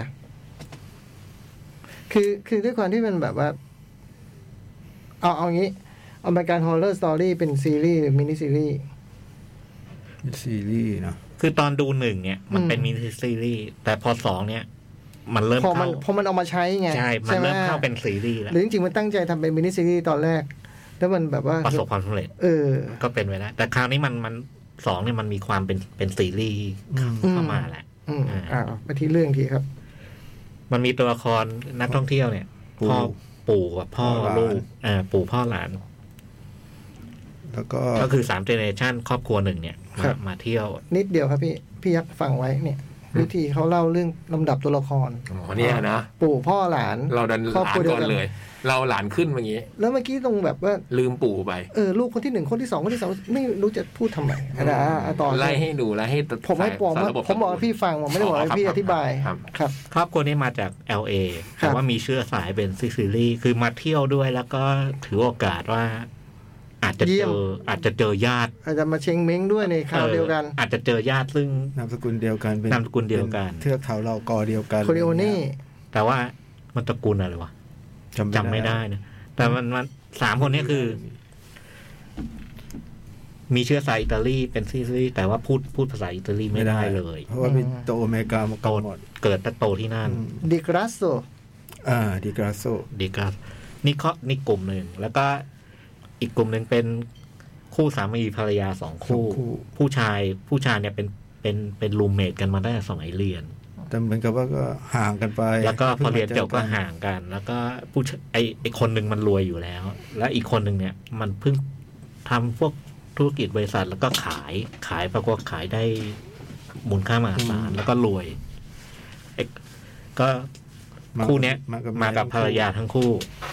คือคือด้วยความที่มันแบบว่าเอาเอางี้อเมริกันฮอร์เรอร์สตอรี่เป็นซีรีส์หรือมินิซีรีส์เป็นซีรีส์เนาะคือตอนดูหนึ่งเนี่ยมันเป็นมินิซีรีส์แต่พอสองเนี่ยมันเริ่มพอมันพอมันเอามาใช้ไงใช่มันเริ่มเข้าเป็นซีรีส์แล้วหรือจริงๆมันตั้งใจทำเป็นมินิซีรีส์ตอนแรกแล้วมันแบบว่าประสบความสำเร็จเออก็เป็นไปได้แต่คราวนี้มันมันสองเนี่ยมันมีความเป็นเป็นซีรีส์เข้ามาแหละอ่าไปที่เรื่องทีครับมันมีตัวละครนักท่องเที่ยวเนี่ยพ่อปู่กับพ่อลูกอ่าปู่พ่อหลานแล้วก็ก็คือสามเจเนอเรชันครอบครัวหนึ่งเนี่ยมามาเที่ยวนิดเดียวครับพี่พี่ยักษ์ฟังไว้เนี่ยวิธีเขาเล่าเรื่องลำดับตัวละครอ๋อเนี่ยนะปู่พ่อหลานเราดันหลานก่อนเลยเราหลานขึ้นอย่างงี้แล้วเมื่อกี้ตรงแบบว่าลืมปู่ไปเออลูกคนที่หนึ่งคนที่สองคนที่สามไม่รู้จะพูดทำไมนะตอนไล่ให้ดูไล่ให้ผมให้ปองผมบอกให้พี่ฟังผมไม่ได้บอกให้พี่อธิบายครับครอบครัวนี้มาจาก แอล เอ แต่ว่ามีเชื้อสายเป็นซิซิลีคือมาเที่ยวด้วยแล้วก็ถือโอกาสว่าอาจจะเจออาจจะเจอญาติอาจจะมาเชงเม้งด้วยในคราวเดียวกันอาจจะเจอญาติซึ่งนามสกุลเดียวกันเป็นนามสกุลเดียวกันเทือกเขาเหล่ากอเดียวกันโคริโอนี่แต่ว่ามันตระกูลอะไรวะจำไม่ได้นะแต่มันมันสามคนนี้คือมีเชื้อสายอิตาลีเป็นซิซิลีแต่ว่าพูดพูดภาษาอิตาลีไม่ได้เลยเพราะว่าเป็นโตอเมริกามาก่อนหมดเกิดโตที่นั่นดิกราโซอ่าดิกราโซดิกรานี่เขานี่กลุ่มหนึ่งแล้วก็อีกกลุ่มหนึ่งเป็นคู่สามีภรรยาสองคู่ผู้ชายผู้ชายเนี่ยเป็นเป็นเป็นรูมเมทกันมาได้สมัยเรียนแต่เหมือนกับว่าก็ห่างกันไปแล้วก็พอเรียนจบก็ห่างกันแล้วก็ผู้ไอไอคนหนึ่งมันรวยอยู่แล้วแล้วอีกคนหนึ่งเนี่ยมันเพิ่งทำพวกธุรกิจบริษัทแล้วก็ขายขายปรากฏขายได้มูลค่ามหาศาลแล้วก็รวยก็คู่เนี้ยมากับภรรยาทั้งคู่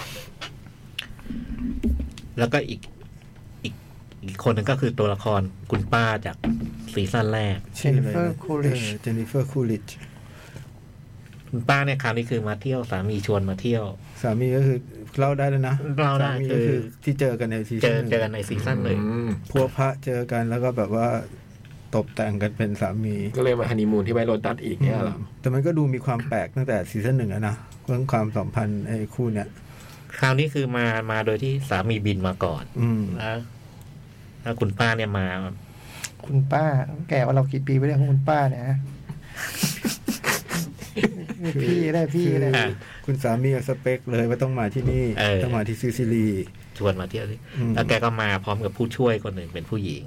แล้วก็อีกอีกอีกคนหนึ่งก็คือตัวละครคุณป้าจากซีซั่นแรกเจนนิเฟอร์คูลิชเจนนิเฟอร์คูลิชคุณป้าเนี่ยคราวนี้คือมาเที่ยวสามีชวนมาเที่ยวสามีก็คือเล่าได้แล้วนะเล่าได้คือที่เจอกันในซีซั่นเจอเจอกันในซีซั่นเลยพวกพระเจอกันแล้วก็แบบว่าตบแต่งกันเป็นสามีก็เลยมาฮันนีมูนที่ไวโรตัสอีกเนี่ยหรอแต่มันก็ดูมีความแปลกตั้งแต่ซีซั่นหนึ่งแล้วนะเรื่องความสัมพันธ์ไอ้คู่เนี้ยคราวนี้คือมามาโดยที่สามีบินมาก่อนแล้วแล้วคุณป้าเนี่ยมาคุณป้าแก่ว่าเรากี่ปีไปเรื่องของคุณป้าเนี่ยพี่ได้พี่ได้คุณสามีสเปคเลยว่าต้องมาที่นี่ต้องมาที่ซิซิลีชวนมาเที่ยวแล้วแกก็มาพร้อมกับผู้ช่วยคนหนึ่งเป็นผู้หญิง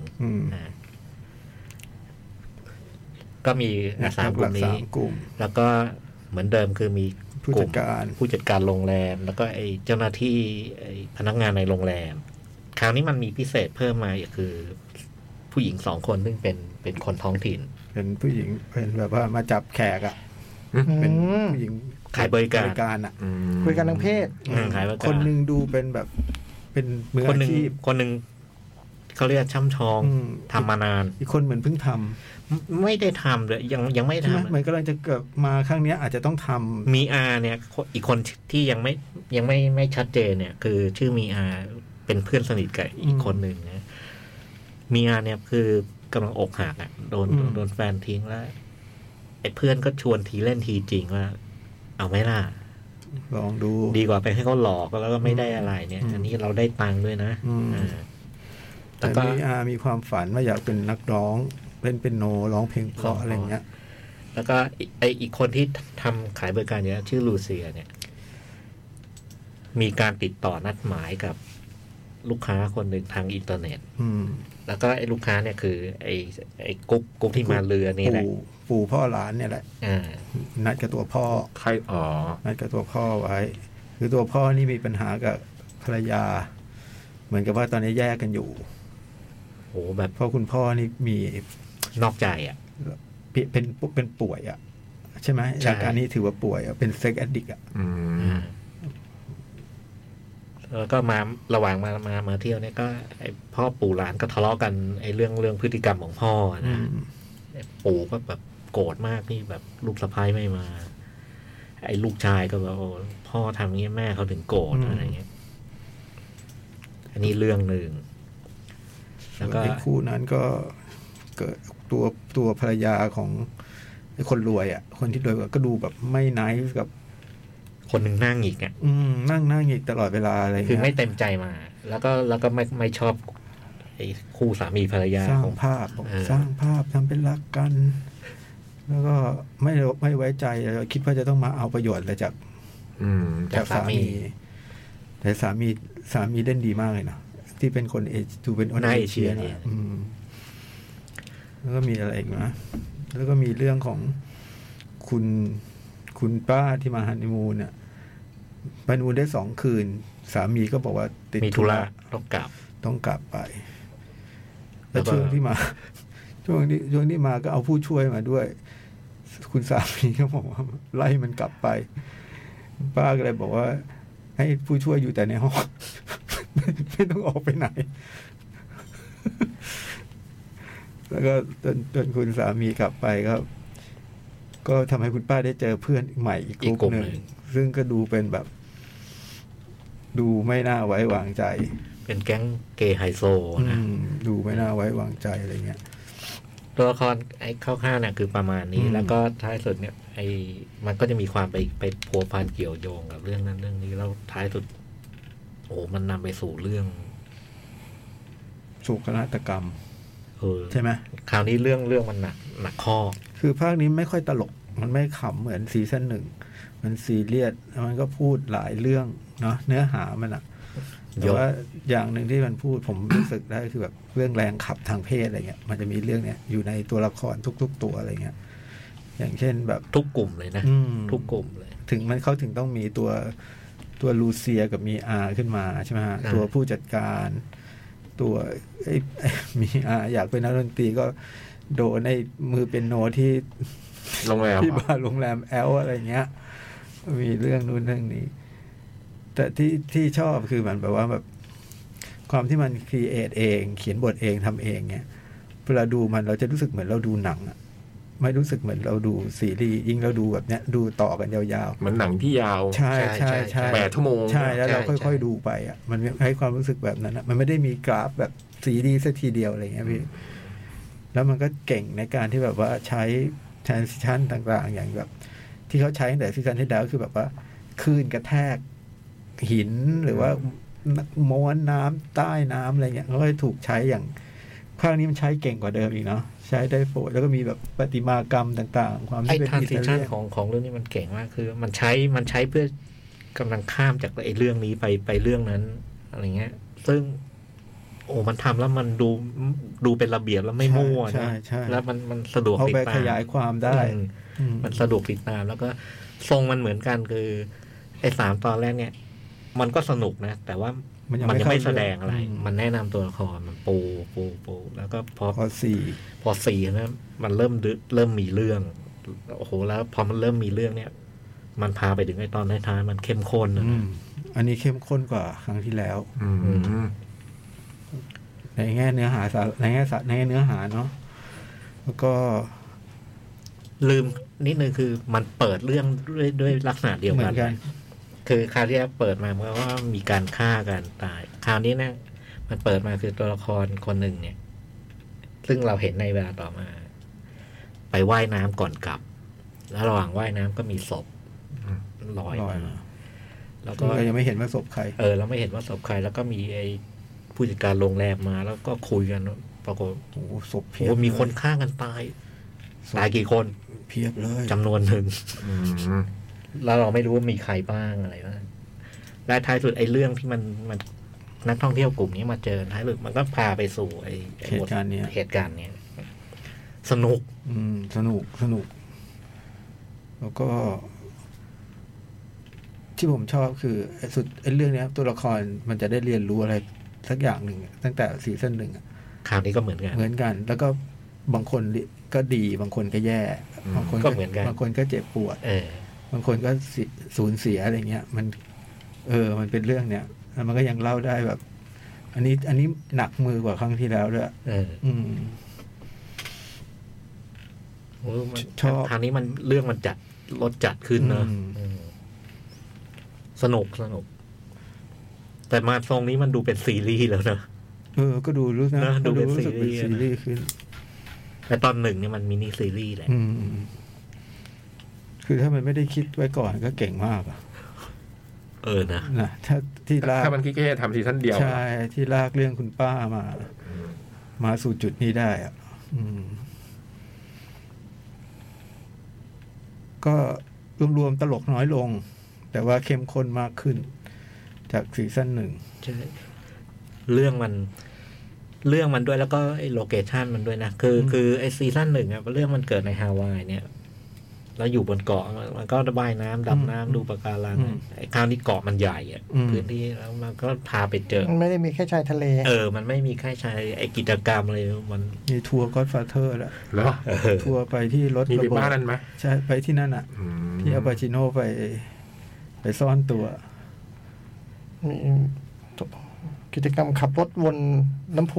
ก็มีสามกลุ่มนี้แล้วก็เหมือนเดิมคือมีผู้จัดการผู้จัดการโรงแรมแล้วก็ไอ้เจ้าหน้าที่ไอ้พนักงานในโรงแรมคราวนี้มันมีพิเศษเพิ่มมาก็คือผู้หญิงสองคนซึ่งเป็นเป็นคนท้องถิ่นเป็นผู้หญิงเป็นแบบว่ามาจับแขกอ่ะเป็นผู้หญิงขายบริการอ่ะบริการทางเพศขายบริการคนหนึ่งดูเป็นแบบเป็นมืออาชีพคนหนึ่งเขาเรียกช่ำชองทำมานานอีกคนเหมือนเพิ่งทำไม่ได้ทำเลยยังยังไม่ทำเหมือนกำลังจะเกิดมาครั้งนี้อาจจะต้องทำมีอาเนี่ยอีกคนที่ยังไม่ยังไม่ไม่ชัดเจนเนี่ยคือชื่อมีอาเป็นเพื่อนสนิทกับอีกคนหนึ่งนะมีอาเนี่ยคือกำลังอกหักอ่ะโดนโดนแฟนทิ้งแล้วไอ้เพื่อนก็ชวนทีเล่นทีจริงว่าเอาไหมล่ะลองดูดีกว่าไปให้เขาหลอกแล้วก็ไม่ได้อะไรเนี่ยอันนี้เราได้ตังค์ด้วยนะแต่มีอามีความฝันว่าอยากเป็นนักร้องเล่นเป็นโนร้องเพลงเพราะอะไรเงี้ยแล้วก็ไออีกคนที่ทำขายบริการเนี่ยชื่อลูเซียเนี่ยมีการติดต่อนัดหมายกับลูกค้าคนหนึ่งทางอินเทอร์เน็ตแล้วก็ไอ้ลูกค้าเนี่ยคือไอ้ไอ้กุ๊กกุ๊กที่มาเรือนี่แหละปู่พ่อหลานเนี่ยแหละนัดกับตัวพ่อใครอ๋อนัดกับตัวพ่อไว้คือตัวพ่อนี่มีปัญหากับภรรยาเหมือนกับว่าตอนนี้แยกกันอยู่โอ้แบบเพราะคุณพ่อนี่มีนอกใจอ่ะเป็นเป็นป่วยอ่ะใช่ไหมอาการนี้ถือว่าป่วยอ่ะเป็นเซ็กแอดดิกอ่ะแล้วก็มาระหว่างมามามาเที่ยวเนี่ยก็ไอ้พ่อปู่หลานก็ทะเลาะกันไอ้เรื่องเรื่องพฤติกรรมของพ่อนะปู่ก็แบบโกรธมากที่แบบลูกสะใภ้ไม่มาไอ้ลูกชายก็แบบพ่อทำงี้แม่เขาถึงโกรธอะไรเงี้ยอันนี้เรื่องหนึ่งแล้วก็คู่นั้นก็เกิดตัวตัวภรรยาของคนรวยอ่ะคนที่รวยก็ดูแบบไม่ไนซ์กับคนหนึ่งนั่งอีกอ่ะอืมนั่งนั่งอีกตลอดเวลาอะไรเงี้ยคือไม่เต็มใจมาแล้วก็แล้วก็ไม่ไม่ชอบไอ้คู่สามีภรรยาสร้างภาพสร้างภาพทำเป็นรักกันแล้วก็ไม่ไม่ไว้ใจคิดว่าจะต้องมาเอาประโยชน์อะไรจากจากสามีแต่สามีสามีเล่นดีมากเลยนะที่เป็นคนเอดูเป็นคนเอเชียนะแล้วก็มีอะไรอีกนะแล้วก็มีเรื่องของคุณคุณป้าที่มาฮันนีมูนเนี่ยฮันนีมูนได้สองคืนสามีก็บอกว่าติดธุระต้องกลับต้องกลับไปแล้วช่วงที่มาช่วงที่ช่วงที่มาก็เอาผู้ช่วยมาด้วยคุณสามีก็บอกว่าไล่มันกลับไปป้าก็เลยบอกว่าให้ผู้ช่วยอยู่แต่ในห้องไม่ต้องออกไปไหนแล้วก็จนจนคุณสามีกลับไปก็ก็ทำให้คุณป้าได้เจอเพื่อนใหม่อีกกลุ่มหนึ่งซึ่งก็ดูเป็นแบบ ดูไม่น่าไว้วางใจเป็นแก๊งเกย์ไฮโซนะดูไม่น่าไว้วางใจอะไรเงี้ยตัวละครไอ้คร่าวๆเนี่ยคือประมาณนี้แล้วก็ท้ายสุดเนี่ยไอ้มันก็จะมีความไปไปพัวพันเกี่ยวโยงกับเรื่องนั้นเรื่องนี้แล้วท้ายสุดโอ้มันนำไปสู่เรื่องโศกนาฏกรรมเออใช่ไหมคราวนี้เรื่องเรื่องมันหนักหนักข้อคือภาคนี้ไม่ค่อยตลกมันไม่ขำเหมือนซีซั่นหนึ่งมันซีเรียสมันก็พูดหลายเรื่องเนาะเนื้อหามันอะแต่ว่าอย่างหนึ่งที่มันพูดผมรู้สึกได้คือแบบเรื่องแรงขับทางเพศอะไรเงี้ยมันจะมีเรื่องเนี้ยอยู่ในตัวละครทุกๆตัวอะไรเงี้ยอย่างเช่นแบบทุกกลุ่มเลยนะทุกกลุ่มเลยถึงมันเขาถึงต้องมีตัวตัวลูเซียกับมีอาขึ้นมาใช่ไหมฮะตัวผู้จัดการตัวไอ้มีอาอยากเป็นนักดนตรีก็โดนในมือเป็นโนที่โรงแรมที่บ้านโรงแรมแอลอะไรเงี้ยมีเรื่องนู้นเรื่องนี้แต่ที่ที่ชอบคือมันแบบว่าแบบความที่มันครีเอทเองเขียนบทเองทำเองเงี้ยเวลาดูมันเราจะรู้สึกเหมือนเราดูหนังอะไม่รู้สึกเหมือนเราดูซีรีส์ยิ่งเราดูแบบเนี้ยดูต่อกันยาวๆเหมือนหนังที่ยาวใช่ใช่ใช่แปดชั่วโมงใช่แล้วเราค่อยๆดูไปอ่ะมันให้ความรู้สึกแบบนั้นอะมันไม่ได้มีกราฟแบบซีรีส์สักทีเดียวอะไรเงี้ยพี่แล้วมันก็เก่งในการที่แบบว่าใช้ transition ต่างๆอย่างแบบที่เขาใช้ตั้งแต่ซีซั่นที่แล้วคือแบบว่าคลื่นกระแทกหินหรือว่าม้วนน้ำใต้น้ำอะไรเงี้ยเขาก็ถูกใช้อย่างภาคนี้มันใช้เก่งกว่าเดิมอีกเนาะใช้ได้โปรดแล้วก็มีแบบประติมากรรมต่างๆความที่เป็นอิตาเลียนของของเรื่องนี้มันเก่งมากคือมันใช้มันใช้เพื่อกำลังข้ามจากไอ้เรื่องนี้ไปไปเรื่องนั้นอะไรเงี้ยซึ่งโอ้มันทำแล้วมันดูดูเป็นระเบียบแล้วไม่มั่วนะแล้วมันมันสะดวกติดตามขยายความได้มันสะดวกติดตามแล้วก็ทรงมันเหมือนกันคือไอ้สามตอนแรกเนี่ยมันก็สนุกนะแต่ว่ามันยังไม่แสดงอะไรมันแนะนำตัวละครมันปูปูปูแล้วก็พอพอสี่พอสี่นะมันเริ่มเริ่มมีเรื่องโอ้โหแล้วพอมันเริ่มมีเรื่องเนี่ยมันพาไปถึงไอ้ตอนท้ายๆมันเข้มข้นนะอันนี้เข้มข้นกว่าครั้งที่แล้วในแง่เนื้อหาในแง่ในแง่เนื้อหาเนาะแล้วก็ลืมนิดนึงคือมันเปิดเรื่องด้วยด้วยลักษณะเดียวกันคือคราวที่แล้วเปิดมาเมื่อว่ามีการฆ่ากันตายคราวนี้นะมันเปิดมาคือตัวละครคนหนึ่งเนี่ยซึ่งเราเห็นในเวลาต่อมาไปว่ายน้ำก่อนกลับแล้วระหว่างว่ายน้ำก็มีศพลอยมาแล้วก็ยังไม่เห็นว่าศพใครเออเราไม่เห็นว่าศพใครแล้วก็มีไอ้ผู้จัดการโรงแรมมาแล้วก็คุยกันปรากฏโอ้ศพเพียบมีคนฆ่ากันตายตายกี่คนเพียบเลยจำนวนหนึ่งแล้วเราไม่รู้ว่ามีใครบ้างอะไรบ้างและท้ายสุดไอ้เรื่องที่มันมันนักท่องเที่ยวกลุ่มนี้มาเจอท้ายสุดมันก็พาไปสู่ไอ้เหตุการณ์นี้เหตุการณ์นี้สนุกอืมสนุกสนุกแล้วก็ที่ผมชอบคือไอ้สุดไอ้เรื่องนี้ตัวละครมันจะได้เรียนรู้อะไรสักอย่างหนึ่งตั้งแต่ซีซั่นหนึ่งคราวนี้ก็เหมือนกันเหมือนกันแล้วก็บางคนก็ดีบางคนก็แย่บางคนก็เหมือนกันบางคนก็เจ็บปวดเออบางคนก็สูญเสียอะไรเงี้ยมันเออมันเป็นเรื่องเนี้ยแล้วมันก็ยังเล่าได้แบบ อันนี้อันนี้หนักมือกว่าครั้งที่แล้วด้วยเอออืมชอบทางนี้มันเรื่องมันจัดรสจัดขึ้นเนอะสนุกสนุกแต่มาทรงนี้มันดูเป็นซีรีส์แล้วนะเออก็ดูรู้นะดูเป็นซีรีส์ขึ้นแต่ตอนหนึ่งเนี่ยมันมินิซีรีส์แหละคือถ้ามันไม่ได้คิดไว้ก่อนก็เก่งมากอะเออนะนะถ้าที่ลากถ้ามันคิดแค่ทำซีซั่นเดียวใช่ที่ลากเรื่องคุณป้ามามาสู่จุดนี้ได้อ่ะก็รวมๆตลกน้อยลงแต่ว่าเข้มข้นมากขึ้นจากซีซั่นหนึ่งใช่เรื่องมันเรื่องมันด้วยแล้วก็ไอ้โลเคชั่นมันด้วยนะคือคือไอ้ซีซั่นหนึ่งอะเรื่องมันเกิดในฮาวายเนี่ยแล้วอยู่บนเกาะมันก็ว่ายน้ำดำน้ำดูปะการังไอ้คราวนี้เกาะมันใหญ่อะพื้นที่แล้วมันก็พาไปเจอมันไม่ได้มีแค่ชายทะเลเออมันไม่มีแค่ชายไอ้กิจกรรมเลยมันมีทัวร์ก็อดฟาเธอร์แล้วเหรอทัวร์ไปที่รถมีไปบ้านนั้นไหมใช่ไปที่นั่นอ่ะที่อัลปาชิโน่ไปไปซ่อนตัวมีกิจกรรมขับรถวนน้ำพุ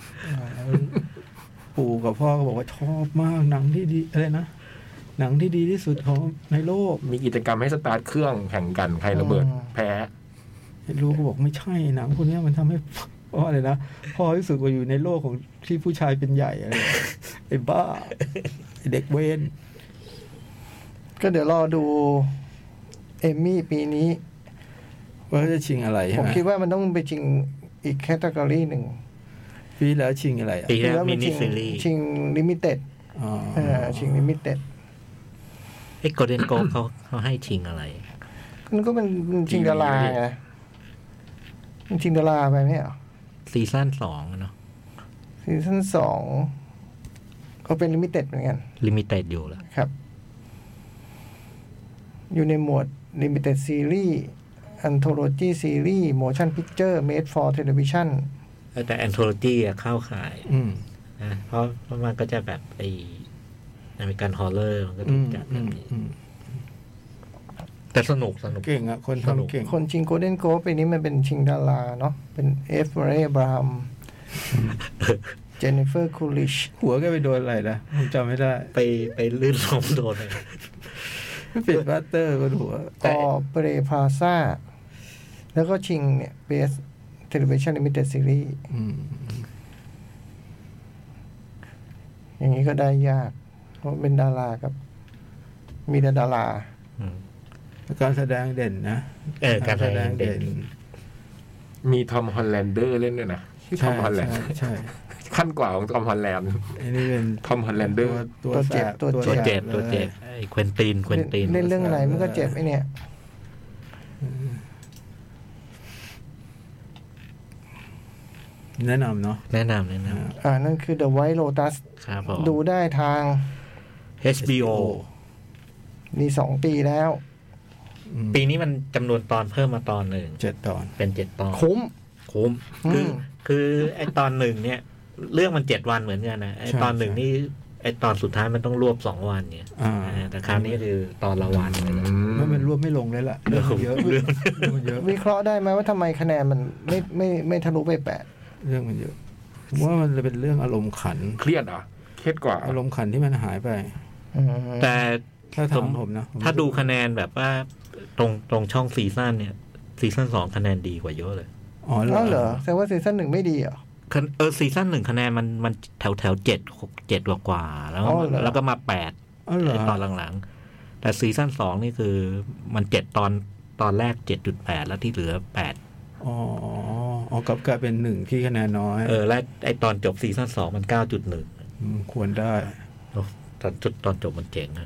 ปู่กับพ่อก็บอกว่าชอบมากหนังที่ดีอะไรนะหนังที่ดีที่สุดของในโลกมีกิจกรรมให้สตาร์ทเครื่องแข่งกันใครระเบิดแพ้ลูกก็บอกไม่ใช่หนังพวกนี้มันทำให้เพราะอะไรนะพ่อรู้สึกว่าอยู่ในโลกของที่ผู้ชายเป็นใหญ่อะไรไอ้บ้าไอ้เด็กเวนก็เดี๋ยวรอดูเอมมี่ปีนี้ว่าจะชิงอะไรผมคิดว่ามันต้องไปชิงอีกแคตตากรีหนึ่งปีแล้วชิงอะไรปีแล้วมินิซีรีส์ชิงลิมิเต็ดอ๋อชิงลิมิเต็ดไอ้โกลเด้นโกลเขาเขาให้ชิงอะไรมันก็เป็นชิงดาราไงมันชิงดาราไปไหมอ่ะซีซั่นสองเนาะซีซั่นสองเขาเป็นลิมิเต็ดเหมือนกันลิมิเต็ดอยู่แล้วครับอยู่ในหมวดลิมิเต็ดซีรีส์Anthology Series Motion Picture Made for Television แต่ Anthology อะเข้าขายนะเพราะเพราะมันก็จะแบบไออเมริกันฮอลเลอร์มันก็ถูกจัดแบบนี้แต่สนุกสนุกเก่งอะคนทำเก่งคนชิงโกลเด้นโกลปีนี้มันเป็นชิงดาราเนาะเป็นเอฟเรย์บรามเจนนิเฟอร์คูลิชหัวก็ไปโดนอะไรนะผมจำไม่ได้ไปไปลื่นล้มโดนอะไรไม่เป็นบัตเตอร์ก็หัวออเปเรพาซ่าแล้วก็ชิงเนี่ยเบสเทเลวิชั่นลิมิเต็ดซีรีส์อย่างนี้ก็ได้ยากเพราะเป็นดารากับมีแต่ดาราการแสดงเด่นนะเออการแสดงเด่นมีทอมฮอลแลนเดอร์เล่นด้วยนะที่ทอมฮอลแลนด์ใช่ขั้นกว่าของทอมฮอลแลนด์อันนี้เป็นทอมฮอลแลนเดอร์ตัวเจ็บตัวเจ็บตัวเจ็บไอ้เควินตินเควินตินเล่นเรื่องอะไรมันก็เจ็บไอ้เนี่ยแนะนำเนาะแนะนำแนะนำอ่านั่นคือ The White Lotus ครับผมดูได้ทางเอช บี โอมีสองปีแล้วปีนี้มันจำนวนตอนเพิ่มมาตอนหนึ่งเจ็ดตอนเป็นเจ็ดตอนคุ้มคุ้มคือคือไอตอนหนึ่งเนี่ยเรื่องมันเจ็ดวันเหมือนกันนะไอตอนหนึ่งนี่ไอตอนสุดท้ายมันต้องรวบสองวันเนี่ยแต่คราวนี้คือตอนละวันเลยมันมันรวบไม่ลงเลยล่ะเรื่องเยอะเรื่องมันเยอะวิเคราะห์ได้ไหมว่าทำไมคะแนนมันไม่ไม่ไม่ทะลุไปแปดเรื่องมันเยอะว่ามันจะเป็นเรื่องอารมณ์ขันเครียดอ่ะเครียดกว่าอารมณ์ขันที่มันหายไปแต่ถ้าถามผมนะถ้าดูคะแนนแบบว่าตรงตรงช่องซีซั่นเนี่ยซีซั่นสองคะแนนดีกว่าเยอะเลยอ๋อเหรอแสดงว่าซีซั่นหนึ่งไม่ดีอ่ะเออซีซั่นหนึ่งคะแนนมันมันแถวแถวเจ็ดหกเจ็ดกว่ากว่าแล้วแล้วก็มาแปดตอนหลังๆแต่ซีซั่นสองนี่คือมันเจ็ดตอนตอนแรกเจ็ดจุดแปดแล้วที่เหลือแปดอ๋ออ๋อกลับกลายเป็นหนึ่งที่คะแนนน้อยเออและไอตอนจบซีซั่นสองมันเก้าจุดหนึ่งควรได้ตอนจุดตอนจบมันเจ๋งนะ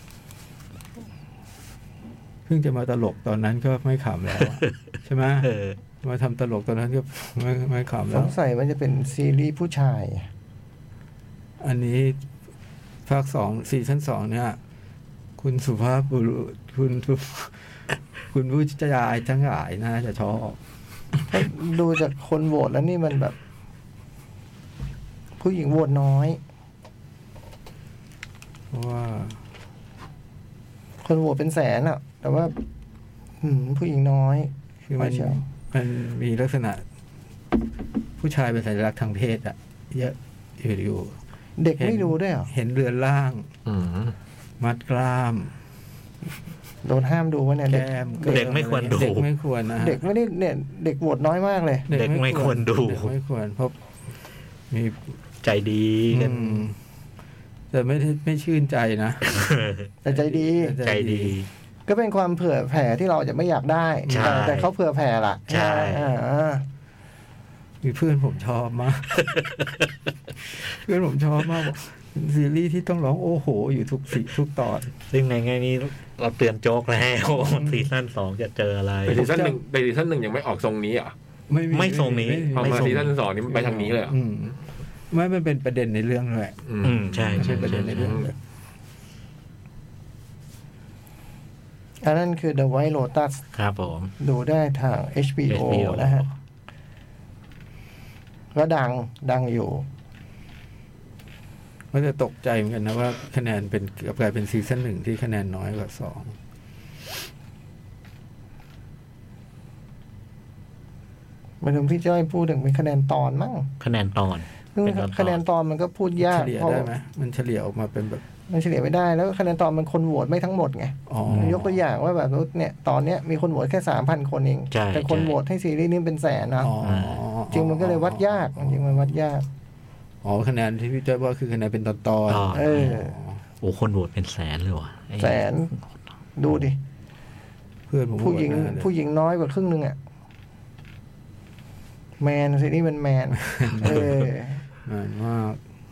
เพิ่งจะมาตลกตอนนั้นก็ไม่ขำแล้วใช่ไหมมาทำตลกตอนนั้นก็ไม่ไม่ขำแล้วสงสัยมันจะเป็นซีรีส์ผู้ชายอันนี้ภาคสองซีซั่นสองเนี่ยคุณสุภาพบุรุษคุณคุณผู้ชายทั้งหลายน่าจะชอบดูจากคนโหวตแล้วนี่มันแบบผู้หญิงโหวตน้อยเพราะว่าคนโหวตเป็นแสนอ่ะแต่ว่าผู้หญิงน้อยคือมันมันมีลักษณะผู้ชายเป็นสัญลักษณ์ทางเพศอ่ะเยอะอยู่เด็กไม่ดูได้หรอเห็นเรือนร่างมัดกล้ามโดนห้ามดูวะเนี่ยเด็กเด็กไม่ควรดูเด็กไม่ควรนะเด็กไม่ได้เนี่ยเด็กโหวตน้อยมากเลยเด็กไม่ควรดูไม่ควรเพราะมีใจดีกันจแต่ไม่ได้ไม่ชื่นใจนะแต่ใจดีใจดีก็เป็นความเผื่อแผ่ที่เราจะไม่อยากได้ใช่แต่แต่เขาเผื่อแผ่ล่ะใช่อ่ามีเพื่อนผมชอบมาก เพื่อนผมชอบมากบอกซีรีส์ที่ต้องร้องโอ้โหอยู่ทุกสิทุกตอนซึ่งในแง่นี้เราเตือนโจ๊กแล้วซีซั่นสองจะเจออะไรไปซีซั่นหนึ่งไปซีซั่นหนึ่งยังไม่ออกทรงนี้อ่ะไม่ไม่ทรงนี้พอไม่มาทรงซีซั่นสองนี่มันไปทางนี้เลยเหรออืมไม่มันเป็นประเด็นในเรื่องด้วยอืมอืมใช่ไม่ใช่ใช่ประเด็นในเรื่องเลยอันนั้นคือ The White Lotus ครับผมดูได้ทาง เอช บี โอเอช บี โอนะฮะก็ดังดังอยู่ก็จะตกใจเหมือนกันนะว่าคะแนนเป็นกลายเป็นซีซั่นหนึ่งที่คะแนนน้อยกว่าสองไม่ถึงพี่จ้อยพูดถึงเป็นคะแนนตอนมั้งคะแนนตอนซึ่งเป็นตอนๆคะแนนตอนมันก็พูดยากเฉลี่ยเพราะได้ไหมมันเฉลี่ยออกมาเป็นแบบมันเฉลี่ยไม่ได้แล้วคะแนนตอนมันคนโหวตไม่ทั้งหมดไงอ๋อยกตัวอย่างว่าแบบเนี่ยตอนเนี้ยมีคนโหวตแค่สามพันคนเองใช่แต่คนใช่โหวตให้ซีรีส์นี้เป็นแสนนะอ๋อจริงมันก็เลยวัดยากจริงมันวัดยากอ๋อคะแนนที่พี่จ้อยว่าคือคะแนนเป็นตอนตอนตอนเออโอ้คนโหวตเป็นแสนเลยว่ะไอ้แสนดูดิเพื่อนผมผู้หญิงบอกว่าน่าผู้หญิงน้อยกว่าครึ่งหนึ่งอะแมนซีรีส์เป็นแมน เออนานมาก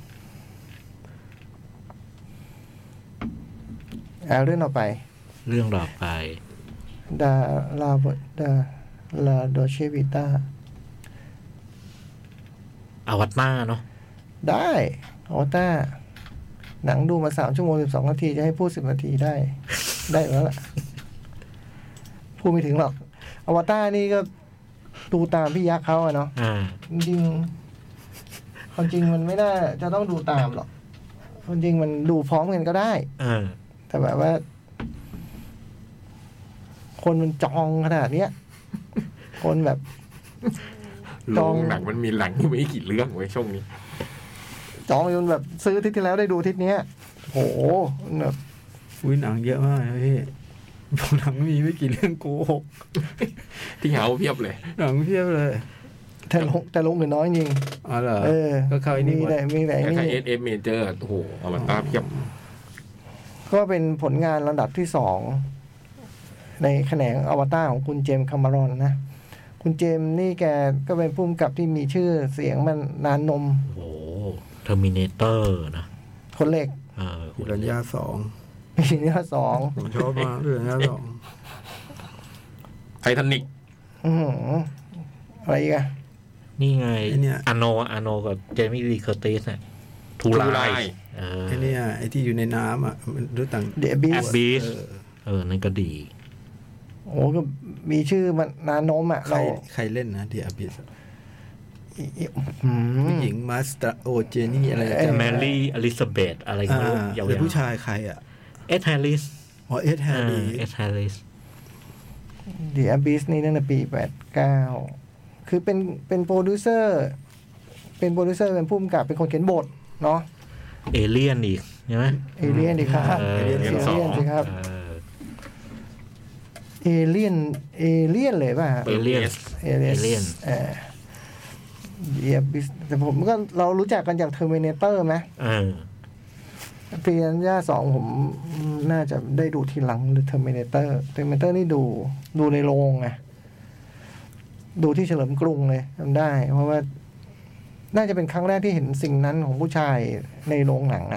เอาเรื่องต่อไปเรื่องต่อไปดาลาดาลาโดเชวิต้าอวตารเนาะได้โอต้า หนังดูมาสามชั่วโมงสิบสองนาทีจะให้พูดสิบนาทีได้ ได้แล้วล่ะ พูดไม่ถึงหรอก อวตารนี่ก็ดูตามพี่ยักษ์เขาอะเนาะอ่าจริงๆความจริงมันไม่น่าจะต้องดูตามหรอกความจริงมันดูพร้อมกันก็ได้อ่าแต่แบบว่า คนมันจองขนาดเนี้ย คนแบบโรงหนังมันมีหลังที่ไม่กี่เรื่องไว้ช่วงนี้จองจนแบบซื้ออาทิตย์ที่แล้วได้ดูอาทิตย์เนี้ยโหแบบอุ้ยหนังเยอะมากนะพี่หนังมีไม่กี่เรื่องโกหกที่เฮาเพียบเลยหนังเพียบเลยแต่ลงแต่ลงเหลือน้อยจริงอ๋อเหรอเออก็เข้าไอ้นี่มีหมดแต่มีแต่แต่นี่ถ้าเอสเอฟเมเจอร์โอ้โหอวตารเพียบก็เป็นผลงานระดับที่สองในแขนงอวตารของคุณเจมส์คาเมรอนนะ คุณเจมส์นี่แกก็เป็นผู้กำกับที่มีชื่อเสียงมันนานนมโอ้เทอร์มินเตอร์นะคนเหล็กเออพิรัญญาสองปีนี้สองผมชอบมากพิรัญญาสองไททานิกอือหืออะไรอีกอะนี่ไงไอ้เนี่ยอาโนอาโนกับเจมี่ลีเคอร์ติสเนี่ยทูไล True Lie เออไอ้เนี่ยไอ้ที่อยู่ในน้ำอ่ะมันรู้ต่างเดบิแอสบบีสเออเออ นั่นก็ดีโอ้ก็มีชื่อมันนานมอ่ะใครเราใครเล่นนะเดียบิสอีอีอืมผู้หญิงมาสตาโอเจนี่อะไรเออแมรี่อลิซาเบธอะไรอ่าไม่รู้ยาวเป็นผู้ๆชายใครอ่ะเอ็ดแฮร์ริสอ๋อเอ็ดแฮร์รี่เอ็ดแฮร์ริสเดียบิสนี่ตั้งแต่ปีแปดเก้าคือเป็นเป็นโปรดิวเซอร์ เป็นโปรดิวเซอร์เป็นผู้กำกับเป็นคนเขียนบทเนาะเอเลียนอีกใช่ไหมเอเลียนดิครับเออเอเลียนเอเลี่ยนเอเลียนสองสิครับเออเอเลียนเอเลียนเลยป่ะเอเลียนเอเลียน Alien เออเดียบิสแต่ผมก็เรารู้จักกันจากเทอร์มินเตอร์ไหมเออปีนั้นย่าสองผมน่าจะได้ดูทีหลังหรือเทอร์มินเตอร์เทอร์มินเตอร์นี่ดูดูในโรงไงดูที่เฉลิมกรุงเลยจำได้ เพราะว่า น่าจะเป็นครั้งแรกที่เห็นสิ่งนั้นของผู้ชายในโรงหนังอะ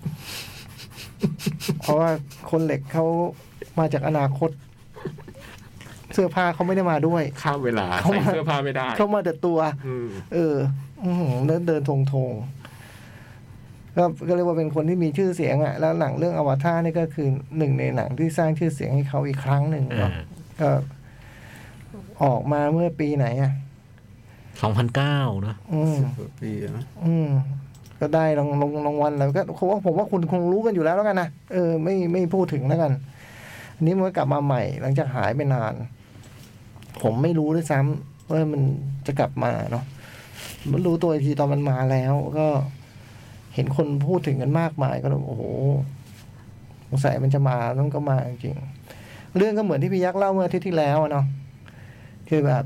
เพราะว่าคนเหล็กเขามาจากอนาคต เสื้อผ้าเขาไม่ได้มาด้วยข้ามเวลาเข้าใส่มาเสื้อผ้าไม่ได้เขามาแต่ตัวอืมเออ อือหือเดินเดินทงทงก็ก็เรียกว่าเป็นคนที่มีชื่อเสียงอะแล้วหนังเรื่องอวตารนี่ก็คือหนึ่งในหนังที่สร้างชื่อเสียงให้เขาอีกครั้งหนึ่งเอเนาะอก็ออกมาเมื่อปีไหนอะสองพันเก้านะอืมสิบกว่าปีนะอืม ก็ได้รางรางรางวัลแล้วก็ผมว่าผมว่าคุณคงรู้กันอยู่แล้วแล้วกันนะเออไม่ไม่พูดถึงแล้วกันอันนี้มันก็กลับมาใหม่ หลังจากหายไปนาน ผมไม่รู้ด้วยซ้ำว่ามันจะกลับมาเนาะมันรู้ตัวอีกทีตอนมันมาแล้ว ก็เห็นคนพูดถึงกันมากมายก็เลยโอ้โหสงสัยมันจะมาต้องก็มาจริงๆเรื่องก็เหมือนที่พี่ยักษ์เล่าเมื่ออาทิตย์ที่แล้วอะเนาะคือแบบ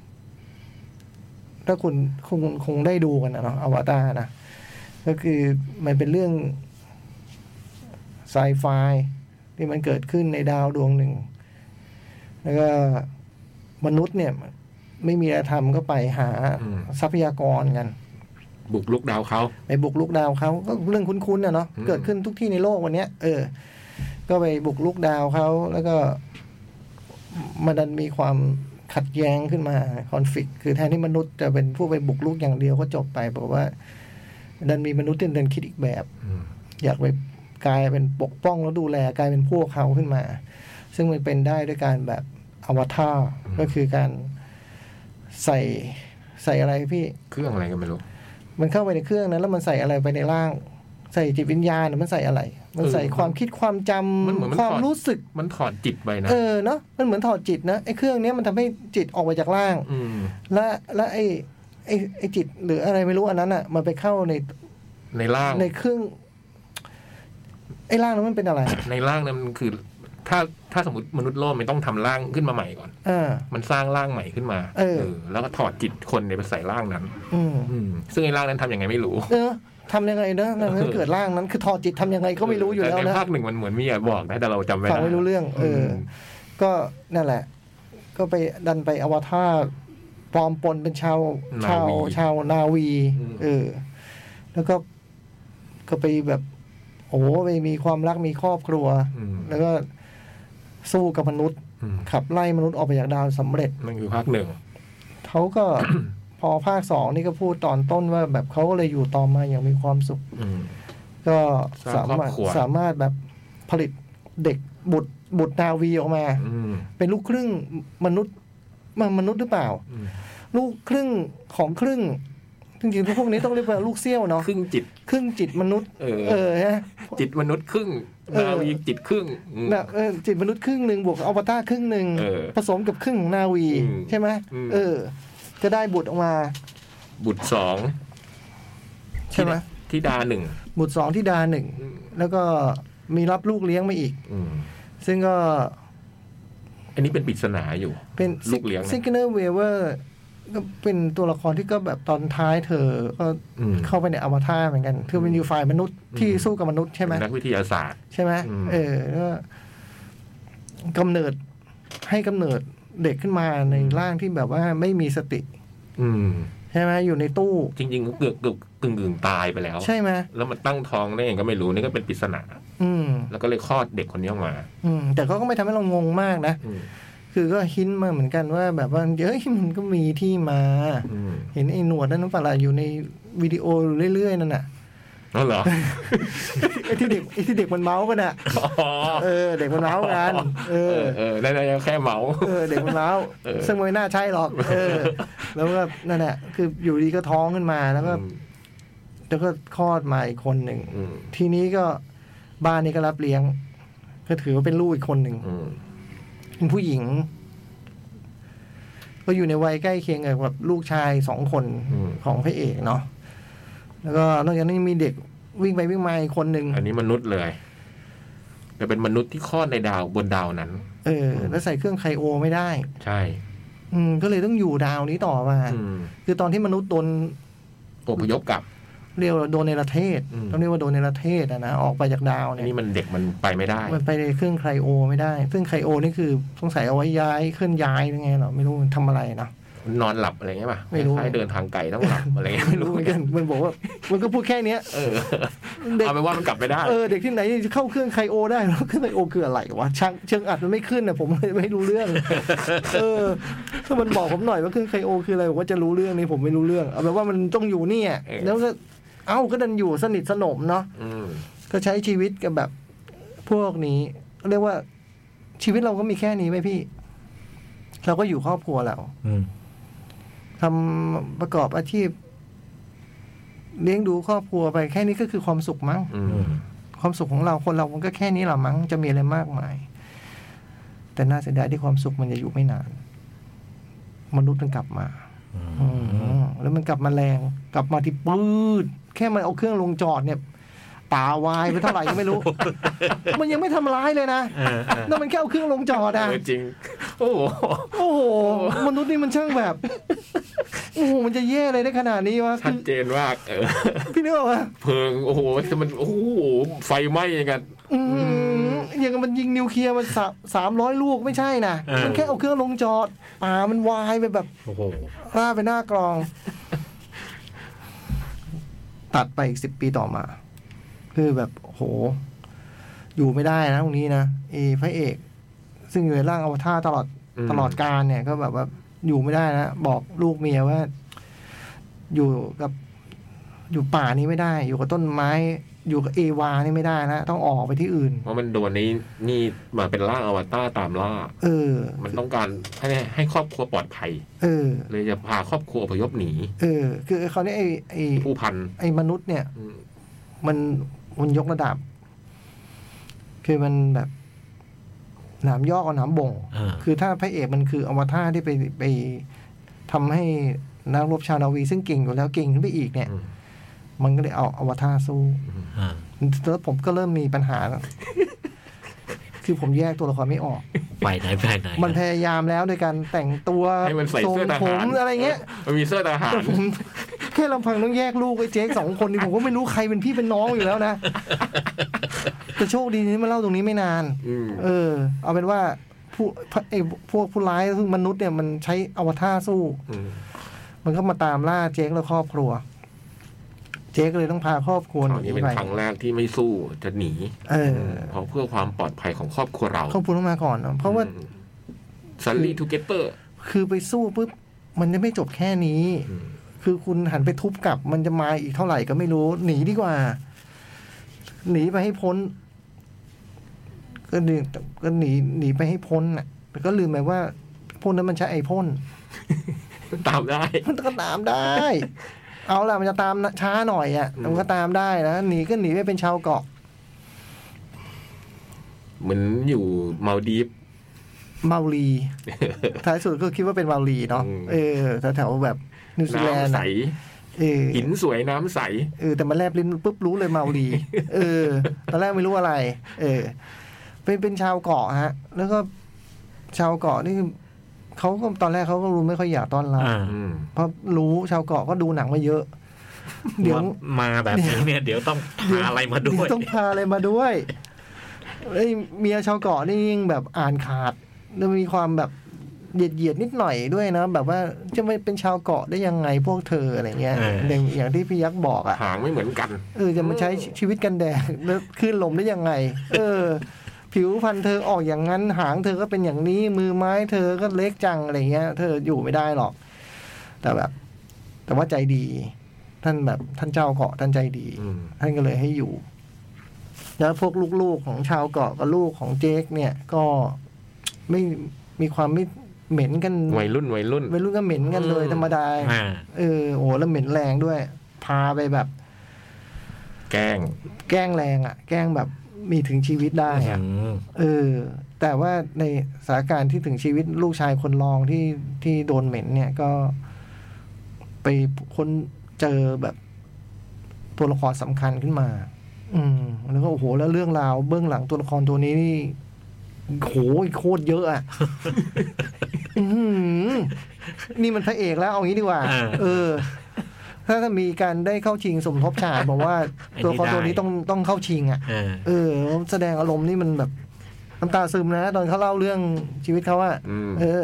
ถ้าคุณคงคงได้ดูกันนะเนาะอวตารนะก็คือมันเป็นเรื่องไซไฟที่มันเกิดขึ้นในดาวดวงหนึ่งแล้วก็มนุษย์เนี่ยไม่มีอะไรทำก็ไปหาทรัพยากรกันบุกลุกดาวเขาไปบุกลุกดาวเขาก็เรื่องคุ้นๆนะเนาะเกิดขึ้นทุกที่ในโลกวันนี้เออก็ไปบุกลุกดาวเขาแล้วก็มันดันมีความขัดแย้งขึ้นมาคอนฟลิกต์คือแทนที่มนุษย์จะเป็นผู้ไปบุกลุกอย่างเดียวก็จบไปบอกว่าดันมีมนุษย์ที่ดันคิดอีกแบบอยากไปกลายเป็นปกป้องแล้วดูแลกลายเป็นพวกเขาขึ้นมาซึ่งมันเป็นได้ด้วยการแบบอวตารก็คือการใส่ใส่อะไรพี่เครื่องอะไรก็ไม่รู้มันเข้าไปในเครื่องนั้นแล้วมันใส่อะไรไปในร่างใส่จิตวิญญาณมันใส่อะไรมันใส่ความคิดความจำความรู้สึกมันถอดจิตไปนะเออเนาะมันเหมือนถอดจิตนะไอ้เครื่องนี้มันทำให้จิตออกไปจากร่างและและไอ้ไอ้ไอ้จิตหรืออะไรไม่รู้อันนั้นอ่ะมันไปเข้าในในร่างในเครื่องไอ้ร่างนั้นมันเป็นอะไรในร่างนั้นมันคือถ้าถ้าสมมติมนุษย์โลกมันต้องทำร่างขึ้นมาใหม่ก่อนเออมันสร้างร่างใหม่ขึ้นมาเออแล้วก็ถอดจิตคนเนี่ยไปใส่ร่างนั้นอืมซึ่งไอ้ร่างนั้นทำยังไงไม่รู้เออทำยังไงเนอะมันเกิดร่างนั้นคือถอดจิตทำยังไงก็ไม่รู้อยู่แล้วนะในภาคหนึ่งมันเหมือนมีอย่าบอกนะแต่เราจำไม่ได้ฟังไม่รู้เรื่องเออก็นั่นแหละก็ไปดันไปอวตารปลอมปนเป็นชาวชาวชาวนาวีเออแล้วก็ก็ไปแบบโอ้ไปมีความรักมีครอบครัวแล้วก็สู้กับมนุษย์ขับไล่มนุษย์ออกไปจากดาวสำเร็จมันคือภาคหนึ่งเขาก็ พอภาคสองนี่ก็พูดตอนต้นว่าแบบเขาก็เลยอยู่ต่อมาอย่างมีความสุขก็สามารถสามารถแบบผลิตเด็กบุตรบุตรนาวีออกมาเป็นลูกครึ่งมนุษย์มันมนุษย์หรือเปล่าลูกครึ่งของครึ่งจริงๆพวกนี้ต้องเรียกว่าลูกเสี้ยวเนาะครึ่งจิตครึ่งจิตมนุษย์เออเออฮะจิตมนุษย์ครึ่งนาวีจิตครึ่งนะเออจิตมนุษย์ครึ่งนึงบวกอวตารครึ่งนึงผสมกับครึ่งของนาวีใช่ไหมเออก็ได้บุตรออกมาบุตรสองใช่ไหมธิดาหนึ่งบุตรสองธิดาหนึ่งแล้วก็มีรับลูกเลี้ยงมาอีกซึ่งก็อันนี้เป็นปริศนาอยู่เป็นลูกเลี้ยงซิงเกิลเวเวอร์ก็เป็นตัวละครที่ก็แบบตอนท้ายเธอก็เข้าไปในอวตารเหมือนกันเธอเป็นยูไฟมนุษย์ที่สู้กับมนุษย์ใช่ไหมนักวิทยาศาสตร์ใช่ไหมเออแล้วกำเนิดให้กำเนิดเด็กขึ้นมาในร่างที่แบบว่าไม่มีสติใช่ไหมอยู่ในตู้จริงๆเกือบเกือบกึ่งกึ่งตายไปแล้วใช่ไหมแล้วมันตั้งท้องได้ยังก็ไม่รู้นี่ก็เป็นปริศนาแล้วก็เลยคลอดเด็กคนนี้ออกมาแต่เขาก็ไม่ทำให้เรางงมากนะคือก็หินมาเหมือนกันว่าแบบว่าเฮ้ยมันก็มีที่มาเห็นไอ้หนวดนั่นนั่นปะล่ะอยู่ในวิดีโอเรื่อยๆนั่นน่ะอ๋อเหรอไอ้ที่เด็กไอ้ที่เด็กมันเมาส์กันอ่ะเออเด็กมันเมาส์กันเออเออได้ๆแค่เมาส์เออเด็กมันเมาส์ซึ่งไม่น่าใช่หรอกเออแล้วก็นั่นแหละคืออยู่ดีก็ท้องขึ้นมาแล้วก็แล้วก็คลอดมาอีกคนหนึ่งทีนี้ก็บ้านนี้ก็รับเลี้ยงก็ถือว่าเป็นลูกอีกคนหนึ่งเป็นผู้หญิงก็อยู่ในวัยใกล้เคียงกับลูกชายสองคนของพระเอกเนาะแล้วก็นอกจากนั้นมีเด็กวิ่งไปวิ่งมาอีกคนหนึ่งอันนี้มนุษย์เลยแต่เป็นมนุษย์ที่คลอดในดาวบนดาวนั้นเออแล้วใส่เครื่องไคโอไม่ได้ใช่อืมก็เลยต้องอยู่ดาวนี้ต่อมาคือตอนที่มนุษย์โดนอพยพกลับเรียกว่าโดนในประเทศต้องเรียกว่าโดนในประเทศนะนะออกไปจากดาวเนี่ยนี่มันเด็กมันไปไม่ได้มันไปในเครื่องไคโอไม่ได้ซึ่งไคโอนี่คือสงสัยเอาไว้ย้ายเคลื่อนย้ายยังไงหรอไม่รู้มันทำอะไรเนาะนอนหลับอะไรเงี้ยป่ะไม่รู้เดินทางไกลต้องหลับอะไรเงี้ยไม่รู้เหมือนกันมันบอกว่ามันก็พูดแค่นี้เออเอาไปว่ามันกลับไม่ได้เออเด็กที่ไหนจะเข้าเครื่องไคโอได้แล้วเครื่องไคโอคืออะไรวะช่างเชิงอัดมันไม่ขึ้นนะผมเลยไม่รู้เรื่องเออถ้ามันบอกผมหน่อยว่าเครื่องไคโอคืออะไรผมว่าจะรู้เรื่องนี้ผมไม่รู้เรื่องเอาแบบว่ามันต้องอยู่นี่แล้วก็เอ้าก็ดันอยู่สนิทสนมเนาะก็ใช้ชีวิตกับแบบพวกนี้เรียกว่าชีวิตเราก็มีแค่นี้ไหมพี่เราก็อยู่ครอบครัวเราทำประกอบอาชีพเลี้ยงดูครอบครัวไปแค่นี้ก็คือความสุขมั้งความสุขของเราคนเรามันก็แค่นี้แหละมั้งจะมีอะไรมากมายแต่น่าเสียดายที่ความสุขมันจะอยู่ไม่นานมนุษย์มันกลับมาแล้วมันกลับมาแรงกลับมาที่ปืดแค่มันเอาเครื่องลงจอดเนี่ยป่าวายไปเท่าไหร่ก็ไม่รู้ มันยังไม่ทำร้ายเลยนะนั่นมันแค่เอาเครื่องลงจอดอ่ะจริงโอ้โหโอ้โหมนุษย์นี่มันช่างแบบโอ้โหมันจะแย่เลยได้ขนาดนี้วะชัดเจนมากเออพี่นึกออกป่ะเพลิงโอ้โหมันโอ้โหไฟไหม้อย่างกันอย่างมันยิงนิวเคลียร์มันสามร้อยลูกไม่ใช่นะมันแค่เอาเครื่องลงจอดป่ามันวายไปแบบโอ้โหราไปหน้ากรองตัดไปอีกสิบปีต่อมาคือแบบโหอยู่ไม่ได้นะตรงนี้นะเอพระเอกซึ่งอยู่ในร่างอวตารตลอดตลอดกาลเนี่ยก็แบบว่าอยู่ไม่ได้นะบอกลูกเมียว่าอยู่กับอยู่ป่านี้ไม่ได้อยู่กับต้นไม้อยู่กับเอวานี่ไม่ได้นะต้องออกไปที่อื่นเพราะมันโดนนี้นี่มาเป็นร่างอวตารตามล่าเออมันต้องการให้ให้ครอบครัวปลอดภัยเออเลยจะพาครอบครัวอพยพหนีเออคือเขาเนี่ยไอ้ไอ้ผู้พันไอ้มนุษย์เนี่ยมันมันยกระดับคือมันแบบหนามยอกเอาหนามบ่งคือถ้าพระเอกมันคืออวตารที่ไปไปทำให้นักรบชาวนาวีซึ่งเก่งอยู่แล้วเก่งขึ้นไปอีกเนี่ยมันก็เลยเอาอวตารสู้แล้วผมก็เริ่มมีปัญหาคือผมแยกตัวละครไม่ออกไปไหนไปไหนมันพยายามแล้วโดยการแต่งตัวทรงผมอะไรเงี้ยมันมีเสื้อทหารแค่ลำพังต้องแยกลูกไอ้เจ๊กสองคนนี่ผมก็ไม่รู้ใครเป็นพี่เป็นน้องอยู่แล้วนะแต่โชคดีนี่มาเล่าตรงนี้ไม่นานเออเอาเป็นว่าผู้ไอ้พวกผู้ร้ายซึ่งมนุษย์เนี่ยมันใช้อวตารสู้มันก็มาตามล่าเจ๊กและครอบครัวเจ๊ก็เลยต้องพาครอบครัวหนีไปนี่เป็นครั้งแรกที่ไม่สู้จะหนีเออเพราะเพื่อความปลอดภัยของครอบครัวเราครอบครัวต้องมาก่อนเพราะว่าซันลี่ทูเกเตอร์คือไปสู้ปุ๊บมันจะไม่จบแค่นี้คือคุณหันไปทุบกลับมันจะมาอีกเท่าไหร่ก็ไม่รู้หนีดีกว่าหนีไปให้พ้นก็หนีก็หนีหนีไปให้พ้นน่ะแต่ก็ลืมไปว่าพ่นนั้นมันใช้ไอพ่นตามได้มันก็ตามได้เอาล่ะมันจะตามช้าหน่อยอ่ะมันก็ตามได้นะหนีก็หนีไปเป็นชาวเกาะเหมือนอยู่มาลดีฟมาลีท้ายสุดก็คิดว่าเป็นมาลีเนาะเออแถวๆแบบนิวซีแลนด์ใสเออหินสวยน้ำใสเออแต่มาแลบลิ้นปุ๊บรู้เลยมาลีเออตอนแรกไม่รู้อะไรเออเป็นเป็นชาวเกาะฮะแล้วก็ชาวเกาะนี่เขาก็ตอนแรกเขาก็รู้ไม่ค่อยอยากต้อนรับเพราะรู้ชาวเกาะก็ดูหนังมาเยอะเดี๋ยวมาแบบนี้เนี่ยเดี๋ยวต้องพาอะไรมาด้วยต้องพาอะไรมาด้วยไอ้เมียชาวเกาะนี่ยิ่งแบบอ่านขาดแล้วมีความแบบเหยียดเหยียดนิดหน่อยด้วยนะแบบว่าจะไม่เป็นชาวเกาะได้ยังไงพวกเธออะไรเงี้ยอย่างที่พี่ยักษ์บอกอ่ะหางไม่เหมือนกันเออจะมาใช้ชีวิตกันแดดแล้วขึ้นลมได้ยังไงเออผิวพรรณเธอออกอย่างนั้นหางเธอก็เป็นอย่างนี้มือไม้เธอก็เล็กจังอะไรเงี้ยเธออยู่ไม่ได้หรอกแต่แบบแต่ว่าใจดีท่านแบบท่านเจ้าเกาะท่านใจดีท่านก็เลยให้อยู่แล้วพวกลูกๆของชาวเกาะกับลูกของเจ๊กเนี่ยก็ไม่มีความไม่เหม็นกันวัยรุ่นวัยรุ่นวัยรุ่นก็เหม็นกันเลยธรรมดาเออโอ้แล้วเหม็นแรงด้วยพาไปแบบแกล้งแกล้งแรงอ่ะแกล้งแบบมีถึงชีวิตได้อ่ะเออแต่ว่าในสถานการณ์ที่ถึงชีวิตลูกชายคนรองที่ที่โดนเหม็นเนี่ยก็ไปค้นเจอแบบตัวละครสำคัญขึ้นมาอืมแล้วก็โอ้โหแล้วเรื่องราวเบื้องหลังตัวละครตัวนี้นี่โหโคตรเยอะอ่ะนี่มันพระเอกแล้วเอางี้ดีกว่าเออถ้าถ้ามีการได้เข้าชิงสมทบชาติบอกว่าตัวละครตัวนี้ต้องต้องเข้าชิงอ่ะเออแสดงอารมณ์นี่มันแบบน้ำตาซึมนะตอนเขาเล่าเรื่องชีวิตเขาว่าเออ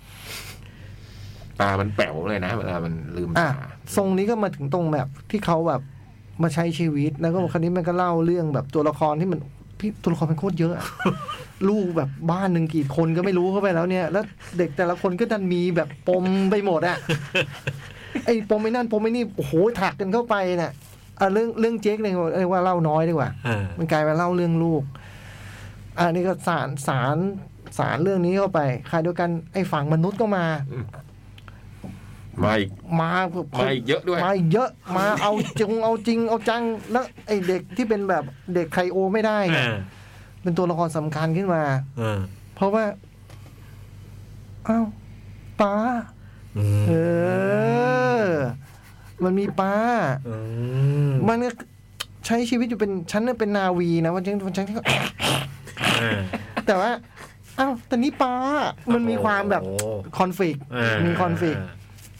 ตามันแป๋วเลยนะเวลามันลืมตาทรงนี้ก็มาถึงตรงแบบที่เขาแบบมาใช้ชีวิตแล้วก็คราวนี้มันก็เล่าเรื่องแบบตัวละครที่มันพี่ตัวละครเป็นโคตรเยอะลูกแบบบ้านหนึ่งกี่คนก็ไม่รู้เข้าไปแล้วเนี่ยแล้วเด็กแต่ละคนก็ดันมีแบบปมไปหมดอะไอ้ปมไอ้นั่นปมไอ้นี่โอ้โหถักกันเข้าไปเนี่ยอ่ะเรื่องเรื่องเจ๊กเนี่ยเรียกว่าเล่าน้อยดีกว่ามันกลายมาเล่าเรื่องลูกอ่านี่ก็สารสารสารเรื่องนี้เข้าไปใครเดียวกันไอ้ฝั่งมนุษย์ก็มามาอีกมามาอีกเยอะด้วยมาเยอะมาเอาจงเอาจริงเอาจังแล้วไอ้เด็กที่เป็นแบบเด็กไคโอไม่ได้เนี่ยเป็นตัวละครสำคัญขึ้นมาเพราะว่าอ้าวป้าเออมันมีป้ามันก็ใช้ชีวิตอยู่เป็นฉันน่ะเป็นนาวีนะวันฉันวันฉันที่เขาแต่ว่าอ้าวแต่นี่ป้ามันมีความแบบคอนฟ lict มีคอนฟ lict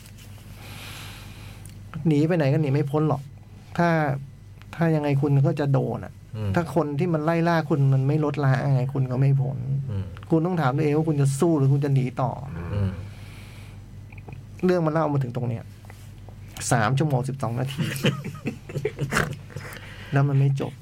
หนีไปไหนก็หนีไม่พ้นหรอกถ้าถ้ายังไงคุณก็จะโดนอ่ะถ้าคนที่มันไล่ล่าคุณมันไม่ลดละยังไงคุณก็ไม่พ้นคุณต้องถามตัวเองว่าคุณจะสู้หรือคุณจะหนีต่อเรื่องมันเล่ามาถึงตรงเนี้ยสามชั่วโมงสิบสองนาทีแล้วมันไม่จบ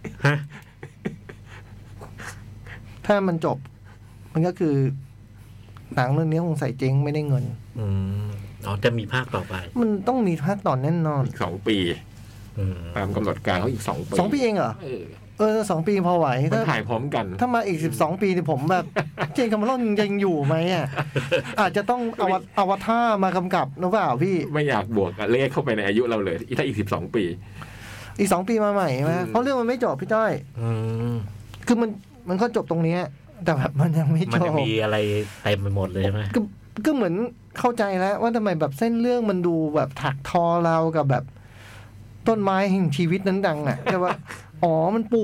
ถ้ามันจบมันก็คือหนังเรื่องนี้คงใส่เจ๊งไม่ได้เงินอืมอ๋อจะมีภาคต่อไปมันต้องมีภาคต่อแน่นอนอีกสองปีตามกำหนดการเขาอีกสองปีสองปีเองเหรอเออสองปีพอไหวถ้าถ่ายพร้อมกันถ้ามาอีกสิบสองปีที่ผมแบบเจนคาเมรอนยังอยู่ไหมอ่ะอาจจะต้องเอาอวตารมากำกับหรือเปล่าพี่ไม่อยากบวกเลขเข้าไปในอายุเราเลยถ้าอีกสิบสองปีอีกสองปีมาใหม่ใช่ไหมเพราะเรื่องมันไม่จบพี่จ้อยคือมันมันก็จบตรงนี้แต่แบบมันยังไม่จบมันจะมีอะไรเต็มไปหมดเลยใช่ไหมก็ก็เหมือนเข้าใจแล้วว่าทำไมแบบเส้นเรื่องมันดูแบบถักทอเรากับแบบต้นไม้แห่งชีวิตนั้นดังอ่ะแต่ว่าอ๋อมันปู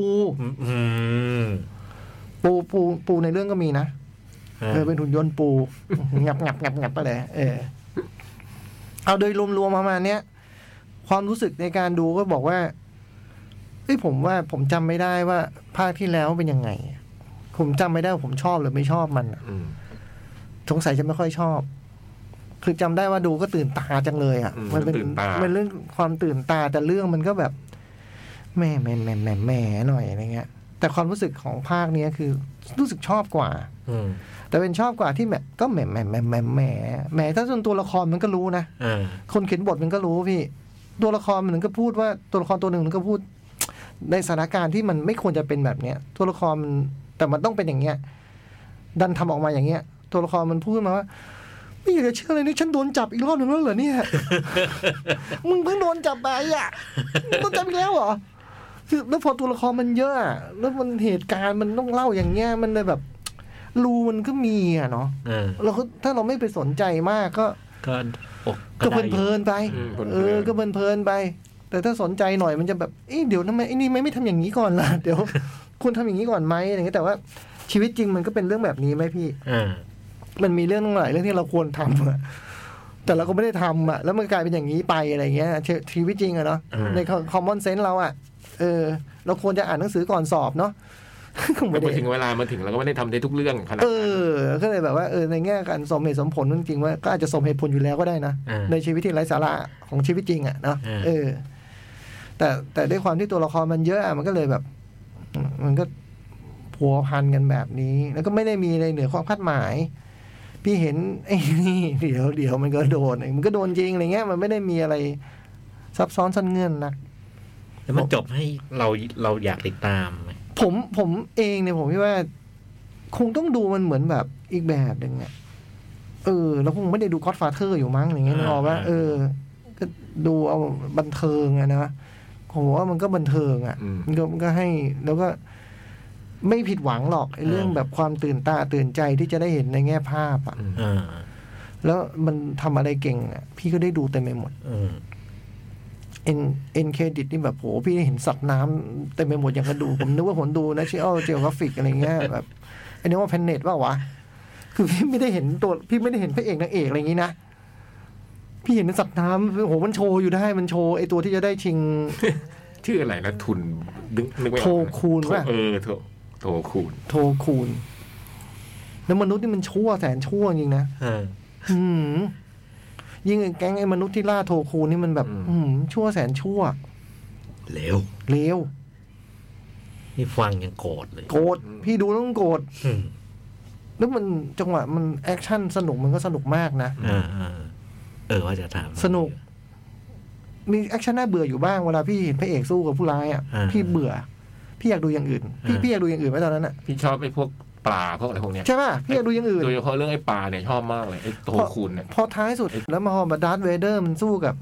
ปูปูปูในเรื่องก็มีนะเออเป็นหุ่นยนต์ปูงับงับงับงับไปเลยเออเอาโดยรวมๆประมาณเนี้ยความรู้สึกในการดูก็บอกว่าเอ้ยผมว่าผมจำไม่ได้ว่าภาคที่แล้วเป็นยังไงผมจำไม่ได้ว่าผมชอบหรือไม่ชอบมันสงสัยจะไม่ค่อยชอบคือจำได้ว่าดูก็ตื่นตาจังเลยอ่ะมันเป็นเป็นเรื่องความตื่นตาแต่เรื่องมันก็แบบแหม่แหม่แหม่แหม่แหม่หน่อยอะไรเงี้ยแต่ความรู้สึกของภาคนี้คือรู้สึกชอบกว่าแต่เป็นชอบกว่าที่แบบก็แหม่แหม่แหม่แหม่แหม่แหม่ถ้าจนตัวละครมันก็รู้นะคนเขียนบทมันก็รู้พี่ตัวละครมันก็พูดว่าตัวละครตัวหนึ่งมันก็พูดในสถานการณ์ที่มันไม่ควรจะเป็นแบบเนี้ยตัวละครมันแต่มันต้องเป็นอย่างเงี้ยดันทำออกมาอย่างเงี้ยตัวละครมันพูดมาว่าไม่อยากจะเชื่อเลยนี่ฉันโดนจับอีกรอบหนึ่งแล้วเหรอเนี่ยมึงเพิ่งโดนจับไปอ่ะโดนจับอีกแล้วเหรอคือแล้วพอตัวละครมันเยอะแล้วมันเหตุการณ์มันต้องเล่าอย่างเงี้ยมันเลยแบบรูมันก็มีอ่ะเนาะเราก็ถ้าเราไม่ไปสนใจมากก็ก็ก็เพลินๆไปเออก็เพลินๆไปแต่ถ้าสนใจหน่อยมันจะแบบเอ๊ะเดี๋ยวทำไมไอ้นี่ไม่ไม่ทำอย่างนี้ก่อนล่ะเดี๋ยวคุณทำอย่างนี้ก่อนไหมอะไรเงี้ยแต่ว่าชีวิตจริงมันก็เป็นเรื่องแบบนี้ไหมพี่มันมีเรื่องหลายเรื่องที่เราควรทำอะแต่เราก็ไม่ได้ทำอะแล้วมันกลายเป็นอย่างนี้ไปอะไรเงี้ยชีวิตจริงอะเนาะในคอมมอนเซนส์เราอะเออเราควรจะอ่านหนังสือก่อนสอบเนาะไม่ถึงเวลามาถึงเราก็ไม่ได้ทำในทุกเรื่องขนาดนั้นเออก็เลยแบบว่าเออในแง่การสมเหตุสมผลจริงๆว่าก็อาจจะสมเหตุผลอยู่แล้วก็ได้นะในชีวิตที่ไร้สาระของชีวิตจริงอะเนาะเออแต่แต่ด้วยความที่ตัวละครมันเยอะมันก็เลยแบบมันก็พัวพันกันแบบนี้แล้วก็ไม่ได้มีอะไรเหนือความคาดหมายพี่เห็นไอ้นี่เดี๋ยวเดี๋ยวมันก็โดนมันก็โดนจริงอะไรเงี้ยมันไม่ได้มีอะไรซับซ้อนซ่อนเงื่อนนะแล้วมันจบให้เราเราอยากติดตามไหมผมผมเองเนี่ยผมคิดว่าคงต้องดูมันเหมือนแบบอีกแบบหนึ่งอ่ะเออแล้วคงไม่ได้ดู Godfather อยู่มั้งอย่างเงี้ยนึกออกป่ะเออก็ดูเอาบันเทิงอะนะผมว่ามันก็บันเทิงอ่ะมันก็มันก็ให้แล้วก็ไม่ผิดหวังหรอกไอ้เรื่องแบบความตื่นตาตื่นใจที่จะได้เห็นในแง่ภาพอ่ะแล้วมันทำอะไรเก่งอ่ะพี่ก็ได้ดูเต็มไปหมดเอ็นเอ็นเครดิตนี่แบบโหพี่ได้เห็นสัตว์น้ำเต็มไปหมดอย่างกระดูผมนึกว่าผมดู National Geographic อะไรเงี้ยแบบไอ้นี่ว่า Planet ว่าวะคือพี่ไม่ได้เห็นตัวพี่ไม่ได้เห็นพระเอกนางเอกอะไรอย่างงี้นะพี่เห็นสัตว์น้ำโหมันโชว์อยู่ได้มันโชว์ไอ้ตัวที่จะได้ชิงชื่ออะไรนะทุนนึกไม่ออกโทคูนป่ะเออโทโทคูนโทคูนแล้วมนุษย์นี่มันชั่วแสนชั่วจริงนะอืมยิ่งแก๊งไอ้มนุษย์ที่ล่าโทคูนนี่มันแบบอืมชั่วแสนชั่วเลวเลวนี่ฟังยังโกรธเลยโกรธพี่ดูต้องโกรธแล้วมันจังหวะมันแอคชั่นสนุกมันก็สนุกมากนะเออว่าจะถามสนุกมีแอคชั่นน่าเบื่ออยู่บ้างเวลาพี่เห็นพระเอกสู้กับผู้ร้ายอ่ะพี่เบื่อพี่อยากดูอย่างอื่นพี่พี่อยากดูอย่างอื่นไหมตอนนั้นอ่ะพี่ชอบไอ้พวกปลาพวกอะไรพวกเนี้ยใช่ป่ะพี่อยากดูอย่างอื่นโดยเฉพาะเรื่องไอ้ปลาเนี่ยชอบมากเลยไอ้โทคูนเนี่ยพอท้ายสุดแล้วมาพอมาดาร์ธเวเดอร์มันสู้กับ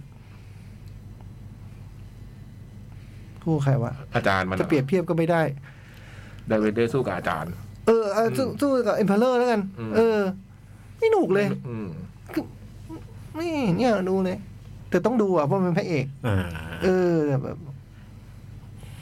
คู่ใครวะอาจารย์มันจะเปรียบเทียบก็ไม่ได้ดาร์ธเวเดอร์สู้กับอาจารย์เออสู้สู้กับเอ็มเพอเรอร์แล้วกันเออไม่หนุกเลยไม่เนี่ยดูเลยแต่ต้องดูอ่ะเพราะมันเป็นพระเอกเออแบบ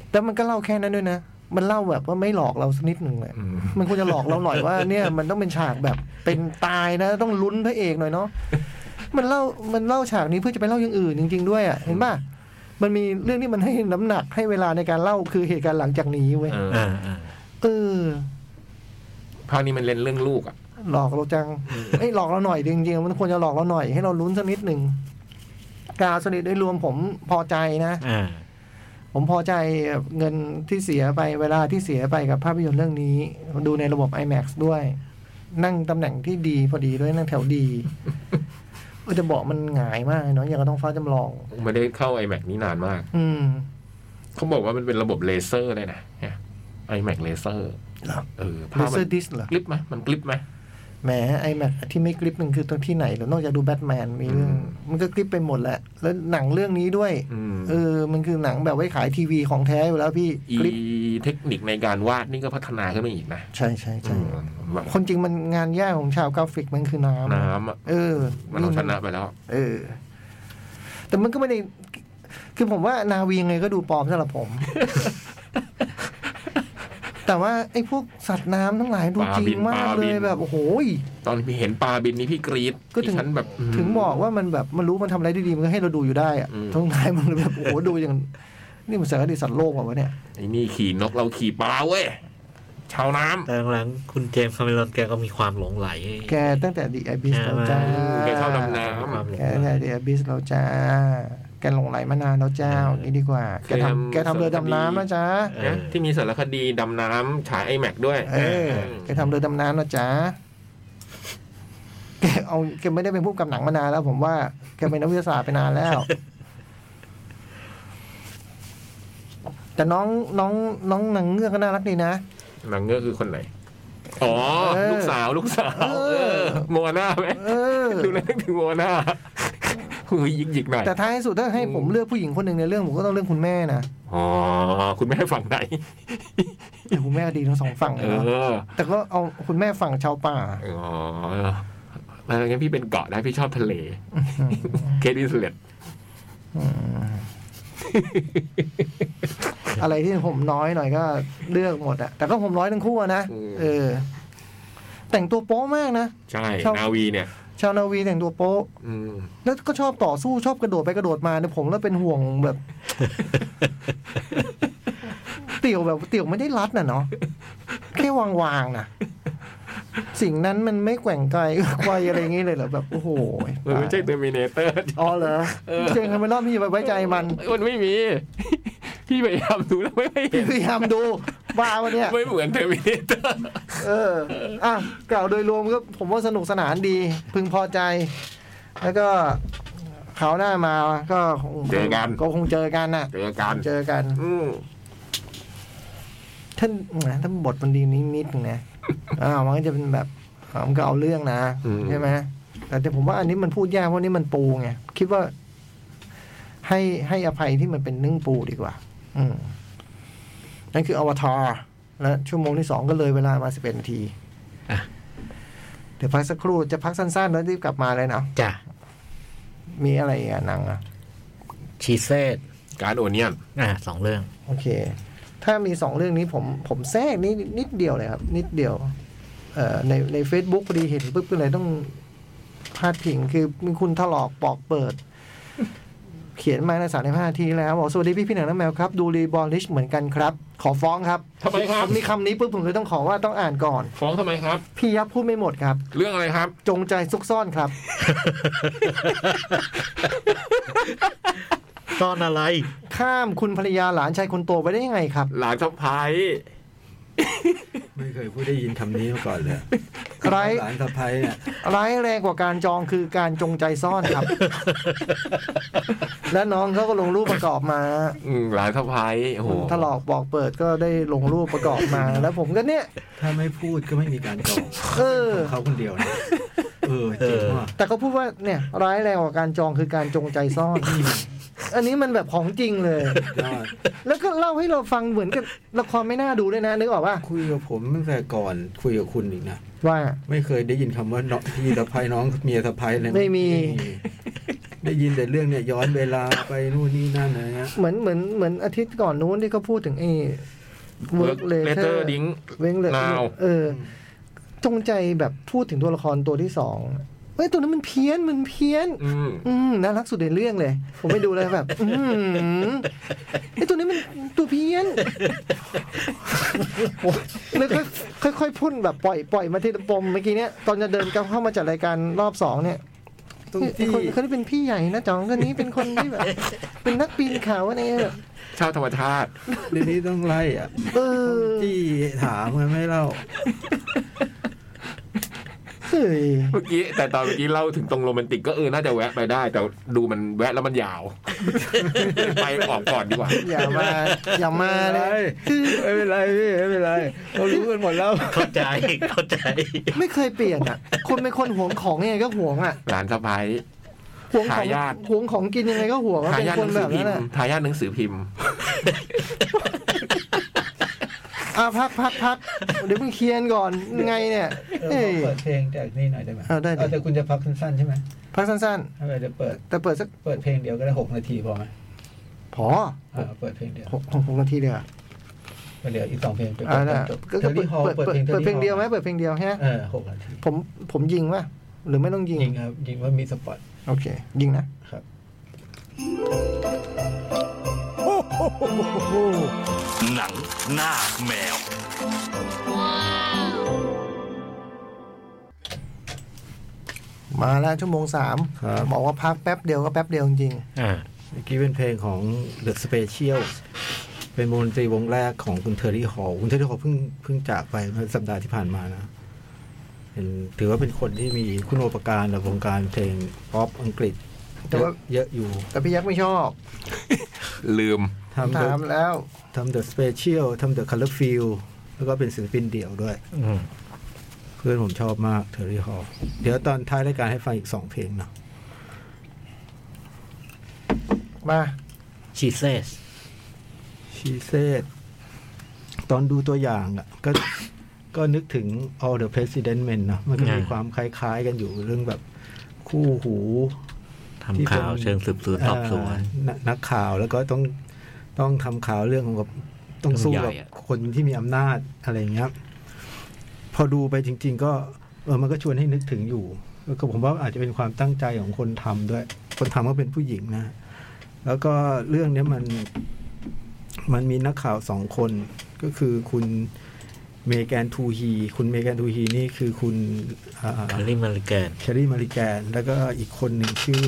แต่มันก็เล่าแค่นั้นด้วยนะมันเล่าแบบว่าไม่หลอกเราสักนิดหนึ่งเลยมันควรจะหลอกเราหน่อยว่าเนี่ยมันต้องเป็นฉากแบบเป็นตายนะต้องลุ้นพระเอกหน่อยเนาะมันเล่ามันเล่าฉากนี้เพื่อจะไปเล่าอย่างอื่นจริงๆด้วยอ่ะเห็นป่ะมันมีเรื่องที่มันให้น้ำหนักให้เวลาในการเล่าคือเหตุการณ์หลังจากนี้เว้ยเออเออภาคนี้มันเล่นเรื่องลูกอ่ะหลอกเราจังเอ้ยหลอกเราหน่อยจริงๆมันควรจะหลอกเราหน่อยให้เราลุ้นสักนิดหนึ่งกาสนิทโดยรวมผมพอใจนะผมพอใจเงินที่เสียไปเวลาที่เสียไปกับภาพยนตร์เรื่องนี้ดูในระบบ IMAX ด้วยนั่งตำแหน่งที่ดีพอดีด้วยนั่งแถวดีจะบอกมันหงายมากเนาะอย่างกระท้องฟ้าจำลองไม่ได้เข้า IMAX นี่นานมากอืมเขาบอกว่ามันเป็นระบบเลเซอร์เลยนะ IMAX เลเซอร์เออเลเซอร์ดิสเหรอกลิปไหมมันกลิปไหมแหม IMAX ที่ไม่กลิปนึงคือตรงที่ไหนหรือนอกจากดูแบทแมนมีเรื่องมันก็กลิปไปหมดแหละแล้วหนังเรื่องนี้ด้วยเออมันคือหนังแบบไว้ขายทีวีของแท้อยู่แล้วพี่กลิปเทคนิคในการวาดนี่ก็พัฒนาขึ้นมาอีกนะใช่ใช่ใช่คนจริงมันงานยากของชาวกราฟิกมันคือน้ำน้ำอ่ะเออมันเอาชนะไปแล้วเออแต่มันก็ไม่ได้คือผมว่านาวีไงก็ดูปลอมสำหรับผม แต่ว่าไอ้พวกสัตว์น้ำทั้งหลายดูจริงมากเลยแบบโอ้โหตอนพี่เห็นปลาบินนี่พี่กรี๊ดก็ถึงแบบถึงบอกว่ามันแบบมันรู้มันทำอะไรได้ดีมันก็ให้เราดูอยู่ได้อะทั้งท้ายมันแบบโอ้โหดูอย่างนี่มันสารคดีสัตว์โลกว่ะวะเนี่ยไอ้นี่ขี่นกเราขี่ปลาเว้ยชาวน้ำแต่หลังคุณเจมส์คาเมรอนแกก็มีความหลงไหลแกตั้งแต่ The Abyss เราจ้าแกเข้าดำน้ำแกตั้งแต่ The Abyss เราจ้าแกหลงไหลมานานแล้วเจ้านี่ดีกว่าแกทำแกทำเรือดำน้ำนะจ๊ะที่มีสารคดีดำน้ำฉาย IMAX ด้วยเออแกทำเรือดำน้ำนะจ๊ะแกเอาแกไม่ได้เป็นผู้กำกับหนังมานานแล้วผมว่าแกเป็นนักวิทยาศาสตร์ไปนานแล้วแต่น้องน้องน้องนางเงือกก็น่ารักดีนะนางเงือกคือคนไหนอ๋อลูกสาวลูกสาวโมนาไหมดูแล้วนึกถึงโมนาคือยิกยิกหน่อยแต่ท้ายสุดถ้าให้ผมเลือกผู้หญิงคนหนึ่งในเรื่องผมก็ต้องเลือกคุณแม่นะอ๋อคุณแม่ฝั่งไหนแต่คุณแม่ดีทั้งสองฝั่งเลยแต่ก็เอาคุณแม่ฝั่งชาวป่าอ๋อแล้วงั้นพี่เป็นเกาะได้พี่ชอบทะเลเคทวินสเลตอะไรที่ผมน้อยหน่อยก็เลือกหมดอะแต่ก็ผมน้อยทั้งคู่นะเออแต่งตัวโป๊มากนะใช่นาวีเนี่ยชาวนาวีแต่งตัวโป๊แล้วก็ชอบต่อสู้ชอบกระโดดไปกระโดดมาเนี่ยผมแล้วเป็นห่วงแบบเตี่ยวแบบเตี่ยวไม่ได้รัดน่ะเนาะแค่วางๆนะสิ่งนั้นมันไม่แกว่งไกลไกวอะไรอย่างงี้เลยเหรอแบบโอ้โหมันไม่ใช่เทอร์มินาเตอร์อ๋อเหรอเจงกันไม่รอบพี่ไปไว้ใจมันมันไม่มีพี่พยายามดูแล้วไม่พยายามดูบ้าวันเนี้ยไม่เหมือนเทอร์มินาเตอร์เอออ่ะกล่าวโดยรวมก็ผมว่าสนุกสนานดีพึงพอใจแล้วก็เขาหน้ามาก็เจอกันก็คงเจอกันน่ะเจอกันเจอกันท่านท่านบทมันดีนิดๆนึงนะอ่ามันก็จะเป็นแบบมันก็เอาเรื่องนะใช่ไหมแต่ผมว่าอันนี้มันพูดยากเพราะนี่มันปูไงคิดว่าให้ให้อภัยที่มันเป็นนึ่งปูดีกว่าอืมนั่นคืออวตารและชั่วโมงที่สองก็เลยเวลามาสิบเอ็ดนาทีเดี๋ยวพักสักครู่จะพักสั้นๆแล้วรีบกลับมาเลยนะจ้ะมีอะไรอ่ะหนังอ่ะชีเซตการโอเนียนอ่ะสองเรื่องโอเคถ้ามีสองเรื่องนี้ผมผมแทรกนิดนิดเดียวเลยครับนิดเดียวเอ่อในใน Facebook พอดีเห็นปุ๊บก็เลยต้องพาดพิงคือมีคุณถลอกปอกเปิดเขียนมาในสามสิบห้านาทีแล้วบอกสวัสดีพี่พี่หนังน้ำแมวครับดูรีบอลลิชเหมือนกันครับขอฟ้องครับทำไมครับมีคำนี้ปุ๊บผมเลยต้องขอว่าต้องอ่านก่อนฟ้องทำไมครับพี่ยับพูดไม่หมดครับเรื่องอะไรครับจงใจซุกซ่อนครับซ่อนอะไรข้ามคุณภรรยาหลานชายคนโตไปได้ยังไงครับหลานสะใภ้ไม่เคยพูดได้ยินคำนี้มาก่อนเลยไรหลานสะใภ้เนี่ยร้ายแรงกว่าการจองคือการจงใจซ่อนครับและน้องเขาก็ลงรูปประกอบมาหลานสะใภ้โอ้โหถลอกบอกเปิดก็ได้ลงรูปประกอบมาแล้วผมก็เนี่ยถ้าไม่พูดก็ไม่มีการจองเออเขาคนเดียวนะเออจริงว่ะแต่เขาพูดว่าเนี่ยร้ายแรงกว่าการจองคือการจงใจซ่อนอันนี้มันแบบของจริงเลยแล้วก็เล่าให้เราฟังเหมือนกับละครไม่น่าดูด้วยนะนึกออกป่ะคุยกับผมตั้งแต่ก่อนคุยกับคุณอีกนะว่าไม่เคยได้ยินคำว่าน้องพี่สะใภ้น้องเมียสะใภ้เลยไม่มีได้ยินแต่เรื่องเนี่ยย้อนเวลาไปนู่นนี่นั่นอะไรเงี้ยเหมือนเหมือนเหมือนอาทิตย์ก่อนนู้นที่เขาพูดถึงไอ้ Work Later Ding เว้งเลย Now เออจงใจแบบพูดถึงตัวละครตัวที่สองเฮ้ยตัวนั้นมันเพี้ยนมันเพี้ยนอืมอืมน่ารักสุดในเรื่องเลย ผมไปดูเลยแบบ อืมไอ้ตัวนี้มันตัวเพี้ยนแล้วค่อยค่อยๆพ่นแบบปล่อยปล่อยมาที่ปมเมื่อกี้เนี้ยตอนจะเดินเข้ามาจัดรายการรอบสองเนี่ยตรงที่คนคนนี้เป็นพี่ใหญ่นะจ๋องคนนี้เป็นคนที่แบบ เป็นนักปีนเขาอะไรเงี้ยแบบชาวธรรมชาติเดี๋ยวนี้ต้องไล่อ่ะเออจี้ถามมันไม่เล่าเฮ้ยเมื่อกี้แต่ตอนเมื่อกี้เล่าถึงตรงโรแมนติกก็เออน่าจะแวะไปได้ แต่ดูมันแวะแล้วมันยาว ไปออกก่อนดีกว่าอย่ามาอย่ามาเลยคือไม่เป็นไรพี่ไม่เป็นไรเรารู้กันหมดแล้วเข้าใจเข้าใจไม่เคยเปลี่ยนอ่ะ คนเป็นคนหวงของยังไงก็หวงอ่ะหลานสะพ้ายหวงของทายาทหวงของกินยังไงก็หวงอะทาเป็นยาทคหนนังแบสือบ พินั้นมแหละพ์ทายาทหนังสือพิมพ์อ่ะพักพักพักเดี๋ยวมึงเคลียร์ก่อนไงเนี่ยเอ้ยเปิดเพลงจากนี่หน่อยได้ไหมเอาได้ดิแต่คุณจะพักสั้นๆใช่ไหมพักสั้นถ้าเดี๋ยวเปิดๆ แต่เปิดสักเปิดเพลงเดียวก็ได้หกนาทีพอไหมพออ่าเปิดเพลงเดียวหกหกหกนาทีเดียวก็เหลืออีกสองเพลงเปิดอ่าได้จบก็เทอร์รี่ฮอลเปิดเปิดเปิดเพลงเปิดเพลงเดียวไหมเปิดเพลงเดียวฮะเออหกนาทีผมผมยิงป่ะหรือไม่ต้องยิงยิงครับยิงว่ามีสปอตโอเค ยิงนะครับหนังหน้าแมวมาแล้วชั่วโมงสามบอกว่าพักแป๊บเดียวก็แป๊บเดียวจริงอ่าเมื่อกี้เป็นเพลงของ The Special เป็นวงดนตรีวงแรกของคุณเทอร์รี่ฮอลคุณเทอร์รี่ฮอลเพิ่งเพิ่งจากไปเมื่อสัปดาห์ที่ผ่านมานะเป็นถือว่าเป็นคนที่มีคุณูปการในวงการเพลงป๊อปอังกฤษแต่ว่าเยอะอยู่ๆ แต่พี่ยักษ์ไม่ชอบลืมทำถาม The แล้วทำ The Special ทำ The Color Field แล้วก็เป็นศิลปินเดี่ยวด้วยอืมเพื่อนผมชอบมากเทอร์รี่ฮอลเดี๋ยวตอนท้ายรายการให้ฟังอีกสองเพลงเนาะมาชีเซสชีเซตตอนดูตัวอย่างอ่ะ ก็ก็นึกถึง All the President Men เนาะมันก็มีความคล้ายๆกันอยู่เรื่องแบบคู่หูทำข่าวเชิงสืบสวนสอบสวนอ่านักข่าวแล้วก็ต้องต้องทำข่าวเรื่องของกับต้องสู้กับเรื่องใหญ่อะคนที่มีอำนาจอะไรอย่างเงี้ยพอดูไปจริง ๆ ก็เออมันก็ชวนให้นึกถึงอยู่แล้วก็ผมว่าอาจจะเป็นความตั้งใจของคนทำด้วย คนทำก็เป็นผู้หญิงนะ แล้วก็เรื่องนี้มันมันมีนักข่าวสองคนก็คือคุณเมแกนทูฮีคุณเมแกนทูฮีนี่คือคุณคาริมาริแกนแครีมาริแกนแล้วก็อีกคนหนึ่งชื่อ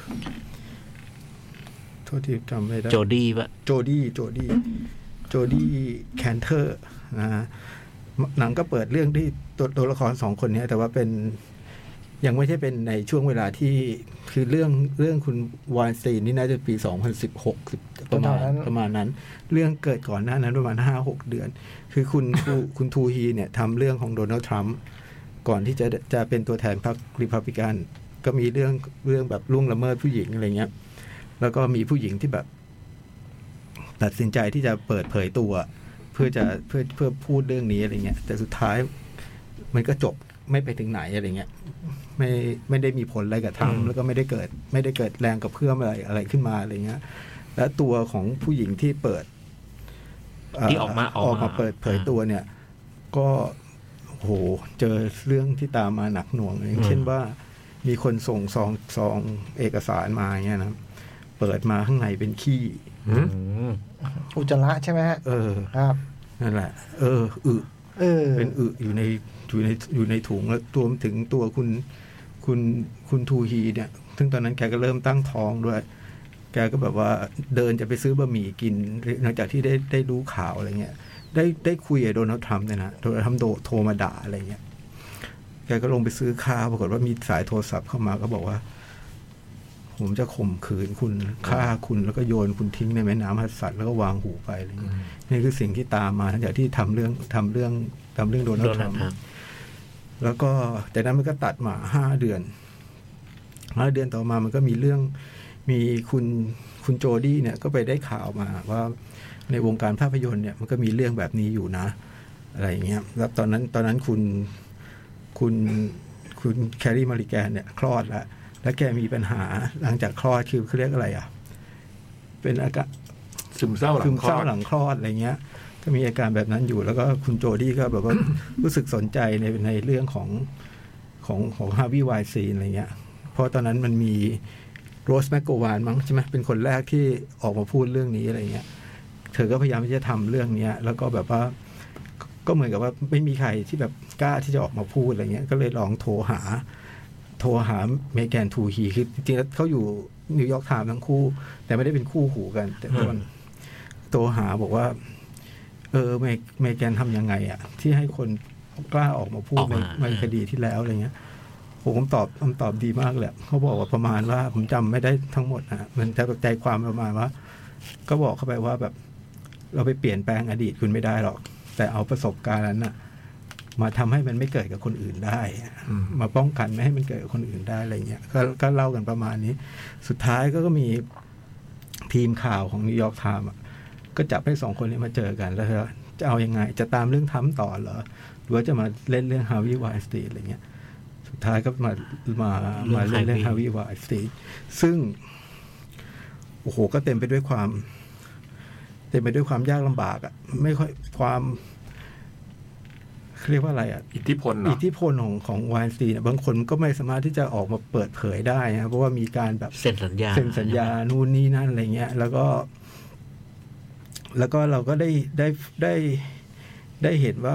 โทษทีจำไม่ได้โจดี้ปะโจดี้โจดี้โจดี้แคนเทอร์นะฮะหนังก็เปิดเรื่องที่ตัวตัวละครสองคนนี้แต่ว่าเป็นยังไม่ใช่เป็นในช่วงเวลาที่คือเรื่องเรื่องคุณวายสตีนนี่น่าจะปีสองพันสิบหกประมาณประมาณนั้น เรื่องเกิดก่อนหน้านั้นประมาณห้าหกเดือน คือคุณ คุณทูฮีเนี่ยทำเรื่องของโดนัลด์ทรัมป์ก่อนที่จะจะเป็นตัวแทนพรรครีพับลิกันก็มีเรื่องเรื่องแบบล่วงละเมิดผู้หญิงอะไรเงี้ยแล้วก็มีผู้หญิงที่แบบตัดสินใจที่จะเปิดเผยตัวเพื่อจะเพื่อเพื่อพูดเรื่องนี้อะไรเงี้ยแต่สุดท้ายมันก็จบไม่ไปถึงไหนอะไรเงี้ยไม่ไม่ได้มีผลอะไรกับทรัมป์แล้วก็ไม่ได้เกิดไม่ได้เกิดแรงกับเพื่อมอะไรอะไรขึ้นมาอะไรเงี้ยแล้วตัวของผู้หญิงที่เปิดที่ออกมาออกมาเปิดเผยตัวเนี่ย ก็โหเจอเรื่องที่ตามมาหนักหน่วงอย่างเช่นว่ามีคนส่งซองซองเอกสารมาเงี้ยนะเปิดมาข้างในเป็นขี้อืมอุจจาระใช่ไหมฮะเออครับนั่นแหละ เอออึเออเป็นอึอยู่ในอยู่ในอยู่ในถุงแล้วตัวถึงตัวคุณคุณคุณทูฮีเนี่ย ซึ่งตอนนั้นแกก็เริ่มตั้งท้องด้วย แกก็แบบว่าเดินจะไปซื้อบะหมี่กินหลังจากที่ได้ได้รู้ข่าวอะไรเงี้ยได้ได้คุยกับโดนัลด์ทรัมป์เนี่ยนะโดนัลด์ทรัมป์โทรมาด่าอะไรเงี้ยแกก็ลงไปซื้อข้าวปรากฏว่ามีสายโทรศัพท์เข้ามาก็บอกว่า ผมจะข่มขืนคุณฆ่าคุณแล้วก็โยนคุณทิ้งในแม่น้ำฮัดสันแล้วก็วางหูไปอะไรเงี้ยนี่คือสิ่งที่ตามมาหลังจากที่ทำเรื่องทำเรื่องทำเรื่องโดนัลด์ทรัมป์แล้วก็แต่นั้นมันก็ตัดมาห้าเดือนห้าเดือนต่อมามันก็มีเรื่องมีคุณคุณโจดี้เนี่ยก็ไปได้ข่าวมาว่าในวงการภาพยนตร์เนี่ยมันก็มีเรื่องแบบนี้อยู่นะอะไรอย่างเงี้ยแล้วตอนนั้นตอนนั้นคุณคุณคุณแครีมาริแกนเนี่ยคลอดแล้วแล้วแกมีปัญหาหลังจากคลอดคือเขาเรียกอะไรอ่ะเป็นอาการซึมเศร้าหลังคลอดซึมเศร้าหลังคลอดอะไรเงี้ยก็มีอาการแบบนั้นอยู่แล้วก็คุณโจดี้ก็แบบว่า รู้สึกสนใจในในเรื่องของของของฮาร์วีย์ไวน์สไตน์อะไรเงี้ยเพราะตอนนั้นมันมีโรสแมคโกวานมั้งใช่ไหมเป็นคนแรกที่ออกมาพูดเรื่องนี้อะไรเงี้ยเธอก็พยายามที่จะทำเรื่องนี้แล้วก็แบบว่าก็เหมือนกับว่าไม่มีใครที่แบบกล้าที่จะออกมาพูดอะไรเงี้ยก็เลยลองโทรหาโทรหาเมแกนทูฮีคือจริงๆเขาอยู่นิวยอร์กไทม์ทั้งคู่แต่ไม่ได้เป็นคู่หูกันแต่ตอนโทรหาบอกว่าเออเมเมแกนทำยังไงอะที่ให้คนกล้าออกมาพูดในในคดีที่แล้วอะไรเงี้ยผมตอบคำตอบดีมากเลยเขาบอกว่าประมาณว่าผมจำไม่ได้ทั้งหมดนะมันจะใจความประมาณว่าก็บอกเข้าไปว่าแบบเราไปเปลี่ยนแปลงอดีตคุณไม่ได้หรอกแต่เอาประสบการณ์นั้นน่ะมาทำให้มันไม่เกิดกับคนอื่นได้มาป้องกันไม่ให้มันเกิดกับคนอื่นได้อะไรเงี้ยก็ก็เล่ากันประมาณนี้สุดท้ายก็ก็มีทีมข่าวของนิวยอร์กไทม์ก็จับให้สองคนนี้มาเจอกันแล้วจะเอายังไงจะตามเรื่องทำต่อเหรอหรือว่าจะมาเล่นเรื่องฮาร์วีย์ไวน์สไตน์อะไรเงี้ยสุดท้ายก็มามามาเล่นเรื่องฮาร์วีย์ไวน์สไตน์ซึ่งโอ้โหก็เต็มไปด้วยความเต็มไปด้วยความยากลำบากอ่ะไม่ค่อยความเรียกว่าอะไรอ่ะอิทธิพลอิทธิพลของของไวน์สไตน์บางคนก็ไม่สามารถที่จะออกมาเปิดเผยได้นะเพราะว่ามีการแบบเซ็นสัญญาเซ็นสัญญานู่นนี่นั่นอะไรเงี้ยแล้วก็แล้วก็เราก็ได้ได้ได้ได้เห็นว่า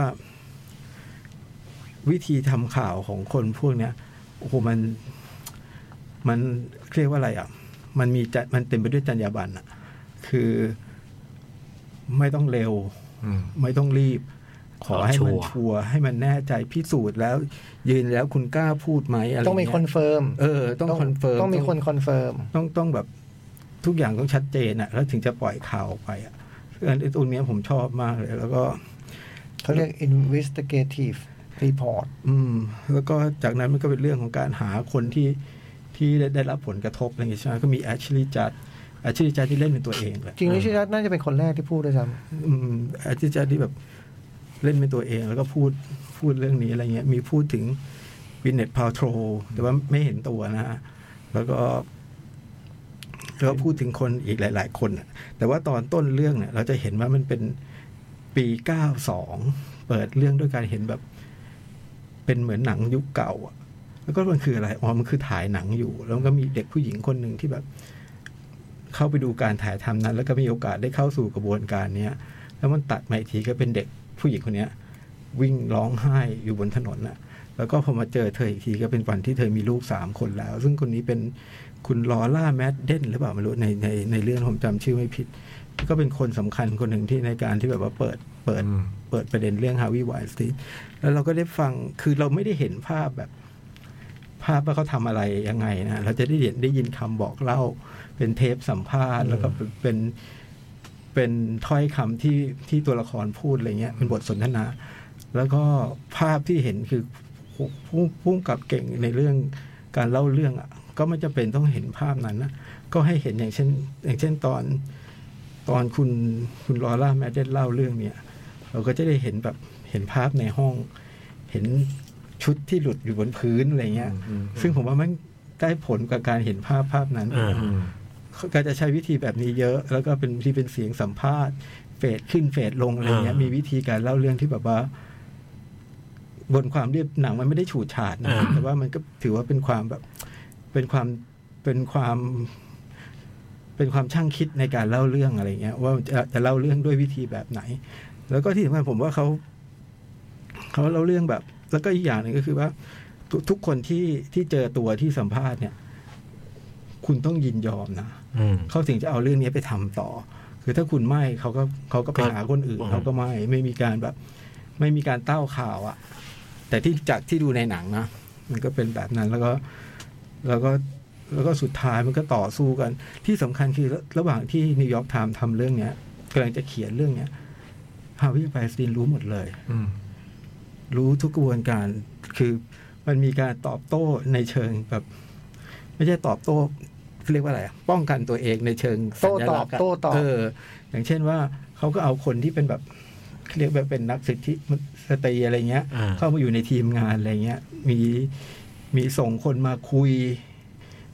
วิธีทำข่าวของคนพวกเนี้ยโอ้โหมันมันเรียกว่าอะไรอ่ะมันมีมันเต็มไปด้วยจรรยาบรรณอ่ะคือไม่ต้องเร็วไม่ต้องรีบขอให้มันชัวร์ให้มันแน่ใจพิสูจน์แล้วยืนแล้วคุณกล้าพูดไหมอะไรต้องมีคอนเฟิร์มเออต้องคอนเฟิร์มต้องมีคนคอนเฟิร์มต้องต้องแบบทุกอย่างต้องชัดเจนอ่ะแล้วถึงจะปล่อยข่าวออกไปอ่ะอันตรงนี้ผมชอบมากเลยแล้วก็เขาเรียก investigative report อืมแล้วก็จากนั้นมันก็เป็นเรื่องของการหาคนที่ที่ได้รับผลกระทบอะไรอย่างเงี้ยใช่ไหมก็มีแอชลีย์จัดแอชลีย์จัดที่เล่นเป็นตัวเองเลยจริงๆแอชลีย์จัดน่าจะเป็นคนแรกที่พูดด้วยซ้ำอืมแอชลีย์จัดที่แบบเล่นเป็นตัวเองแล้วก็พูดพูดเรื่องนี้อะไรเงี้ยมีพูดถึงวินเนตพาวโทรแต่ว่าไม่เห็นตัวนะฮะแล้วก็แล้วก็พูดถึงคนอีกหลายๆคนแต่ว่าตอนต้นเรื่องเนี่ยเราจะเห็นว่ามันเป็นปีเก้าสองเปิดเรื่องด้วยการเห็นแบบเป็นเหมือนหนังยุคเก่าอ่ะแล้วก็มันคืออะไรอ๋อมันคือถ่ายหนังอยู่แล้วก็มีเด็กผู้หญิงคนหนึ่งที่แบบเข้าไปดูการถ่ายทำนั้นแล้วก็มีโอกาสได้เข้าสู่กระบวนการเนี้ยแล้วมันตัดมาอีกทีก็เป็นเด็กผู้หญิงคนนี้วิ่งร้องไห้อยู่บนถนนน่ะแล้วก็พอมาเจอเธออีกทีก็เป็นวันที่เธอมีลูกสามคนแล้วซึ่งคนนี้เป็นคุณลอร่าแมดเดนหรือเปล่าไม่รู้ในในในเรื่องผมจำชื่อไม่ผิดก็เป็นคนสำคัญคนหนึ่งที่ในการที่แบบว่าเปิดเปิดเปิดประเด็นเรื่องฮาร์วีย์ไวน์สไตน์แล้วเราก็ได้ฟังคือเราไม่ได้เห็นภาพแบบภาพว่าเขาทำอะไรยังไงนะเราจะได้เห็นได้ยินคำบอกเล่าเป็นเทปสัมภาษณ์แล้วก็เป็นเป็นถ้อยคำที่ที่ตัวละครพูดอะไรเงี้ยเป็นบทสนทนาแล้วก็ภาพที่เห็นคือผู้ผู้กับเก่งในเรื่องการเล่าเรื่องอ่ะก็ไม่จำเป็นต้องเห็นภาพนั้นนะก็ให้เห็นอย่างเช่นอย่างเช่นตอนตอนคุณคุณลอร่าแมดเดนเล่าเรื่องเนี้ยเราก็จะได้เห็นแบบเห็นภาพในห้องเห็นชุดที่หลุดอยู่บนพื้นอะไรเงี้ยซึ่งผมว่ามันได้ผลกับการเห็นภาพภาพนั้นก็จะใช้วิธีแบบนี้เยอะแล้วก็เป็นที่เป็นเสียงสัมภาษณ์เฟดขึ้นเฟดลงอะไรเงี้ยมีวิธีการเล่าเรื่องที่แบบว่าบนความเรียบหนังมันไม่ได้ฉูดฉาดนะแต่ว่ามันก็ถือว่าเป็นความแบบเป็นความเป็นความเป็นความช่างคิดในการเล่าเรื่องอะไรเงี้ยว่าจะจะเล่าเรื่องด้วยวิธีแบบไหนแล้วก็ที่สำคัญผมว่าเขาเขาเล่าเรื่องแบบแล้วก็อีกอย่างหนึ่งก็คือว่าทุกคนที่ที่เจอตัวที่สัมภาษณ์เนี่ยคุณต้องยินยอมนะเขาถึงจะเอาเรื่องนี้ไปทำต่อคือถ้าคุณไม่เขาก็เขาก็ไปหาคนอื่นเขาก็ไม่ไม่มีการแบบไม่มีการเต้าข่าวอะแต่ที่จากที่ดูในหนังนะมันก็เป็นแบบนั้นแล้วก็แล้วก็แล้วก็สุดท้ายมันก็ต่อสู้กันที่สำคัญคือระหว่างที่นิวยอร์กไทม์ทำเรื่องเนี้ยกำลังจะเขียนเรื่องเนี้ยฮาร์วีย์ไวน์สไตน์รู้หมดเลยรู้ทุกกระบวนการคือมันมีการตอบโต้ในเชิงแบบไม่ใช่ตอบโต้เรียกว่าอะไรป้องกันตัวเองในเชิงสัญลักษณ์โต้ตอบเอออย่างเช่นว่าเขาก็เอาคนที่เป็นแบบเรียกแบบเป็นนักสิทธิสตรีอะไรเงี้ยเข้ามาอยู่ในทีมงานอะไรเงี้ยมีมีส่งคนมาคุย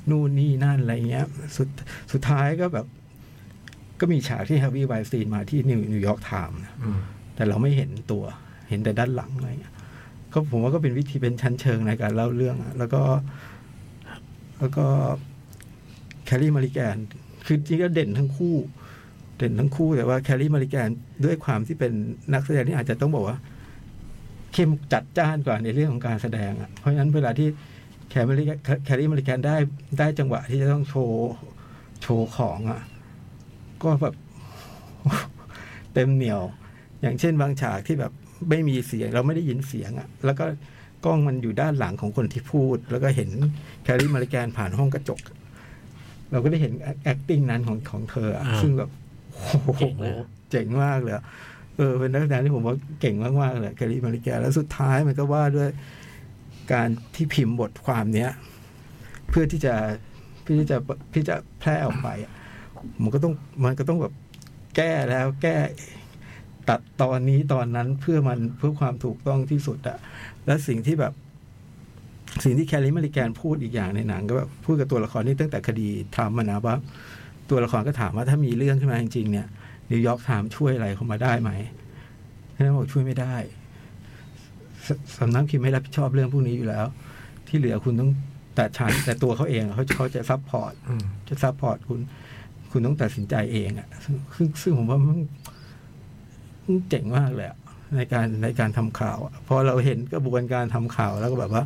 นู่นนี่นั่นอะไรเงี้ยสุดสุดท้ายก็แบบก็มีฉากที่ฮาร์วีย์ไวน์สตีนมาที่นิวนิวยอร์กไทม์นะแต่เราไม่เห็นตัวเห็นแต่ด้านหลังอะไรเงี้ยก็ผมว่าก็เป็นวิธีเป็นชั้นเชิงในการเล่าเรื่องอะแล้วก็แล้วก็แคลรี่มาริแกนคือจริงก็เด่นทั้งคู่เด่นทั้งคู่แต่ว่าแคลรี่มาริแกนด้วยความที่เป็นนักแสดงที่อาจจะต้องบอกว่าเข้มจัดจ้านกว่าในเรื่องของการแสดงอ่ะเพราะฉะนั้นเวลาที่แคลรี่แคลรี่มาริแกนได้ได้จังหวะที่จะต้องโชว์โชว์ของอ่ะก็แบบเต็มเหนียวอย่างเช่นบางฉากที่แบบไม่มีเสียงเราไม่ได้ยินเสียงอ่ะแล้วก็กล้องมันอยู่ด้านหลังของคนที่พูดแล้วก็เห็นแคลรี่มาริแกนผ่านห้องกระจกเราก็ได้เห็น acting นั้นของของเธออ่ะซึ่งแบบโอ้โหเจ๋งมากเลยเออเป็นนักแสดงที่ผมว่าเก่งมากๆเลยแคลรี่มาริแกนแล้วสุดท้ายมันก็ว่าด้วยการที่พิมพ์บทความเนี้ยเพื่อที่จะเพื่อที่จะเพื่อจะแพร่ออกไปมันก็ต้องมันก็ต้องแบบแก้แล้วแก้ตัดตอนนี้ตอนนั้นเพื่อมันเพื่อความถูกต้องที่สุดอะและสิ่งที่แบบสิ่งที่แคลรี่มาริแกนพูดอีกอย่างในหนังก็แบบพูดกับตัวละครนี่ตั้งแต่คดีทรัมป์มานะว่าตัวละครก็ถามว่าถ้ามีเรื่องขึ้นมาจริงๆเนี่ยนิวยอร์กไทม์ช่วยอะไรเขามาได้ไหมท่านบอกช่วยไม่ได้สำนักพิมพ์ไม่รับผิดชอบเรื่องพวกนี้อยู่แล้วที่เหลือคุณต้องแต่ฉันแต่ตัวเขาเองเขาเขาจะซัพพอร์ตจะซัพพอร์ตคุณคุณต้องตัดสินใจเองอ่ะซึ่งซึ่งผมว่ามันเจ๋งมากเลยในการในการทำข่าวพอเราเห็นกระบวนการทำข่าวแล้วก็แบบว่า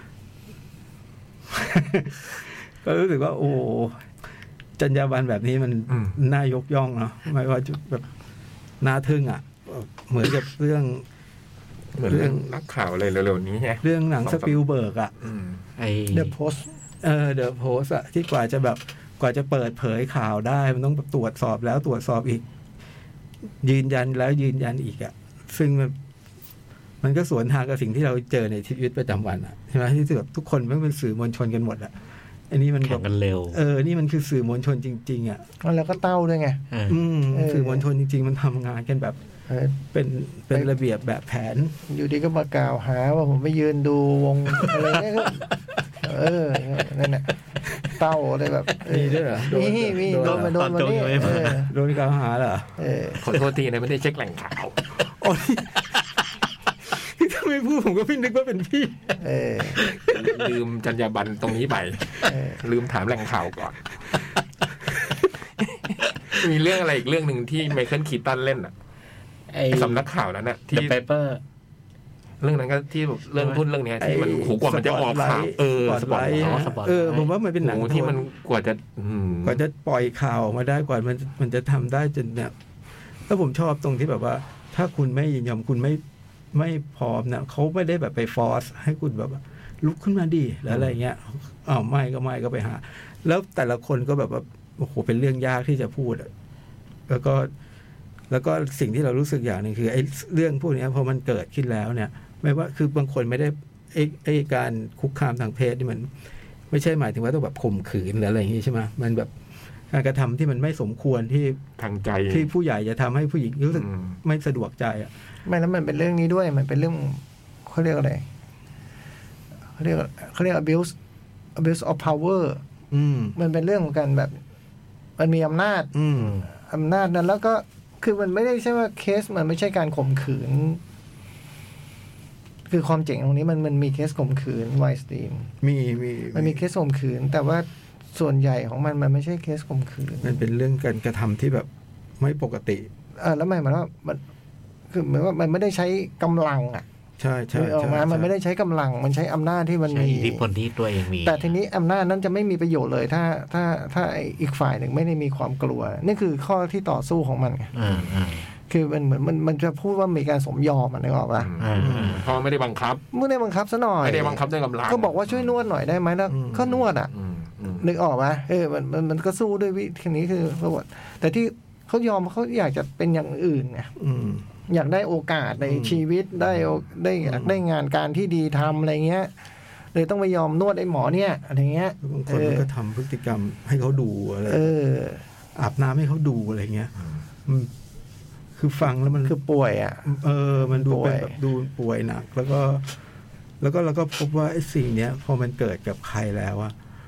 ก็รู้สึกว่าโอ้จรรยาบรรณแบบนี้มันน่ายกย่องเนาะไม่ว่าจะแบบน่าทึ่งอ่ะเหมือนกับเรื่องเหมือนเรื่องนักข่าวอะไรเร็วๆนี้ไงเรื่องหนังสปิลเบิร์กอ่ะไอ้ The Post เออ The Post อ่ะที่กว่าจะแบบกว่าจะเปิดเผยข่าวได้มันต้องตรวจสอบแล้วตรวจสอบอีกยืนยันแล้วยืนยันอีกอ่ะซึ่งมันมันก็สวนทางกับสิ่งที่เราเจอในชีวิตประจำวันอ่ะใช่ไหมที่แบบทุกคนมันเป็นสื่อมวลชนกันหมดอ่ะอันนี้มันแข่งกันเร็วเออนี่มันคือสื่อมวลชนจริงๆอ่ะแล้วก็เต้าด้วยไงอืมสื่อมวลชนจริงๆมันทำงานกันแบบเป็นเป็นระเบียบแบบแผนอยู่ดีก็มากล่าวหาว่าผมไปยืนดูวงอะไรเนี่ยเออนั่นแหละเต้าอะไรแบบมีด้วยเหรอมีมีโดนมาโดนมานี่โดนกล่าวหาเหรอขอโทษทีนะไม่ได้เช็คแหล่งข่าวโอ้ยที่ทำไมพูดผมก็พี่นึกว่าเป็นพี่ลืมจรรยาบรรณตรงนี้ไปลืมถามแหล่งข่าวก่อนมีเรื่องอะไรอีกเรื่องหนึ่งที่ไมเคิลคีตันเล่นอ่ะสำนักข่าวนั้นน่ะที่ The Paper เรื่องนั้นก็ที่เรื่องทุ่นเรื่องนี้ที่มันโหกว่ามันจะออกข่าวเออสปอร์ตเออผมว่ามันเป็นหนังที่มันกว่าจะกว่าจะปล่อยข่าวออกมาได้กว่ามันมันจะทำได้จนเนี่ยแล้วผมชอบตรงที่แบบว่าถ้าคุณไม่ยินยอมคุณไม่ไม่พร้อมนะเขาไม่ได้แบบไปฟอร์สให้คุณแบบลุกขึ้นมาดีแล้วอะไรเงี้ยอ้าวไม่ก็ไม่ก็ไปหาแล้วแต่ละคนก็แบบว่าโอ้โหเป็นเรื่องยากที่จะพูดแล้วก็แล้วก็สิ่งที่เรารู้สึกอย่างหนึ่งคือไอ้เรื่องพวกนี้พอมันเกิดขึ้นแล้วเนี่ยไม่ว่าคือบางคนไม่ได้ไอ้ไอ้การคุกคามทางเพศนี่มันไม่ใช่หมายถึงว่าต้องแบบข่มขืนหรืออะไรอย่างนี้ใช่ไหมมันแบบการกระทำที่มันไม่สมควรที่ทางใจที่ผู้ใหญ่จะทำให้ผู้หญิงรู้สึกไม่สะดวกใจอ่ะไม่แล้วมันเป็นเรื่องนี้ด้วยมันเป็นเรื่องเขาเรียกอะไรเขาเรียกเขาเรียก abuse abuse of power มันเป็นเรื่องของการแบบมันมีอำนาจอำนาจนั้นแล้วก็คือมันไม่ได้ใช่ว่าเคสมันไม่ใช่การข่มขืนคือความเจ๋งตรงนี้มันมันมีเคสข่มขืนไวน์สตีนมีมีมันมีเคสข่มขืนแต่ว่าส่วนใหญ่ของมันมันไม่ใช่เคสข่มขืนมันเป็นเรื่องการกระทำที่แบบไม่ปกติอ่าแล้วหมายว่ามันคือหมายว่ามันไม่ได้ใช้กำลังอ่ะใช่ใช่ออกมามันไม่ได้ใช้กำลังมันใช้อำนาจที่มันมีอิทธิพลที่ตัวเองมีแต่ทีนี้อำนาจนั้นจะไม่มีประโยชน์เลยถ้าถ้าถ้าอีกฝ่ายหนึ่งไม่ได้มีความกลัวนี่คือข้อที่ต่อสู้ของมันไงคือมันเหมือนมันมันจะพูดว่ามีการสมยอมมันนึกออกป่ะเพราะไม่ได้บังคับไม่ได้บังคับซะหน่อยไม่ได้บังคับด้วยกำลังก็บอกว่าช่วยนวดหน่อยได้ไหมแล้วก็นวดอ่ะนึกออกป่ะเออมันมันมันก็สู้ด้วยวิธีนี้คือเขาบอกแต่ที่เขายอมเขาอยากจะเป็นอย่างอื่นไงอยากได้โอกาสในชีวิตได้ได้อยากได้งานการที่ดีทำอะไรเงี้ยเลยต้องไปยอมนวดไอ้หมอเนี่ยอะไรเงี้ยบางคนก็ทำพฤติกรรมให้เขาดูอะไรอาบน้ำให้เขาดูอะไรเงี้ยคือฟังแล้วมันคือป่วยอ่ะเออมันดูเป็นแบบดูป่วยหนักแล้วก็แล้วก็เราก็พบว่าไอ้สิ่งเนี้ยพอมันเกิดกับใครแล้วอะ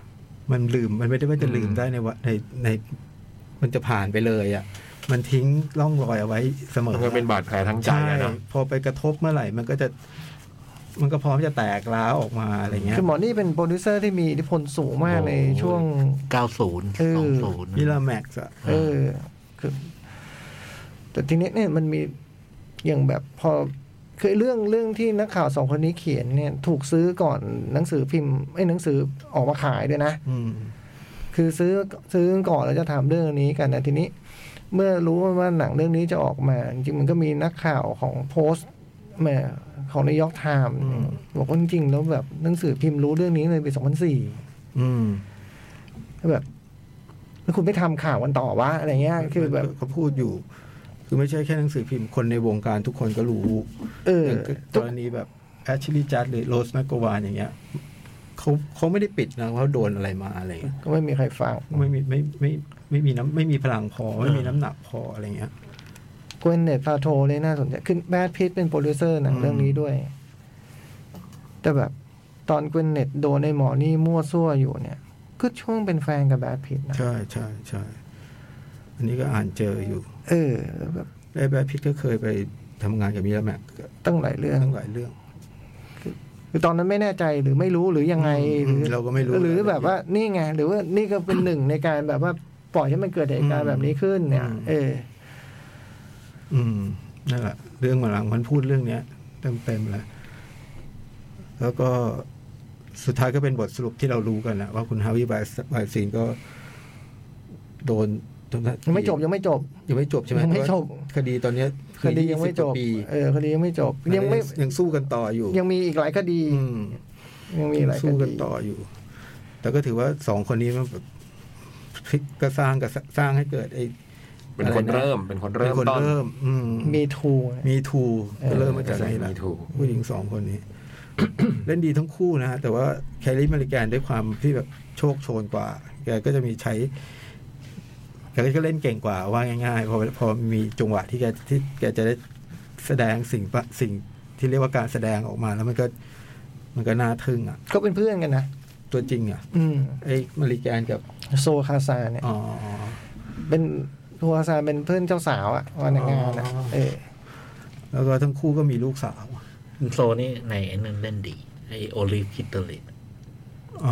มันลืมมันไม่ได้ว่าจะลืมได้ในวะในในมันจะผ่านไปเลยอ่ะมันทิ้งร่องรอยเอาไว้เสมอมันก็เป็นบาดแผลทั้งใจอะเนาะพอไปกระทบเมื่อไหร่มันก็จะมันก็พร้อมจะแตกร้าวออกมาอะไรเงี้ยคือหมอนี่เป็นโปรดิวเซอร์ที่มีอิทธิพลสูงมากในช่วงเก้าสิบ สองสิบมิลาแม็กซ์อ่ะเออคือแต่ทีนี้เนี่ยมันมีอย่างแบบพอคือเรื่องเรื่องที่นักข่าวสองคนนี้เขียนเนี่ยถูกซื้อก่อนหนังสือพิมพ์ไอ้หนังสือออกมาขายด้วยนะคือซื้อซื้อก่อนแล้วจะทำเรื่องนี้กันนะทีนี้เมื่อรู้ว่าหนังเรื่องนี้จะออกมาจริงๆมันก็มีนักข่าวของโพสต์แม่ของนิวยอร์กไทม์บอกว่าจริงๆแล้วแบบหนังสือพิมพ์รู้เรื่องนี้ในปีสองพันสี่อืมแบบแล้วคุณไม่ทำข่าวกันต่อวะอะไรเงี้ยคือแบบเขาพูดอยู่คือไม่ใช่แค่หนังสือพิมพ์คนในวงการทุกคนก็รู้เออกรณีแบบแอชลีย์จัดหรือโรสแมคโกวานอย่างเงี้ยเขาเขาไม่ได้ปิดนะว่าโดนอะไรมาอะไรก็ไม่มีใครฟังไม่มีไม่ไม่ไม่มีน้ำไม่มีพลังพอไม่มีน้ำหนักพออะไรเงี้ยเกวนเนตพาโทเลยน่าสนใจคือแบดพิตเป็นโปรดิวเซอร์หนังเรื่องนี้ด้วยแต่แบบตอนเกวนเนตโดนในหมอนี่มั่วซั่วอยู่เนี่ยก็ช่วงเป็นแฟนกับแบดพิตนะใช่ใช่ใช่อันนี้ก็อ่านเจออยู่เออแบบไอ้แบดพิตก็เคยไปทำงานกับมิลาแม็กตั้งหลายเรื่องตั้งหลายเรื่องคือตอนนั้นไม่แน่ใจหรือไม่รู้หรือยังไงหรือเราก็ไม่รู้หรือแบบว่านี่ไงหรือว่านี่ก็เป็นหนึ่งในการแบบว่าปล่อยให้มันเกิดเหตุการณ์แบบนี้ขึ้นเนี่ยเอออืมนั่นแหละเรื่องมาหลังมันพูดเรื่องเนี้ยเต็มๆเลยแล้วก็สุดท้ายก็เป็นบทสรุปที่เรารู้กันนะว่าคุณฮาวิไวน์สไตน์ก็โดนยังไม่จบยังไม่จบยังไม่จบใช่ไหมยังไม่จบคดีตอนนี้คดียังไม่จบเออคดียังไม่จบยังไม่ยังสู้กันต่ออยู่ยังมีอีกหลายคดียังมีหลายคดีสู้กันต่ออยู่แต่ก็ถือว่าสองคนนี้มันพลิกก็สร้างกับสร้างให้เกิดไอ้เป็นคนเริ่มเป็นคนเริ่มต้นมีทูมีทูก็เริ่มมาจากนี้แหละผู้หญิงสองคนนี้เล่นดีทั้งคู่นะฮะแต่ว่าแคลรี่มาริแกนด้วยความที่แบบโชคโชนกว่าแกก็จะมีใช้แกก็เล่นเก่งกว่าว่าง่ายๆพอพอมีจังหวะที่แกที่แกจะได้แสดงสิ่งสิ่งที่เรียกว่าการแสดงออกมาแล้วมันก็มันก็น่าทึ่งอ่ะก็เป็นเพื่อนกันนะตัวจริงอ่ะไอ้มาริแกนกับโซคาซาเนี่ยอ๋อเป็นโซคาซาเป็นเพื่อนเจ้าสาวอ่ะวันงานนะเออแล้วก็ทั้งคู่ก็มีลูกสาวโซนี่ในไอ้นั่นเล่นดีไอ้โอลิฟคิตเตอร์ลิตอ๋อ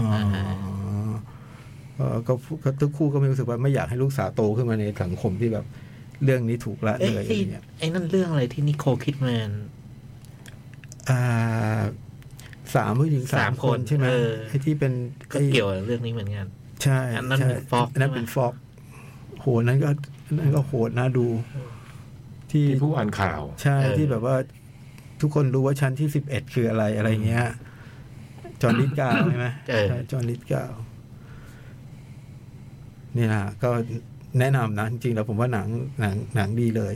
ก็ก็ทุกคู่ก็มีรู้สึกว่าไม่อยากให้ลูกสาวโตขึ้นมาในสังคมที่แบบเรื่องนี้ถูกละเลยอะไรเงี้ยไอ้นั่นเรื่องอะไรที่นิโคลคิดแมนอ่าสามผู้หญิงสามคนใช่ไหมไอ้ที่เป็นก็เกี่ยวเรื่องนี้เหมือนกันใช่อันนั้นเป็นฟอกอันนั้นเป็นฟอกโหนั้นก็นั้นก็โหดน่าดูที่ผู้อ่านข่าวใช่ที่แบบว่าทุกคนรู้ว่าชั้นที่สิบเอ็ดคืออะไรอะไรเงี้ยจอห์นลิทกาวใช่ไหมใช่จอห์นลิทกาวนี่นะก็แนะนำนะจริงๆแล้วผมว่าหนังหนังหนังดีเลย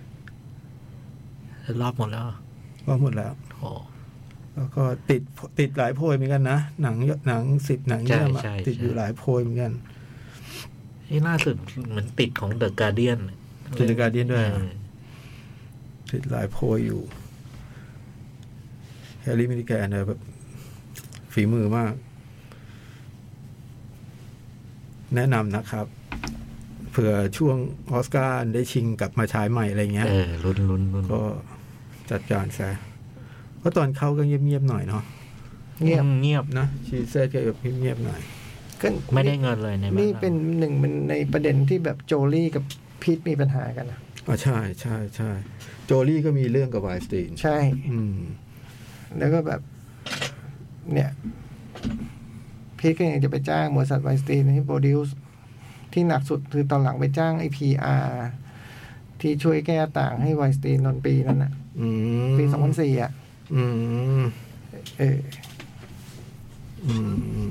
รอบหมดแล้วรอบหมดแล้วโอ้แล้วก็ติดติดหลายโพยเหมือนกันนะหนังหนังสิบหนังเยอะมากติดอยู่หลายโพยเหมือนกันที่ล่าสุดเหมือนติดของเดอะการ์เดียนติดเดอะการ์เดียนด้วยติดหลายโพยอยู่แฮร์รี่มิลลิแกนเนี่ยแบบฝีมือมากแนะนำนะครับเผื่อช่วงออสการ์ได้ชิงกลับมาฉายใหม่อะไรเงี้ยเออลุ้นลุ้นลุ้นก็จัดการซะเพราะตอนเข้าก็เงียบๆหน่อยเนาะเงียบเงียบนะชีเซ่ก็แบบเงียบๆหน่อยก็ไม่ได้เงินเลยในนี่เป็นหนึ่งมันในประเด็นที่แบบโจลี่กับพีทมีปัญหากันนะอ๋อใช่ใช่ใช่โจลี่ก็มีเรื่องกับไวน์สไตน์ใช่อืมแล้วก็แบบเนี่ยพีทก็ยังจะไปจ้างบริษัทไวน์สไตน์ให้โปรดิวซ์ที่หนักสุดคือตอนหลังไปจ้างไอพีอาร์ที่ช่วยแก้ต่างให้ไวน์สไตน์นนปีนั้นน่ะปีสองพันสี่อ่ะอืมเอออืม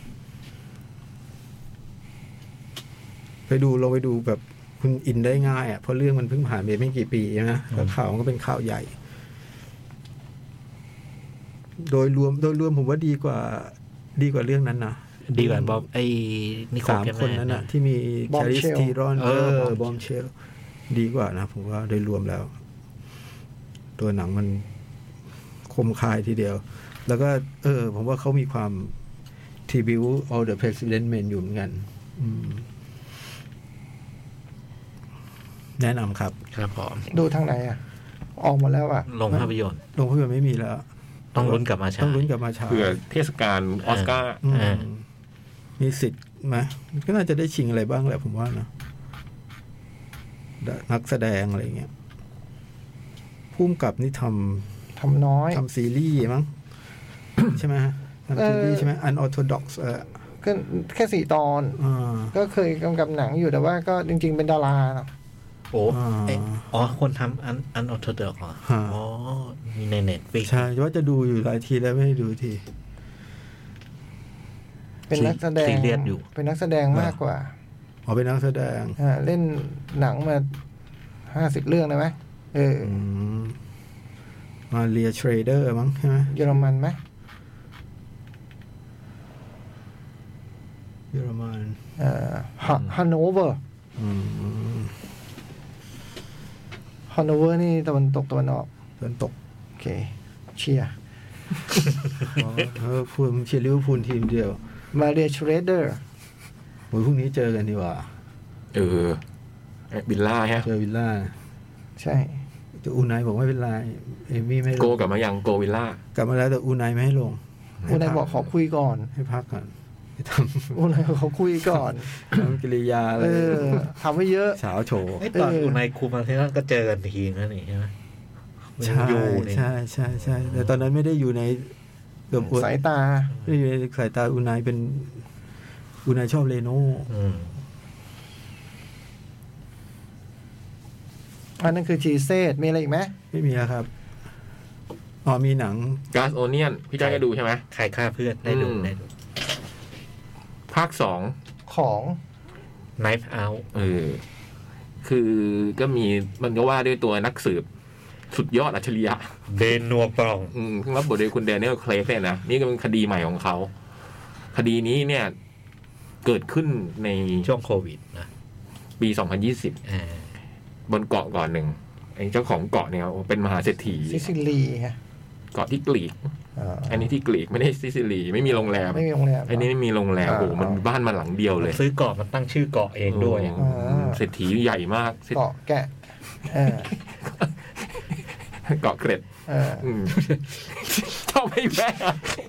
ไปดูเราไปดูแบบคุณอินได้ง่ายอ่ะเพราะเรื่องมันเพิ่งผ่านไปไม่กี่ปีใช่ไหมแล้วข่าวมันก็เป็นข่าวใหญ่โดยรวมโดยรวมผมว่าดีกว่าดีกว่าเรื่องนั้นนะดีกว่าบอมไอ้นิโคลสามคนนั้นน่ะที่มีชาริสทีรอนเออบอมเชลดีกว่านะผมว่าโดยรวมแล้วตัวหนังมันคมคายทีเดียวแล้วก็เออผมว่าเขามีความ Tribute All the President Men อยู่เหมือนกันแนะนำครับครับผมดูทางไหนอ่ะออกมาแล้วอ่ะลงภาพยนตร์ลงภาพยนตร์ไม่มีแล้วต้องลุ้นกลับมาฉายต้องลุ้นกลับมาฉายเพื่อเทศกาลออสการ์มีสิทธิ์ไหมก็น่าจะได้ชิงอะไรบ้างแหละผมว่านะนักแสดงอะไรเงี้ยพุ่มกับนี่ทำทำน้อยทำซีรีส์มั้ง ใช่ไหมทำซีรีส์ใช่ไหม Unorthodox เออก็แค่สี่ตอนก็เคยกำกับหนังอยู่แต่ว่าก็จริงๆเป็นดาราโอ้อ๋อคนทำอันอันออโทเดอร์อ๋อมีในเน็ตฟิกใช่ว่าจะดูอยู่หลายทีแล้วไม่ได้ดูทีเป็นนักแสดงอยู่เป็นนักแสดงมากกว่าอ๋อเป็นนักแสดงอ่าเล่นหนังมาห้าสิบเรื่องได้ไหมเออมาเรียเทรเดอร์มั้งใช่ไหมเยอรมันไหมเยอรมันเอ่อฮันโนเวอร์ฮันโนเวอร์นี่ตะวันตกตะวันออกตะวันตกโอเคเชียร์เออพูดเชียร์ลิเวอร์พูลทีมเดียวมาเรียเทรเดอร์โอ้ยพรุ่งนี้เจอกันดีกว่าเออวิลล่าฮะเจอวิลล่าใช่แต่อูไนบอกไม่เป็นไรเอมี่ไม่โกกลับมายังโกวิลล่ากลับมาแล้วแต่อูไนไม่ให้ลงอูไนบอกขอคุยก่อนให้พักก่อนทำอูไนเขาคุยก่อนทำกิริยาเลยทำไว้เยอะสาวโฉไอ้ตอนอูไนคุมมาที่นั่นก็เจอกันทีนั่นนี่ใช่ไหมใช่ใช่ใช่ใช่แต่ตอนนั้นไม่ได้อยู่ในสายตาไม่ได้อยู่ในสายตาอูไนเป็นอูไนชอบเรโน่อันนั้นคือจีเซตมีอะไรอีกไหมไม่มีแล้วครับอ๋อมีหนังกาสโอเนียนพี่จ้าได้ดูใช่ไหมใครฆ่าเพื่อนได้ดูได้ดูภาคสองของ Knife Out เออคือก็มีมันก็ว่าด้วยตัวนักสืบสุดยอดอัจฉริยะเดนนัวปรองอืมรับบทโดยคุณแดเนียล เครกเนี่ยนะนี่ก็เป็นคดีใหม่ของเขาคดีนี้เนี่ยเกิดขึ้นในช่วงโควิดนะปีสองพันยี่สิบบนเกาะเกาะหนึ่งไอ้เจ้าของเกาะเนี่ยเป็นมหาเศรษฐีซิซิลีฮะเกาะที่กรีกอันนี้ที่กรีกไม่ได้ซิซิลีไม่มีโรงแรมไม่มีโรงแรมอันนี้ไม่มีโรงแรมโอ้มันบ้านมาหลังเดียวเลยซื้อเกาะมันตั้งชื่อเกาะเองด้วยเศรษฐีใหญ่มากเกาะแกะเกาะเกร็ดชอบให้แม่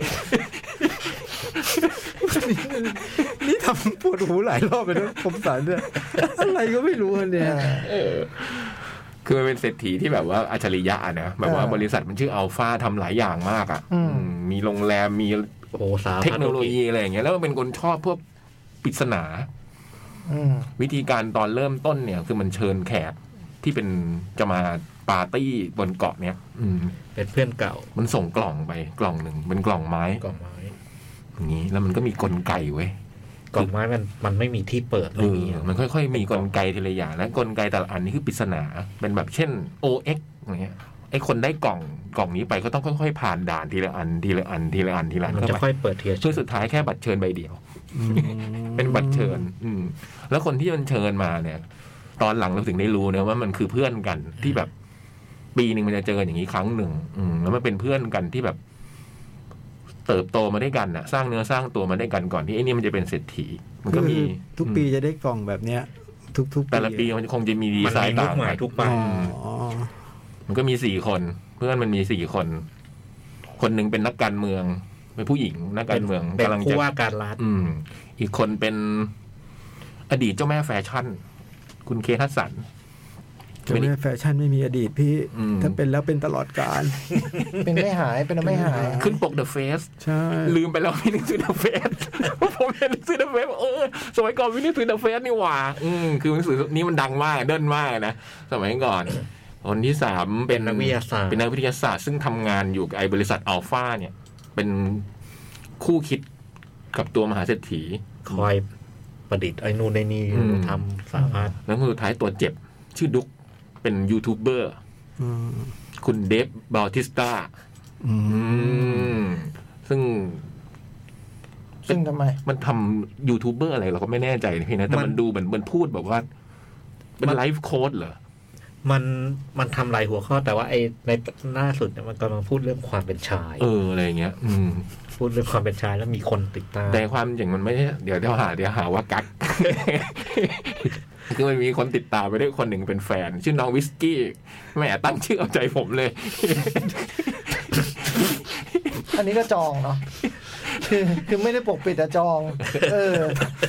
นี่ทำปวดหูหลายรอบไปด้วยผมสารเนี่ยอะไรก็ไม่รู้เนี่ยคือมันเป็นเศรษฐีที่แบบว่าอัจฉริยะนะแบบว่าบริษัทมันชื่ออัลฟาทำหลายอย่างมากอ่ะมีโรงแรมมีเทคโนโลยีอะไรอย่างเงี้ยแล้วมันเป็นคนชอบพวกปริศนาวิธีการตอนเริ่มต้นเนี่ยคือมันเชิญแขกที่เป็นจะมาปาร์ตี้บนเกาะเนี้ยเป็นเพื่อนเก่ามันส่งกล่องไปกล่องหนึ่งเป็นกล่องไม้กล่องไม้อย่างนี้แล้วมันก็มีกลไกเว้ยกล่องไม้มันมันไม่มีที่เปิดไม่มีมันค่อยๆมีกลไกทีละอย่างแล้วกลไกแต่ละอันนี้คือปริศนาเป็นแบบเช่น โอ เอ็กซ์ อย่างเงี้ยไอ้คนได้กล่องกล่องนี้ไปก็ต้องค่อยๆผ่านด่านทีละอันทีละอันทีละอันทีละอันมันจะค่อยเปิดเทียร์จนสุดท้ายแค่บัตรเชิญใบเดียวเป็นบัตรเชิญอืมแล้วคนที่มันเชิญมาเนี่ยตอนหลังเราถึงได้รู้นะว่ามันคือเพื่อนกันที่แบบปีหนึ่งมันจะเจออย่างนี้ครั้งหนึ่งอืมแล้วมันเป็นเพื่อนกันที่แบบเติบโตมาได้กันน่ะสร้างเนื้อสร้างตัวมาได้กันก่อนที่ไอ้นี่มันจะเป็นเศรษฐีมันก็มีทุกปีจะได้กล่องแบบเนี้ยทุกๆแต่ละปีมันคงจะมีดีไซน์ต่างกันทุกปีมันก็มีสี่คนเพื่อนมันมีสี่คนคนหนึ่งเป็นนักการเมืองเป็นผู้หญิงนักการเมืองกำลังจะว่าการรัฐอืมอีกคนเป็นอดีตเจ้าแม่แฟชั่นคุณเคทัศน์เจ้าแม่แฟชั่นไม่มีอดีตพี่ถ้าเป็นแล้วเป็นตลอดกาลเป็นไม่หายเป็นไม่หายขึ้นปกเดอะเฟสใช่ลืมไปแล้วพี่นึกซื้อเดอะเฟสผมเห็นซื้อเดอะเฟสเออสมัยก่อนพี่นึกซื้อเดอะเฟสนี่หว่าอืมคือหนังสือนี้มันดังมากเด่นมากนะสมัยก่อนคนที่สามเป็นนักวิทยาศาสตร์เป็นนักวิทยาศาสตร์ซึ่งทำงานอยู่กับไอ้บริษัทอัลฟาเนี่ยเป็นคู่คิดกับตัวมหาเศรษฐีคอยประดิษฐ์ไอ้นู่นไอ้นี่ทำสามารถแล้วสุดท้ายตัวเจ็บชื่อดุ๊กเป็นยูทูบเบอร์คุณเดฟบาลติสตาซึ่งซึ่งทำไมมันทำยูทูบเบอร์อะไรเราก็ไม่แน่ใจพี่นะแต่มันดูเหมือนมันพูดแบบว่าเป็นไลฟ์โค้ดเหรอมันมันทำหลายหัวข้อแต่ว่าไอ้ในล่าสุดเนี่ยมันกำลังพูดเรื่องความเป็นชายเอออะไรอย่างเงี้ย อืมพูดเรื่องความเป็นชายแล้วมีคนติดตามแต่ความจริงมันไม่ใช่เดี๋ยวเดี๋ยวหาเดี๋ยวหาว่ากัก คือมันมีคนติดตามไปด้วยคนหนึ่งเป็นแฟนชื่อน้องวิสกี้แหมตั้งชื่อเอาใจผมเลยอันนี้ก็จองเนาะคือคือไม่ได้ปกปิดแต่จอง เออ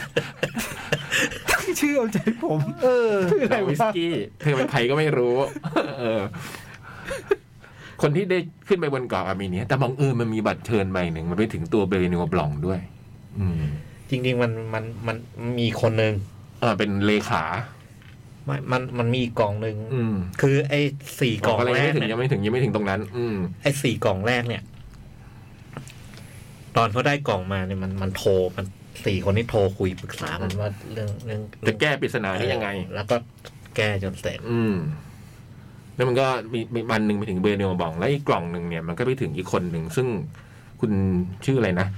ตั้งชื่อเอาใจผมเออน้องวิสกี้เธอเป็นใครก็ไม่รู้ เออ คนที่ได้ขึ้นไปบนเกาะอาร์เมเนียแต่บังเอิญมันมีบัตรเชิญใบหนึ่งมันไปถึงตัวเบเรนัวบลองด้วย อืมจริงๆมันมันมันมีคนหนึ่งอ่าเป็นเลขาไม่มันมันมีกล่องหนึ่งอืมคือไอ้สี่กล่องแรกเนี่ยยังไม่ถึงยังไม่ถึงตรงนั้น อืมไอ้สี่กล่องแรกเนี่ยตอนเขาได้กล่องมาเนี่ยมันมันโทรมันสี่คนนี้โทรคุยปรึกษากันว่าเรื่องเรื่องจะแก้ปริศนานี้ยังไงแล้วก็แก้จนเสร็จอืมแล้วมันก็มีมีวันหนึ่งไปถึงเบเรนัวบลองแล้วอีกกล่องหนึ่งเนี่ยมันก็ไปถึงอีกคนหนึ่งซึ่งคุณชื่ออะไรนะ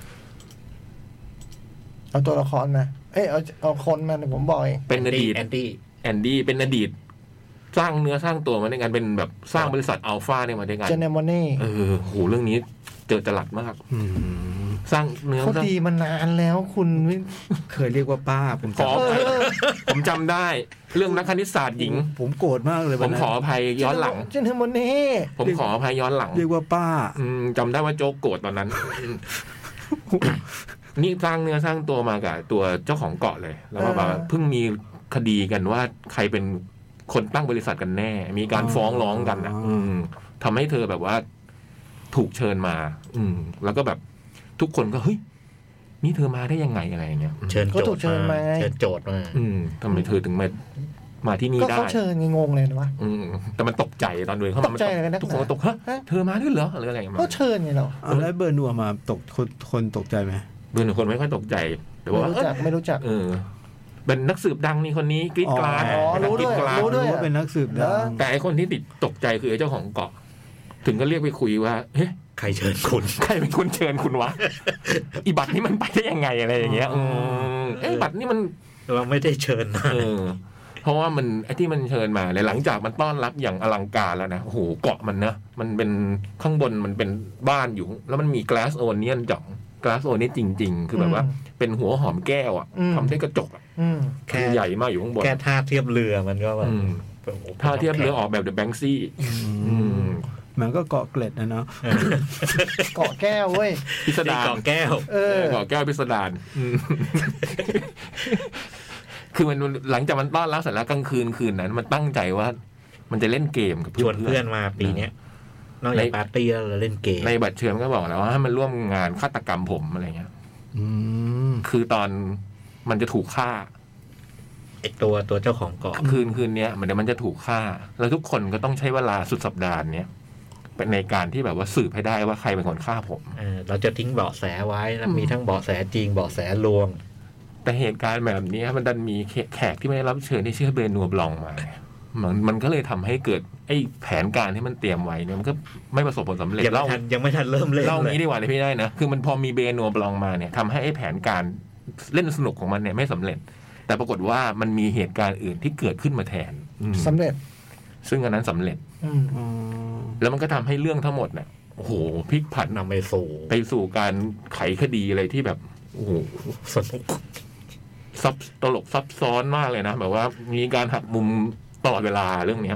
เอาตัวละครมาเอ้ยเอาเอาคนมาผมบอกเองเป็นอดีตแอนดี้แอนดี้เป็นอดีตสร้างเนื้อสร้างตัวมาด้วยกันเป็นแบบสร้างบริษัทอัลฟาเนี่ยมาด้วยกันเจเนมอนี่เออโหเรื่องนี้เจอจลัดมากสร้างเนื้อเขาดีมานานแล้วคุณเคยเรียกว่าป้าผมขออภัยผมจำได้เรื่องนักคณิตศาสตร์หญิงผมโกรธมากเลยผมขออภัยย้อนหลังเจเนมอนี่ผมขออภัยย้อนหลังเรียกว่าป้าจำได้ว่าโจ๊กโกรธตอนนั้นนี่สร้างเนื้อสร้างตัวมากับตัวเจ้าของเกาะเลยแล้วก็แบบเพิ่งมีคดีกันว่าใครเป็นคนตั้งบริษัทกันแน่มีการฟ้องร้องกันอ่ะทำให้เธอแบบว่าถูกเชิญมาอืมแล้วก็แบบทุกคนก็เฮ้ยนี่เธอมาได้ยังไงอะไรอย่างเงี้ยเชิญโจทย์มาเชิญโจทย์มาอืมทำไมเธอถึงมามาที่นี่ได้ก็เขาเชิญงงเลยนะวะอืมแต่มันตกใจตอนเดินเข้ามาทุกคนตกฮะเธอมาด้วยเหรอหรืออะไรก็เชิญไงเราแล้วเบอร์นัวมาตกคนคนตกใจไหมเบอร์นัวคนไม่ค่อยตกใจแต่ว่าไม่รู้จักไม่รู้จักเออเป็นนักสืบดังนี่คนนี้กรี๊ดกราดรู้ด้วยรู้ด้วยว่าเป็นนักสืบดังแต่ไอคนที่ติดตกใจคือไอ้เจ้าของเกาะถึงก็เรียกไปคุยว่าเฮ้ยใครเชิญคุณใครเป็นคนเชิญคุณวะอีบัตรนี่มันไปได้ยังไงอะไรอย่างเงี้ยเอ้บัตรนี่มันเราไม่ได้เชิญนะเพราะว่ามันไอ้ที่มันเชิญมาเลยหลังจากมันต้อนรับอย่างอลังการแล้วนะโอ้โหเกาะมันนะมันเป็นข้างบนมันเป็นบ้านอยู่แล้วมันมี glass onion จ่อง glass onion จริงๆคือแบบว่าเป็นหัวหอมแก้วอ่ะทำด้วยกระจกอ่ะแค่ใหญ่มากอยู่ข้างบนแค่ท่าเทียบเรือมันก็แบบท่าเทียบเรือออกแบบเดอะแบงค์ซี่มันก็เกาะเกล็ดนะเนาะเกาะแก้วเว้ยพิสดารเกาะแก้วเออเกาะแก้วพิสดารคือมันหลังจากมันต้อนรับเสร็จแล้วกลางคืนคืนนั้นมันตั้งใจว่ามันจะเล่นเกมกับเพื่อนชวนเพื่อนมาปีนี้นอกจากปาร์ตี้แล้วเล่นเกมในบัตรเชิญก็บอกแล้วว่าให้มันร่วมงานฆาตกรรมผมอะไรเงี้ยคือตอนมันจะถูกฆ่าไอตัวตัวเจ้าของเกาะคืนคืนนี้มันเดี๋ยวมันจะถูกฆ่าแล้วทุกคนก็ต้องใช้เวลาสุดสัปดาห์เนี้ยเป็นในการที่แบบว่าสืบให้ได้ว่าใครเป็นคนฆ่าผมเออเราจะทิ้งเบาะแสไว้แล้วมีทั้งเบาะแสจริงเบาะแสลวงแต่เหตุการณ์แบบนี้มันดันมีแขกที่ไม่ได้รับเชิญที่ชื่อเบนัวบลองมามันมันก็เลยทำให้เกิดไอ้แผนการที่มันเตรียมไว้เนี่ยมันก็ไม่ประสบผลสำเร็จเล่ายังไม่ทันเริ่มเล่นเล่างี้ดีกว่าเลยพี่ได้นะคือมันพอมีเบนัวบลองมาเนี่ยทำให้ไอ้แผนการเล่นสนุกของมันเนี่ยไม่สำเร็จแต่ปรากฏว่ามันมีเหตุการณ์อื่นที่เกิดขึ้นมาแทนสำเร็จซึ่งอันนั้นสำเร็จแล้วมันก็ทำให้เรื่องทั้งหมดเนี่ยโอ้โหพลิกผันนำไปสู่ไปสู่การไขคดีอะไรที่แบบโอ้โหสนุกซับตลกซับซ้อนมากเลยนะแบบว่ามีการหักมุมตลอดเวลาเรื่องนี้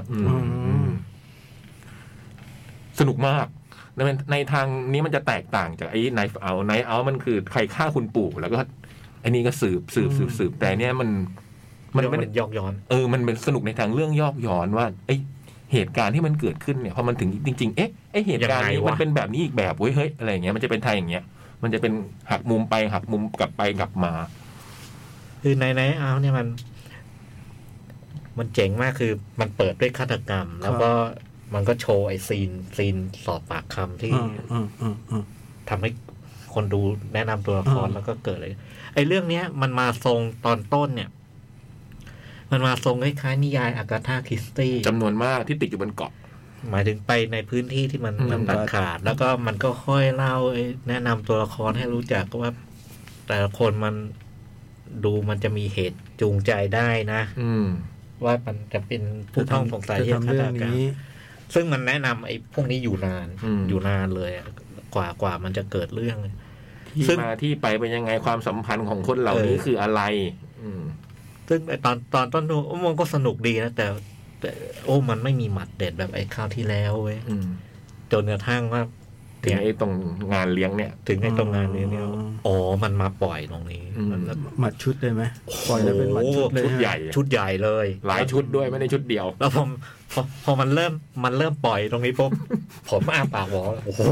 สนุกมากในในทางนี้มันจะแตกต่างจากไอ้ไนฟ์เอาไนฟ์เอามันคือใครฆ่าคุณปู่แล้วก็ไอ้นี่ก็สืบสืบสืบสืบแต่เนี้ยมันมันมันยอกย้อนเออมันเป็นสนุกในทางเรื่องยอกย้อนว่าไอ้เหตุการณ์ที่มันเกิดขึ้นเนี่ยพอมันถึงจริงๆเอ๊ะไอ้เหตุการณ์นี้มันเป็นแบบนี้อีกแบบเว้ยเฮ้ยอะไรอย่างเงี้ยมันจะเป็นไทยอย่างเงี้ยมันจะเป็นหักมุมไปหักมุมกลับไปกลับมาคือในในเอาเนี่ยมันมันเจ๋งมากคือมันเปิดด้วยฆาตกรรมแล้วก็มันก็โชว์ไอซีนซีนสอบปากคำที่ทำให้คนดูแนะนำตัวละครแล้วก็เกิดอะไรไอเรื่องเนี้ยมันมาทรงตอนต้นเนี่ยมันมาทรงคล้ายๆนิยายอากาธาคริสตี้จำนวนมากที่ติดอยู่บนเกาะหมายถึงไปในพื้นที่ที่มันมันตัดขาดแล้วก็มันก็ค่อยเล่าแนะนำตัวละครให้รู้จักว่าแต่ละคนมันดูมันจะมีเหตุจูงใจได้นะอืมว่ามันจะเป็นผู้ต้องสงสัยที่ทำเรื่องนี้ซึ่งมันแนะนำไอ้พวกนี้อยู่นานอยู่นานเลยกว่ากว่ามันจะเกิดเรื่องที่มาที่ไปเป็นยังไงความสัมพันธ์ของคนเหล่านี้คืออะไรซึ่งตอนตอนต้นดูมันก็สนุกดีนะแต่แต่โอ้มันไม่มีหมัดเด็ดแบบไอ้คราวที่แล้วเว้ยจนกระทั่งว่าถึงไอ้ตรงงานเลี้ยงเนี่ยถึงไอ้ตรงงานเลี้ยงเนี่ยอ๋อมันมาปล่อยตรงนี้หมัดชุดได้ไหมปล่อยแล้วเป็นหมัดชุดเลยชุดใหญ่ชุดใหญ่เลยหลายชุดด้วยไม่ได้ชุดเดียวแล้วผมพอพอมันเริ่มมันเริ่มปล่อยตรงนี้ปุ๊บผมอ้าปากบอกโอ้โห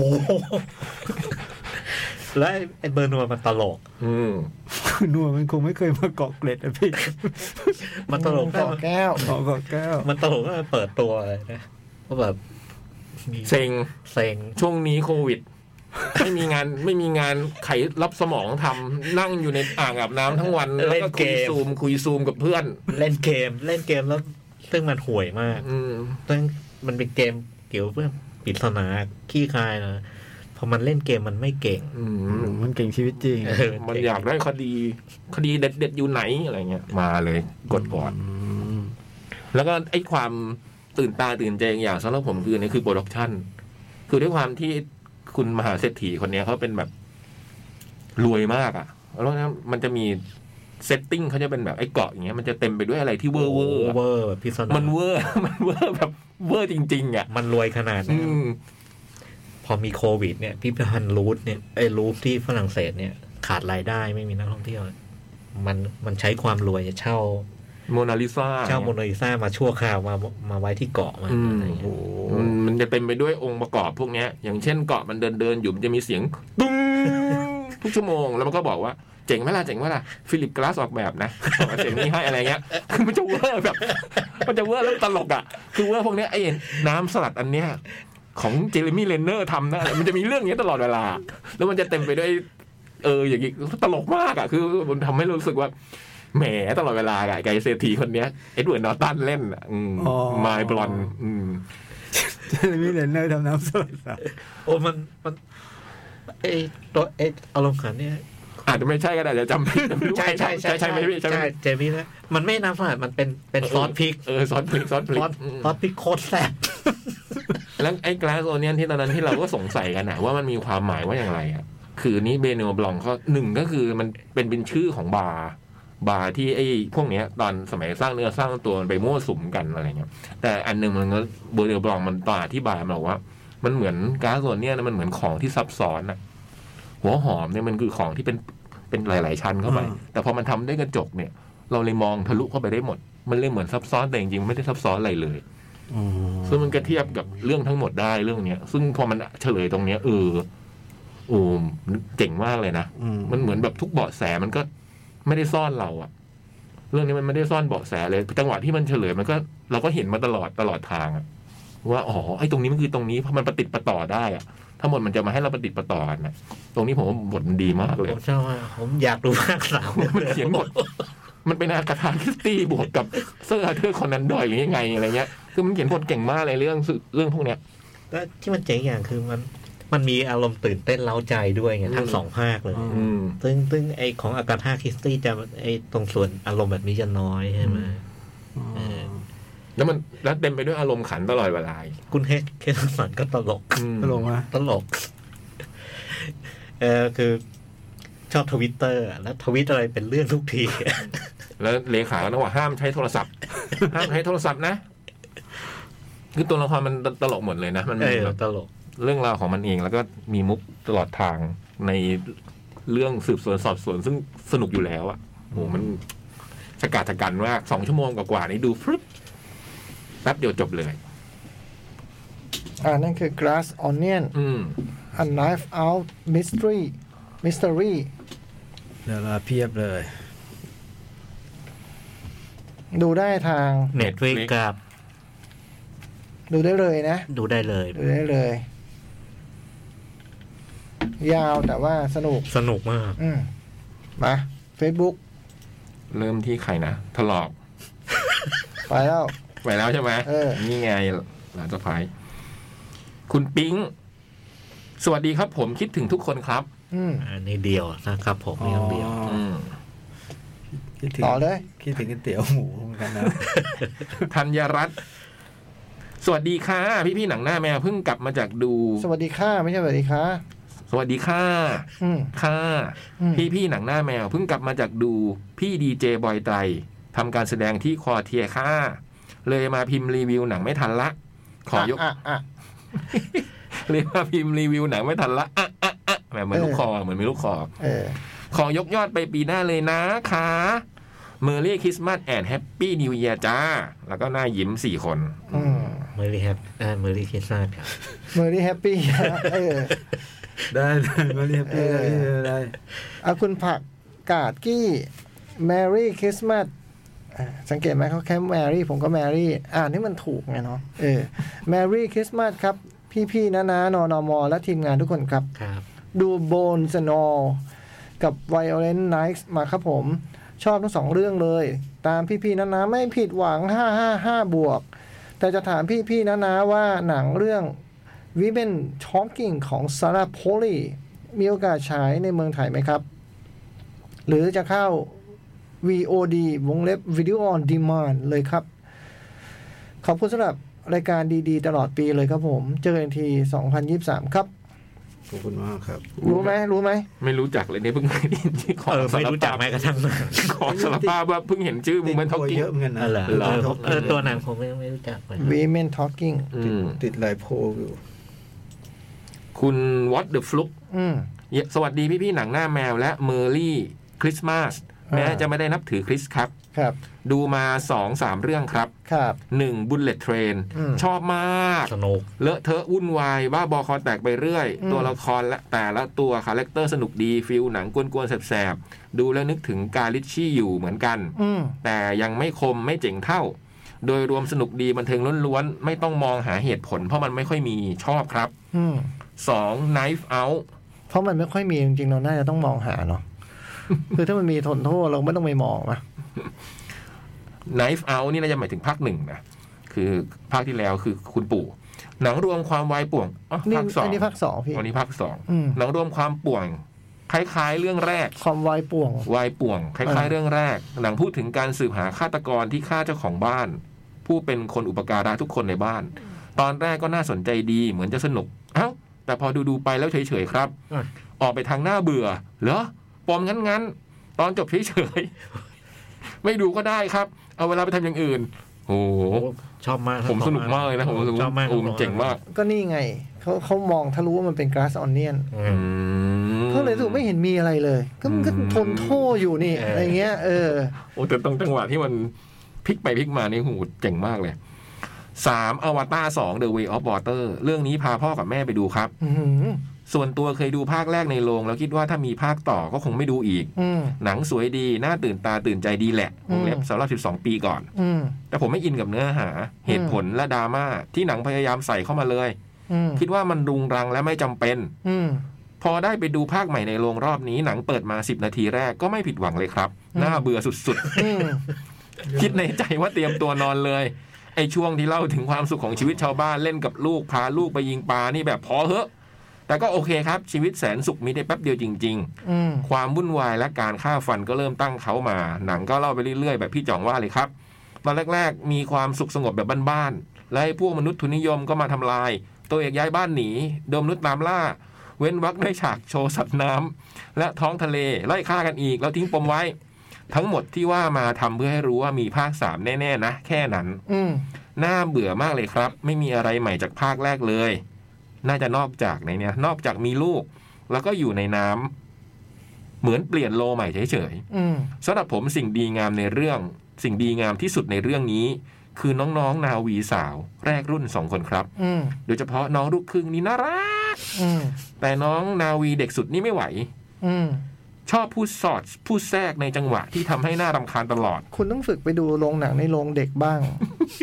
แล้วไอ้เบอร์นัวมันตลกอืมนัวมันคงไม่เคยมาเกาะเกล็ดอะพี่มันตลกเกาะแก้วเกาะแก้วมันตลกก็เปิดตัวเลยนะก็แบบเซ็งเซ็งช่วงนี้โควิดไม่มีงานไม่มีงานไขรับสมองทำนั่งอยู่ในอ่างอาบน้ำทั้งวันแล้วก็คุยซูมคุยซูมกับเพื่อนเล่นเกมเล่นเกมแล้วซึ่งมันห่วยมากซึ่งมันเป็นเกมเกี่ยวเพื่อปริศนาขี้คายนะพอมันเล่นเกมมันไม่เก่งมันเก่งชีวิตจริงมันอยากได้คดีคดีเด็ดๆอยู่ไหนอะไรเงี้ยมาเลยกดก่อนแล้วก็ไอ้ความตื่นตาตื่นใจอย่างสำหรับผมคือนี่คือโปรดักชั่นคือด้วยความที่คุณมหาเศรษฐีคนนี้เขาเป็นแบบรวยมากอ่ะแล้วนะมันจะมีเซตติ้งเขาจะเป็นแบบไอ้เกาะอย่างเงี้ยมันจะเต็มไปด้วยอะไรที่เวอร์เวอร์เวอร์พิศนามันเวอร์มันเวอร์แบบเวอร์จริงๆอ่ะมันรวยขนาดนั้นพอมีโควิดเนี่ยพิพิธภัณฑ์รูทเนี่ยไอ้รูทที่ฝรั่งเศสเนี่ยขาดรายได้ไม่มีนักท่องเที่ยวมันมันใช้ความรวยเช่าโมนาลิซาเช่าโมนาลิซามาชั่วคราวมามาไว้ที่เกาะมันอะไรอย่างเงี้ยมันจะเต็มไปด้วยองค์ประกอบพวกนี้อย่างเช่นเกาะมันเดินเดินอยู่มันจะมีเสียงตุ้งทุกชั่วโมงแล้วมันก็บอกว่าเจ๋งไหมล่ะเจ๋งไหมล่ะฟิลิปกลาสออกแบบนะเสียงนี้ให้อะไรเงี้ยคือมันจะเวอร์แบบมันจะเวอร์แล้วตลกอ่ะคือเวอร์พวกนี้ไอ้น้ำสลัดอันเนี้ยของเจเรมี่เลนเนอร์ทำนะมันจะมีเรื่องนี้ตลอดเวลาแล้วมันจะเต็มไปด้วยเอออย่างงี้ตลกมากอ่ะคือมันทำให้รู้สึกว่าแหมตลอดเวลาไก่เศรษฐีคนเนี้ยเอ็ดเวิร์ดนอร์ตันเล่นอ่ะไมล์บลอนเจเรมี่เลนเนอร์ทำน้ำสลัดโอ้มันมันไอตัวไออารมณ์ขันเนี่ยอาจจะไม่ใช่ก็ได้จะจำผิดใช่ใช่ใช่ใช่ไม่ใช่เจมี่นะมันไม่น้ำสลัดมันเป็นเป็นซอสพริกเออซอสพริกซอสพริกซอสพริกโคตรแซ่บแล้วไอ้กลาสโอเนียนที่ตอนนั้นที่เราก็สงสัยกันนะว่ามันมีความหมายว่าอย่างไรอ่ะคือนี้เบเนลบลองเขาหนึ่งก็คือมันเป็นเป็นชื่อของบาร์บาร์ที่ไอ้พวกเนี้ยตอนสมัยสร้างเนื้อสร้างตัวมันไปมั่วสุมกันอะไรเงี้ยแต่อันนึงมันก็เบเนลบลองมันตอนอธิบายมันบอกว่ามันเหมือนกาสโอเนียนมันเหมือนของที่ซับซ้อนอ่ะหัวหอมเนี่ยมันคือของที่เป็นเป็นหลายๆชั้นเข้าไปแต่พอมันทำด้วยกระจกเนี่ยเราเลยมองทะลุเข้าไปได้หมดมันเลยเหมือนซับซ้อนแต่จริงๆไม่ได้ซับซ้อนอะไรเลยซึ่งมันก็เทียบกับเรื่องทั้งหมดได้เรื่องเนี้ยซึ่งพอมันเฉลยตรงเนี้ยเออโอ้เจ๋งมากเลยนะมันเหมือนแบบทุกเบาะแสมันก็ไม่ได้ซ่อนเราอะเรื่องนี้มันไม่ได้ซ่อนเบาะแสเลยจังหวะที่มันเฉลยมันก็เราก็เห็นมาตลอดตลอดทางอะว่าอ๋อไอ้ตรงนี้มันคือตรงนี้เพราะมันประติดประต่อได้อะทั้งหมดมันจะมาให้เราประติดประต่อกันนะตรงนี้ผมว่าบทมันดีมากเลยผมชอบผมอยากดูภาคสามมันเขียนบทมันเป็นอากาธาคริสตี้บวกกับเซอร์อาร์เธอร์คอนันดอยอย่างยังไงอะไรเงี้ยคือมันเขียนบทเก่งมากเลยเรื่องเรื่องพวกเนี้ยแล้วที่มันเจ๋งอย่างคือมันมันมีอารมณ์ตื่นเต้นเร้าใจด้วยไงทั้งสองภาคเลยซึ่งซึ่งไอของอากาธาคริสตี้จะไอตรงส่วนอารมณ์แบบนี้จะน้อยใช่ไหมแล้วมันแล้วเต็มไปด้วยอารมณ์ขันตลอดเวลาคุณเฮกเคสันก็ตลกตลกมะตลกเออคือชอบทวิตเตอร์แล้วทวิตอะไรเป็นเรื่องทุกทีแล้วเลขาก็ต้องว่าห้ามใช้โทรศัพท์ห้ามใช้โทรศัพท์นะคือตัวละครมันตลกหมดเลยนะมันมีตลกเรื่องราวของมันเองแล้วก็มีมุกตลอดทางในเรื่องสืบสวนสอบสวนซึ่งสนุกอยู่แล้วอ่ะโหมันฉกาจฉกันว่าสองชั่วโมงกว่าๆนี้ดูฟรึ๊บแป๊บเดียวจบเลยอ่านั่นคือ Glass Onion อืม A Knife Out Mystery Mystery เดี๋ยวเราเพียบเลยดูได้ทาง Netflix กับดูได้เลยนะดูได้เลยดูได้เลยยาวแต่ว่าสนุกสนุกมากอืมมา Facebook เริ่มที่ใครนะถลอกไปแล้วไปแล้วใช่ไหมเออนี่ไงหลานเจ้าพายคุณปิ๊งสวัสดีครับผมคิดถึงทุกคนครับอืมอันนี้เดียวนะครับผมนี่เดียวคิดถึงต่อเลยคิดถึงก๋วยเตี๋ยวหมูกันนะธัญรัตน์สวัสดีค่ะพี่พี่หนังหน้าแมวเพิ่งกลับมาจากดูสวัสดีค่ะไม่ใช่สวัสดีค่ะสวัสดีค่ะค่ะพี่พี่หนังหน้าแมวเพิ่งกลับมาจากดูพี่ดีเจบอยไตรทำการแสดงที่คอเทียค่ะเลยมาพิมพ์รีวิวหนังไม่ทันละขอยกเลยมาพิมพ์รีวิวหนังไม่ทันละอ่ะอ่ะอ่ะแบบเหมือนลูกคอเหมือนมีลูกคอขอยกยอดไปปีหน้าเลยนะคะเมอร์รี่คริสต์มาสแอนด์แฮปปี้นิวเยียร์จ้าแล้วก็หน้ายิ้มสี่คนเมอร์รี่แฮปอ่าเมอร์รี่คริสต์มาสครับเมอร์รี่แฮปปี้เออได้ได้เมอร์รี่แฮปปี้ได้ได้เอาคุณผักกาดกี้แมรี่คริสต์มาสสังเกตไหมเขาแค่แมรี่ผมก็แมรี่อ่านนี่มันถูกไงเนาะเออแมรี่คริสต์มาสครับพี่ๆนะนะนนมและทีมงานทุกคนครับดูโบนสโนกับ Violent Nights มาครับผมชอบทั้งสองเรื่องเลยตามพี่ๆนะนะไม่ผิดหวังห้าห้าห้าบวกแต่จะถามพี่ๆนะนะว่าหนังเรื่อง Women Talking ของ Sarah Polley มีโอกาสฉายในเมืองไทยไหมครับหรือจะเข้า วี โอ ดี วงเล็บ Video on Demand เลยครับขอบคุณสำหรับรายการดีๆตลอดปีเลยครับผมเจอกันทีสองพันยี่สิบสามครับขอบคุณมากครับรู้ไหมรู้ไหไหมไม่รู้จักเลยเนี่ยเพิ่งได้ยินชื่อของไม่รู้จักแม้กระทั่งของสารภาพว่าเพิ่งเห็นชื่อมึงมันทอกกิ้งเยอะเหมือนกันนะเออตัวหนังผมไม่รู้จักเลย Women Talking ติดหลายโพลอยู่คุณ What the Fluke สวัสดีพี่ๆหนังหน้าแมวและเมอร์รี่คริสต์มาสแม้จะไม่ได้นับถือคริสครับครับดูมา สองสาม เรื่องครับครับหนึ่ง Bullet Train ชอบมากสนุกเลอะเทอะวุ่นวายบ้าบอคอแตกไปเรื่อยตัวละครและแต่ละตัวคาแรคเตอร์สนุกดีฟิลหนังกวนๆแสบๆดูแล้วนึกถึงกาลิชชี่อยู่เหมือนกันแต่ยังไม่คมไม่เจ๋งเท่าโดยรวมสนุกดีบันเทิงล้วนๆไม่ต้องมองหาเหตุผลเพราะมันไม่ค่อยมีชอบครับสอง Knife Out เพราะมันไม่ค่อยมีจริงๆเราน่าจะต้องมองหาเนาะคือถ้ามันมีทนโทษเราไม่ต้องไปมองนะ Knife Out นี่น่าจะหมายถึงภาคหนึ่งนะคือภาคที่แล้วคือคุณปู่หนังรวมความวายป่วงอ๋อภาคสองอันนี้ภาคสองพี่วันนี้ภาคสองหนังรวมความป่วงคล้ายๆเรื่องแรกความวายป่วงวายป่วงคล้ายๆเรื่องแรกหนังพูดถึงการสืบหาฆาตกรที่ฆ่าเจ้าของบ้านผู้เป็นคนอุปการะทุกคนในบ้านตอนแรกก็น่าสนใจดีเหมือนจะสนุกเอ้าแต่พอดูๆไปแล้วเฉยๆครับออกไปทางหน้าเบื่อเหรอปมงั้นๆตอนจบเฉยๆไม่ดูก็ได้ครับเอาเวลาไปทำอย่างอื่นโอ้ชอบมากผมสนุกมากเลยนะผมชอบมากโอ้มันเจ๋งมากก็นี่ไงเขาเขามองถ้ารู้ว่ามันเป็น glass onion เขาเลยรู้ไม่เห็นมีอะไรเลยก็มันก็ทนโทษอยู่นี่อะไรเงี้ยเออโอ้แต่ตรงจังหวะที่มันพลิกไปพลิกมานี่โหเจ๋งมากเลยสามอวตารสอง The Way of Water เรื่องนี้พาพ่อกับแม่ไปดูครับส่วนตัวเคยดูภาคแรกในโรงแล้วคิดว่าถ้ามีภาคต่อก็คงไม่ดูอีกหนังสวยดีน่าตื่นตาตื่นใจดีแหละวงเล็บสำหรับสิบสองปีก่อนแต่ผมไม่อินกับเนื้อหาเหตุผลและดราม่าที่หนังพยายามใส่เข้ามาเลยคิดว่ามันรุงรังและไม่จำเป็นพอได้ไปดูภาคใหม่ในโรงรอบนี้หนังเปิดมาสิบนาทีแรกก็ไม่ผิดหวังเลยครับน่าเบื่อสุดๆคิดในใจว่าเตรียมตัวนอนเลยไอ้ช่วงที่เล่าถึงความสุขของชีวิตชาวบ้านเล่นกับลูกพาลูกไปยิงปลานี่แบบพอเหอะแต่ก็โอเคครับชีวิตแสนสุขมีได้แป๊บเดียวจริงๆความวุ่นวายและการฆ่าฟันก็เริ่มตั้งเขามาหนังก็เล่าไปเรื่อยๆแบบพี่จ่องว่าเลยครับตอนแรกๆมีความสุขสงบแบบบ้านๆและพวกมนุษย์ทุนนิยมก็มาทำลายตัวเอกย้ายบ้านหนีโดมนุษย์ตามล่าเว้นวรรคได้ฉากโชว์สัตว์น้ำและท้องทะเลไล่ฆ่ากันอีกแล้วทิ้งปมไว้ทั้งหมดที่ว่ามาทำเพื่อให้รู้ว่ามีภาคสามแน่ๆนะแค่นั้นน่าเบื่อมากเลยครับไม่มีอะไรใหม่จากภาคแรกเลยน่าจะนอกจากในเนี้ยนอกจากมีลูกแล้วก็อยู่ในน้ำเหมือนเปลี่ยนโลใหม่เฉยๆสำหรับผมสิ่งดีงามในเรื่องสิ่งดีงามที่สุดในเรื่องนี้คือน้องๆนาวีสาวแรกรุ่นสองคนครับโดยเฉพาะน้องลูกครึ่งนี่น่ารักแต่น้องนาวีเด็กสุดนี่ไม่ไหวชอบพูดสอดพูดแทรกในจังหวะที่ทำให้หน้ารำคาญตลอดคุณต้องฝึกไปดูโรงหนังในโรงเด็กบ้าง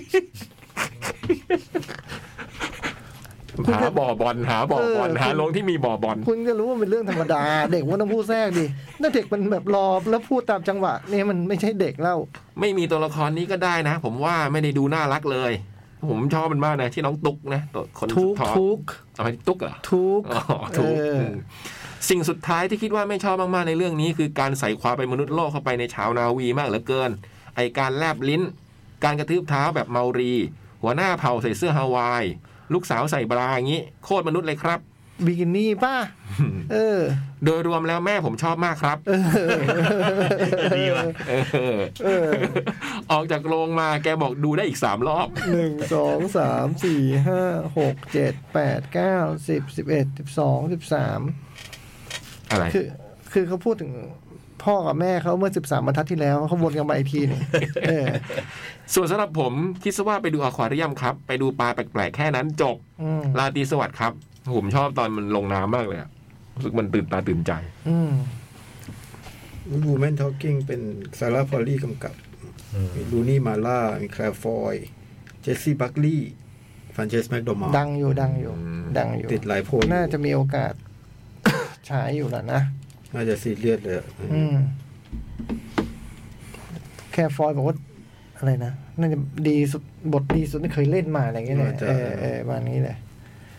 หาบ่อบอลหาบ่อบอลหาโรงที่มีบ่อบอลคุณจะรู้ว่าเป็นเรื่องธรรมดาเด็กว่าต้องพูดแทรกดิถ้าเด็กมันแบบรอแล้วพูดตามจังหวะนี่มันไม่ใช่เด็กแล้วไม่มีตัวละครนี้ก็ได้นะผมว่าไม่ได้ดูน่ารักเลยผมชอบมันมากนะที่น้องตุ๊กนะตัวคนทุกทุกอะไรตุ๊กเหรอทุกทุกสิ่งสุดท้ายที่คิดว่าไม่ชอบมากๆในเรื่องนี้คือการใส่ความเป็นมนุษย์โลกเข้าไปในชาวนาวีมากเหลือเกินไอการแลบลิ้นการกระทืบเท้าแบบเมารีหัวหน้าเผ่าใส่เสื้อฮาวายลูกสาวใส่บราอย่างนี้โคตรมนุษย์เลยครับบิกินี่ป่ะเออโดยรวมแล้วแม่ผมชอบมากครับดีว่ะออกจากโรงมาแกบอกดูได้อีกสามรอบหนึ่งสองสามสี่ห้าหกเจ็ดแปดเก้าสิบสิบเอ็ดสิบสองสิบสามอะไรคือคือเขาพูดถึงพ่อกับแม่เขาเมื่อสิบสามบรรทัดที่แล้วเขาวนกันมาอีกทีนึงส่วนสำหรับผมคิดซะว่าไปดูอควาเรียมครับไปดูปลาแปลกๆแค่นั้นจบราตรีสวัสดิ์ครับผมชอบตอนมันลงน้ำมากเลยอะรู้สึกมันตื่นตาตื่นใจวูแมนทอล์กิ้งเป็นซาร่าพอลลี่กำกับมีลูนี่มาล่ามีแคลร์ฟอยเจสซี่บัคลีย์ฟรานเชสแมคโดมัลดังอยู่ดังอยู่ดังอยู่ติดหลายโพลน่าจะมีโอกาสฉายอยู่แหละนะน่าจะซีเรียสเลยแคลร์ฟอยบอกว่าอะไรนะน่าจะดีสุดบทดีสุดที่เคยเล่นมาอะไรอย่างเงี้ยเลยเออเออมานี้เลย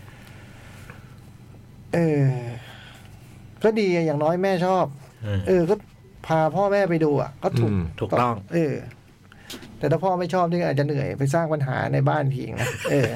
เออก็ดีอย่างน้อยแม่ชอบเออก็พาพ่อแม่ไปดูอ่ะก็ถูกถูกต้องเออแต่ถ้าพ่อไม่ชอบนี่อาจจะเหนื่อยไปสร้างปัญหาในบ้านทีนะเออ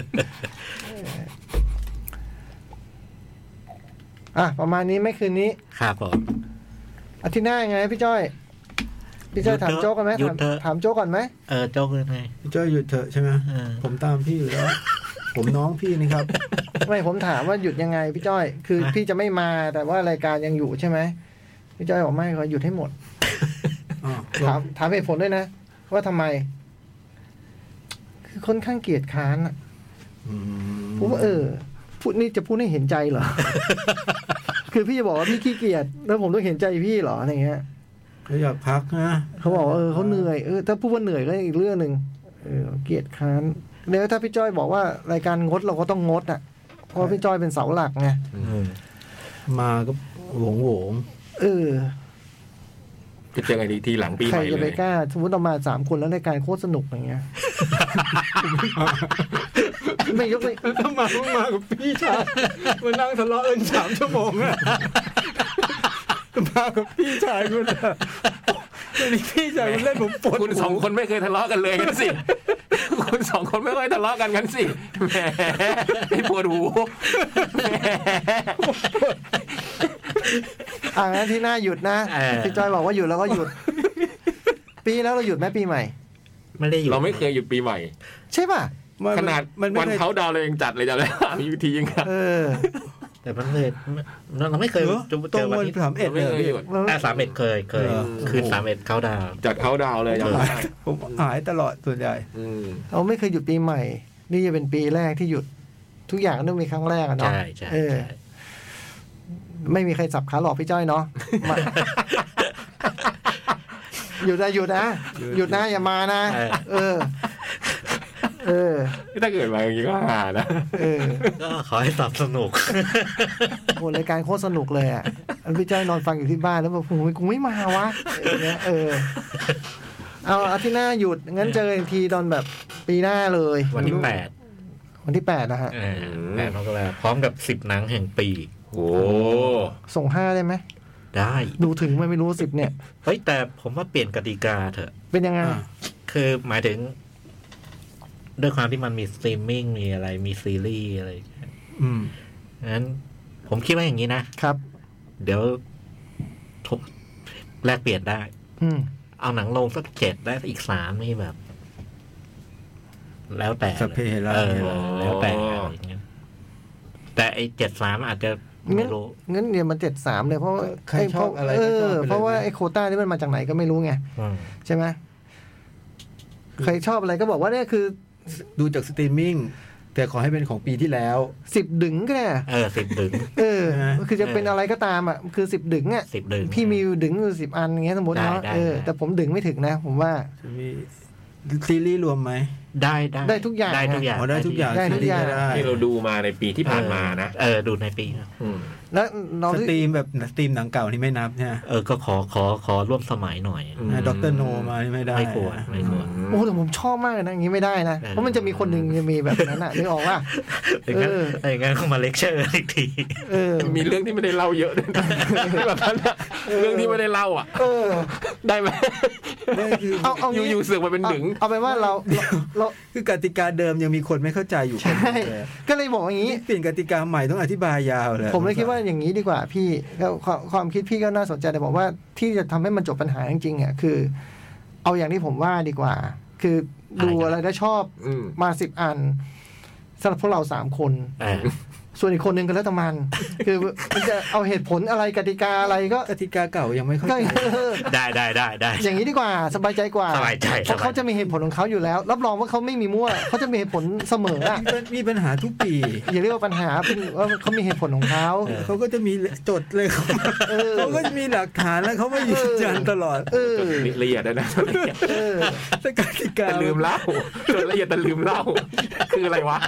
อ่ะประมาณนี้ไม่คืนนี้ครับผมอาทิตย์หน้าไงพี่จ้อยพี่จ้อยถามโจ๊กกันไหมถามถามโจ๊กก่อนไหมเออโจ๊กเลยไงพี่จ้อยหยุดเถอะใช่ไหมผมตามพี่อยู่แล้วผมน้องพี่นี่ครับไม่ผมถามว่าหยุดยังไงพี่จ้อยคือพี่จะไม่มาแต่ว่ารายการยังอยู่ใช่ไหมพี่จ้อยบอกไม่ขอหยุดให้หมดถามถามเหตุผลด้วยนะว่าทำไมคือค่อนข้างเกลียดค้านอ่ะผมว่าเออพูดนี่จะพูดให้เห็นใจเหรอคือพี่จะบอกว่าพี่ขี้เกียจแล้วผมต้องเห็นใจพี่เหรออะไรเงี้ยเขาอยากพักนะเขาบอกเออเขาเหนื่อยเออถ้าพูดว่าเหนื่อยก็อีกเรื่องนึงเออเกลียดค้านแล้วถ้าพี่จ้อยบอกว่ารายการงดเราก็ต้องงดอ่ะเพราะพี่จ้อยเป็นเสาหลักไงมาก็โหวงโหวงเออจะเจอกันอีกทีหลังปีใหม่เลยใครจะไปกล้าสมมติเรามาสามคนแล้วรายการโคตรสนุกอย่างเงี้ยไม่ยกเลยถ้ามาต้องมากับพี่ชายมานั่งทะเลาะกันสามชั่วโมงอะมากับพี่ชายคุณอะพี่ชายคุณเล่นผมปวดคุณสองคนไม่เคยทะเลาะกันเลยกันสิคุณสองคนไม่ค่อยทะเลาะกันกันสิแหมไม่ปวดหูอ่างั้นที่หน้าหยุดนะพี่จอยบอกว่าหยุดแล้วก็หยุดปีแล้วเราหยุดไหมปีใหม่ไม่ได้หยุดเราไม่เคยหยุดปีใหม่ใช่ป่ะขนาดวันเขาดาวเรายังจัดเลยจัดเลยมีวิธียังไงแต่มันเลยเราไม่เคยตรงวันสามเอ็ดเลยแต่สามเอ็ดเคยเคยคืนสามเอ็ดเขาดาวจัดเขาดาวเลยผมหายตลอดส่วนใหญ่เราไม่เคยหยุดปีใหม่นี่จะเป็นปีแรกที่หยุดทุกอย่างต้องมีครั้งแรกอะเนาะใช่ใช่ไม่มีใครสับขาหลอกพี่จ้อยเนาะหยุดนะหยุดนะหยุดนะอย่ามานะเออเออถ้าเกิดมาอย่างนี้ก็หานะเออก็ขอให้ตอบสนุกโหรายการโคตรสนุกเลยอ่ะพี่จ้อยนอนฟังอยู่ที่บ้านแล้วแบบโอ้ยกูไม่มาวะอย่างเงี้ยเออเอาอาทิตย์หน้าหยุดงั้นเจออีกทีตอนแบบปีหน้าเลยวันที่แปดวันที่แปดนะฮะแปดมกราคมพร้อมกับสิบหนังแห่งปีโอ้ส่งห้าได้ไหมได้ดูถึงไม่ไม่รู้สิบเนี่ยเฮ้ยแต่ผมว่าเปลี่ยนกติกาเถอะเป็นยังไงคือหมายถึงด้วยความที่มันมีสตรีมมิ่งมีอะไรมีซีรีส์อะไรอืมงั้นผมคิดว่าอย่างนี้นะครับเดี๋ยวแลกเปลี่ยนได้อืมเอาหนังลงสักเจ็ดได้อีกสามนี่แบบแล้วแต่สเปรเออแล้วแต่อะไรอย่างเงี้ยแต่ไอ้เจ็ดสามอาจจะไม่รู้งั้นเนี่ยมันเจ็ดสามเลยเพราะว่าใครชอบอะไรเออเพราะว่าไอ้โควต้านี่มันมาจากไหนก็ไม่รู้ไงใช่ไหมใครชอบอะไรก็บอกว่าเนี่ยคือดูจากสตรีมมิ่งแต่ขอให้เป็นของปีที่แล้วสิบดึงก็ได้เออสิบดึงเออคือจะเป็นอะไรก็ตามอ่ะคือสิบดึงอ่ะสิบดึงพี่มีดึงอยู่สิบอันอย่างเงี้ยสมมติเนาะเออแต่ผมดึงไม่ถึงนะผมว่าจะมีซีรีส์รวมไหมได้ได้ได้ทุกอย่างได้ทุกอย่างอ๋อได้ทุกอย่างได้ทุกอย่างได้ที่เราดูมาในปีที่ผ่านมานะเออดูในปีนะอืมแล้วน้องสตรีมแบบสตรีมหนังเก่านี่ไม่นับเนี่ยเออก็ขอขอขอร่วมสมัยหน่อยอืมด็อกเตอร์โนมานี่ไม่ได้ไม่ควรไม่ควรโอ้แต่ผมชอบมากเลยนะอย่างนี้ไม่ได้นะเพราะมันจะมีคนหนึ่งจะมีแบบนั้นอ่ะนึกออกว่าอย่างนั้นอย่างนั้นเข้ามาเลคเชอร์อีกทีเออมีเรื่องที่ไม่ได้เล่าเยอะด้วยนะแบบนั้นอะเรื่องที่ไม่ได้เล่าอ่ะเออได้ไหมไม่คือเอาเอางี้อยู่ๆเสือกมาเป็นหนึ่งเอาเป็นว่าเราเราเราคือกติกาเดิมยังมีคนไม่เข้าใจอยู่ใช่ก็เลยบอกอย่างนี้นี่เปลี่ยนกติกาใหม่ต้องอธิบายยาวเลยผมเลยคิดว่าอย่างนี้ดีกว่าพี่ก็ความความคิดพี่ก็น่าสนใจแต่บอกว่าที่จะทำให้มันจบปัญหาจริงๆอ่ะคือ เอาอย่างที่ผมว่าดีกว่า คือดูอะไรได้ชอบอืมมาสิบอันสำหรับพวกเราสามคนอ่าส่วนอีกคนหนึ่งก็แล้วแต่มัน คือมันจะเอาเหตุผลอะไรกติกาอะไรก็กติกาเก่ายังไม่เข้าก็ใจได้ได้ได้ได้อย่างนี้ดีกว่าสบายใจกว่าสบายใจเพราะเขาจะมีเหตุผลของเขาอยู่แล้ว รับรองว่าเขาไม่มีมั่วเขาจะมีเหตุผลเสมออะมีปัญหาทุกปีอย่าเรียกว่าปัญหาเป็นว่าเขามีเหตุผลของเขาเขาก็จะมีจดเลยเขาเออเขาก็จะมีหลักฐานแล้วเขาไม่ยืนยันตลอดเออละเอียดนะละเอียดเออแต่กติกาแต่ลืมเล่าจนละเอียดแต่ลืมเล่า คืออะไรวะ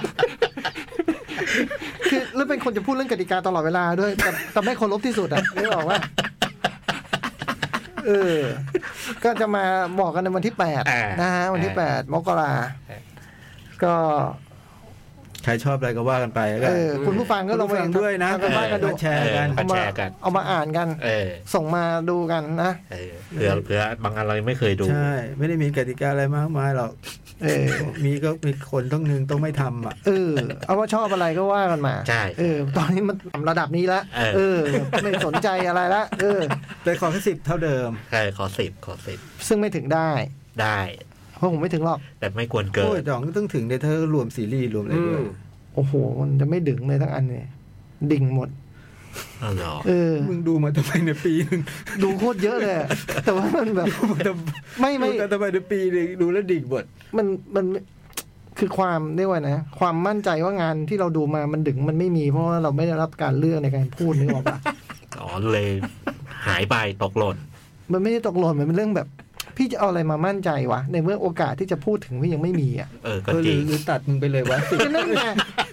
คือแล้วเป็นคนจะพูดเรื่องกติกาตลอดเวลาด้วยแต่แต่ไม่เคารพที่สุดอ่ะไม่บอกว่าเออ ก็จะมาบอกกันในวันที่แปดนะฮะวันที่แปดมกราก็ใครชอบอะไรก็ว่ากันไปเออคุณผู้ฟังก็ลองไปคุณผู้ฟังด้วยนะทำกันบ้านกันดูมาแชร์กันมาแชร์กันเอามาอ่านกันเออส่งมาดูกันนะเออเผื่อเผื่อบางอันเราไม่เคยดูใช่ ไม่ได้มีกติกาอะไรมากมายหรอกเออมีก็มีคนต้องหนึ่งต้องไม่ทำอ่ะเออ เอาว่าชอบอะไรก็ว่ากันมาใช่เออ ตอนนี้มันระดับนี้ละเออเออ ไม่สนใจอะไรละเออแต่ขอแค่สิบเท่าเดิมใช่ขอสิบขอสิบซึ่งไม่ถึงได้ได้เพราะผมไม่ถึงหรอกแต่ไม่ควรเกิโอ้ยนดองต้องถึงในเธอรวมซีรีส์รวมอะไรด้วยโอ้โห มันจะไม่ดึงเลยทั้งอันเนี่ยดิ่งหมดอ๋อเหรอเออมึงดูมาทำไมในปีหนึ่งดูโคตรเยอะเลยอะแต่ว่ามันแบบ ไม่ไม่ดูแต่ทำไมในปีหนึ่งดูแล้วดิ่งหมดมันมันคือความเรียกว่านะ ความมั่นใจว่างานที่เราดูมามันดึงมันไม่มีเพราะว่าเราไม่ได้รับการเลือกในการพูดนึกออกปะอ๋อเลยหายไปตกหล่นมันไม่ได้ตกหล่นมันเป็นเรื่องแบบ พี่จะเอาอะไรมามั่นใจวะในเมื่อโอกาสที่จะพูดถึงพี่ยังไม่มีอ่ะเออก็เออจหริรืงอหรือตัดมึงไปเลยวะสิก็นั่นไง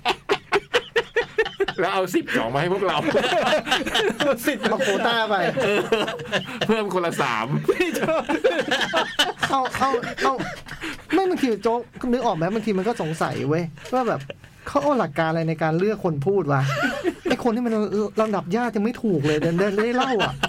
แล้วเอาสิบจ่องมาให้พวกเราสิทธิ์มาโควต้าไปเพิ่มคนละสามเอาเอาเอาไม่บางทีโจ๊กนึกออกไหมบางทีมันก็สงสัยเว้ยว่าแบบเขาเอาหลักการอะไรในการเลือกคนพูดวะไอคนที่มันลำดับญาติยังไม่ถูกเลยเดินเดินได้เล่าอ่ะ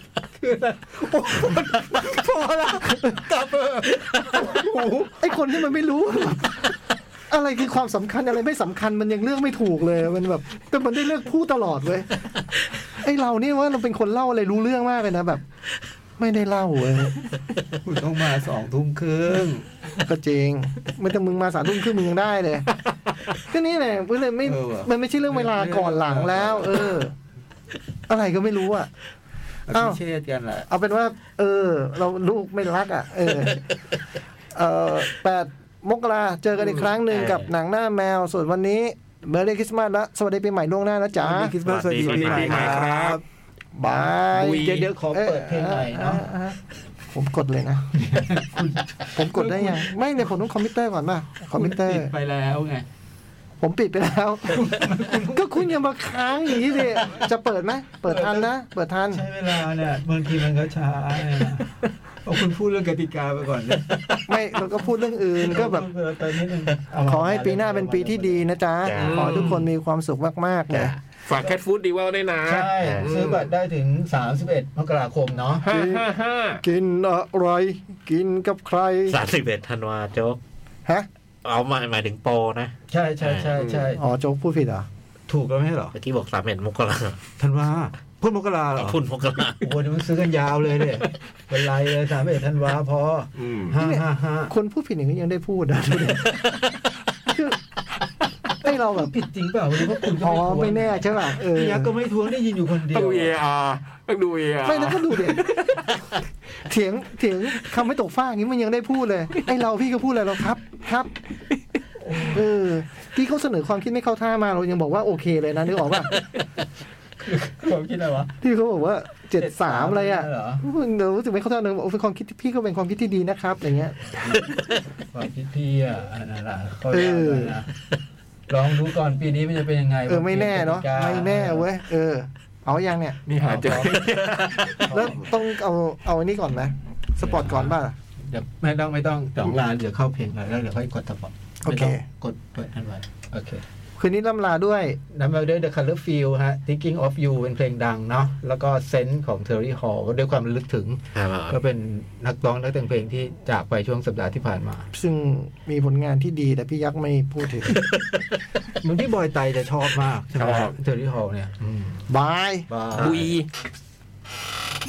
พอละกลับเออโอ้โหไอคนที่มันไม่รู้ อะไรคือความสำคัญอะไรไม่สำคัญมันยังเลือกไม่ถูกเลยมันแบบแต่มันได้เลือกพูดตลอดเว้ยไอเราเนี่ยว่าเราเป็นคนเล่าอะไรรู้เรื่องมากเลยนะแบบ ไม่ได้เล่าเว้ยคุณต้องมาสองทุ่มครึ่งก็จริงไม่ต้องมึงมาสามทุ่มครึ่งมึงยังได้เลยก็นี่แหละเพื่อนไม่มันไม่ใช่เรื่องเวลาก่อนหลังแล้ว เออ อะไรก็ไม่รู้อ่ะเอาอ้าวพิเชษกันแหละเอาเป็นว่า เออ เราลูกไม่รักอ่ะ เออ เออแปดมกราเจอกันอีกครั้งหนึ่งกับหนังหน้าแมวส่วนวันนี้เมอร์รี่คริสต์มาสและสวัสดีปีใหม่ล่วงหน้านะจ๊ะคริสต์มาสสวัสดีปีใหม่ครับบายเดี๋ยวเดี๋ยวขอเปิดเพลงใหม่เนาะอ่ะผมกดเลยนะ ผมกดได้ยังไม่เนี่ยผมต้องคอมพิวเตอร์ก่อนป่ะคอมพิวเตอร์ปิดไปแล้วไงผมปิดไปแล้ว ก็คุณอย่ามาค้างอย่างนี้สิจะเปิดไหมเปิดทันนะเปิดทันใช้เวลาเนี่ยบางทีมันก็ช้าเนี่ยเอาคุณพูดเรื่องกติกาไปก่อนเนี่ยไม่เราก็พูดเรื่องอื่นก็แบบเปิดไปนิดนึงขอให้ปีหน้าเป็นปีที่ดีนะจ๊ะจ้ะขอให้ทุกคนมีความสุขมากๆเลยฝากแคทฟู้ดดีว่าได้นะใช่ซื้อบัตรได้ถึงสามสิบเอ็ดมกราคมเนาะห้าห้าห้ากินอะไรกินกับใครสามสิบเอ็ดธันวาโจ๊กฮะเอาหมายหมายถึงโปรนะใช่ใช่ใช่ใช่อ๋อโจ๊กพูดผิดเหรอถูกแล้วไม่ใช่เหรอเมื่อกี้บอกสามเอ็ดมกราธันวาพูดมกราเหรอพุ่นมกราโอ้โหเดี๋ยวมันซื้อกันยาวเลยเนี่ยเป็นไรเลยสามเอ็ดธันวาพออืมห้าห้าห้าคนพูดผิดอย่างนี้ยังได้พูดนะดูดิคือให้เราแบบผิดจริงเปล่าวันนี้พวกคุณก็อ๋อไม่ทวงไม่แน่ใช่ป่ะเออพี่ยักษ์ก็ไม่ทวงได้ยินอยู่คนเดียต้อวงดู เอ อาร์ ต้องดู เอ อาร์ไม่แล้วก็ดูเด็เถียงเถียงคำไม่ตกฟ้าอย่างนี้มันยังได้พูดเลยไอเราพี่ก็พูดอะไรเราครับครับเออที่เขาเสนอความคิดไม่เข้าท่ามาเรายังบอกว่าโอเคเลยนะนึกออกป่ะผมคิดอะไรวะที่เขาบอกว่าเจ็ดสามอะไรอ่ะเดี๋ยวรู้สึกไม่เข้าใจนึงบอกเป็นความคิดที่พี่ก็เป็นความคิดที่ดีนะครับอย่างเงี้ยความคิดพี่อ่ะนั่นแหละเขาเรียกอะไรนะลองดูก่อนปีนี้มันจะเป็นยังไงเออไม่แน่เนาะไม่แน่เว้ยเออเอายังเนี่ยนี่หาเจอแล้วต้องเอาเอาอันนี้ก่อนไหมสปอร์ตก่อนป่ะเดี๋ยวไม่ต้องไม่ต้องสองลานเดี๋ยวเข้าเพลงแล้วเดี๋ยวค่อยกดสปอร์ตโอเคกดตัวอันไว้โอเคคืนนี้ล่ำลาด้วยนำมาด้วย The Color Field ฮะ Thinking of You เป็นเพลงดังเนาะแล้วก็ Sense ของ Terry Hall ก็ด้วยความระลึกถึงก็เป็นนักร้องนักแต่งเพลงที่จากไปช่วงสัปดาห์ที่ผ่านมาซึ่งมีผลงานที่ดีแต่พี่ยักษ์ไม่พูดถึงเหมือนที่บอยไตจะชอบมากใช่ไหม Terry Hall เนี่ยบายบุย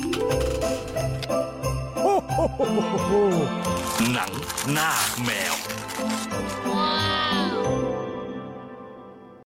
หนังหน้าแมว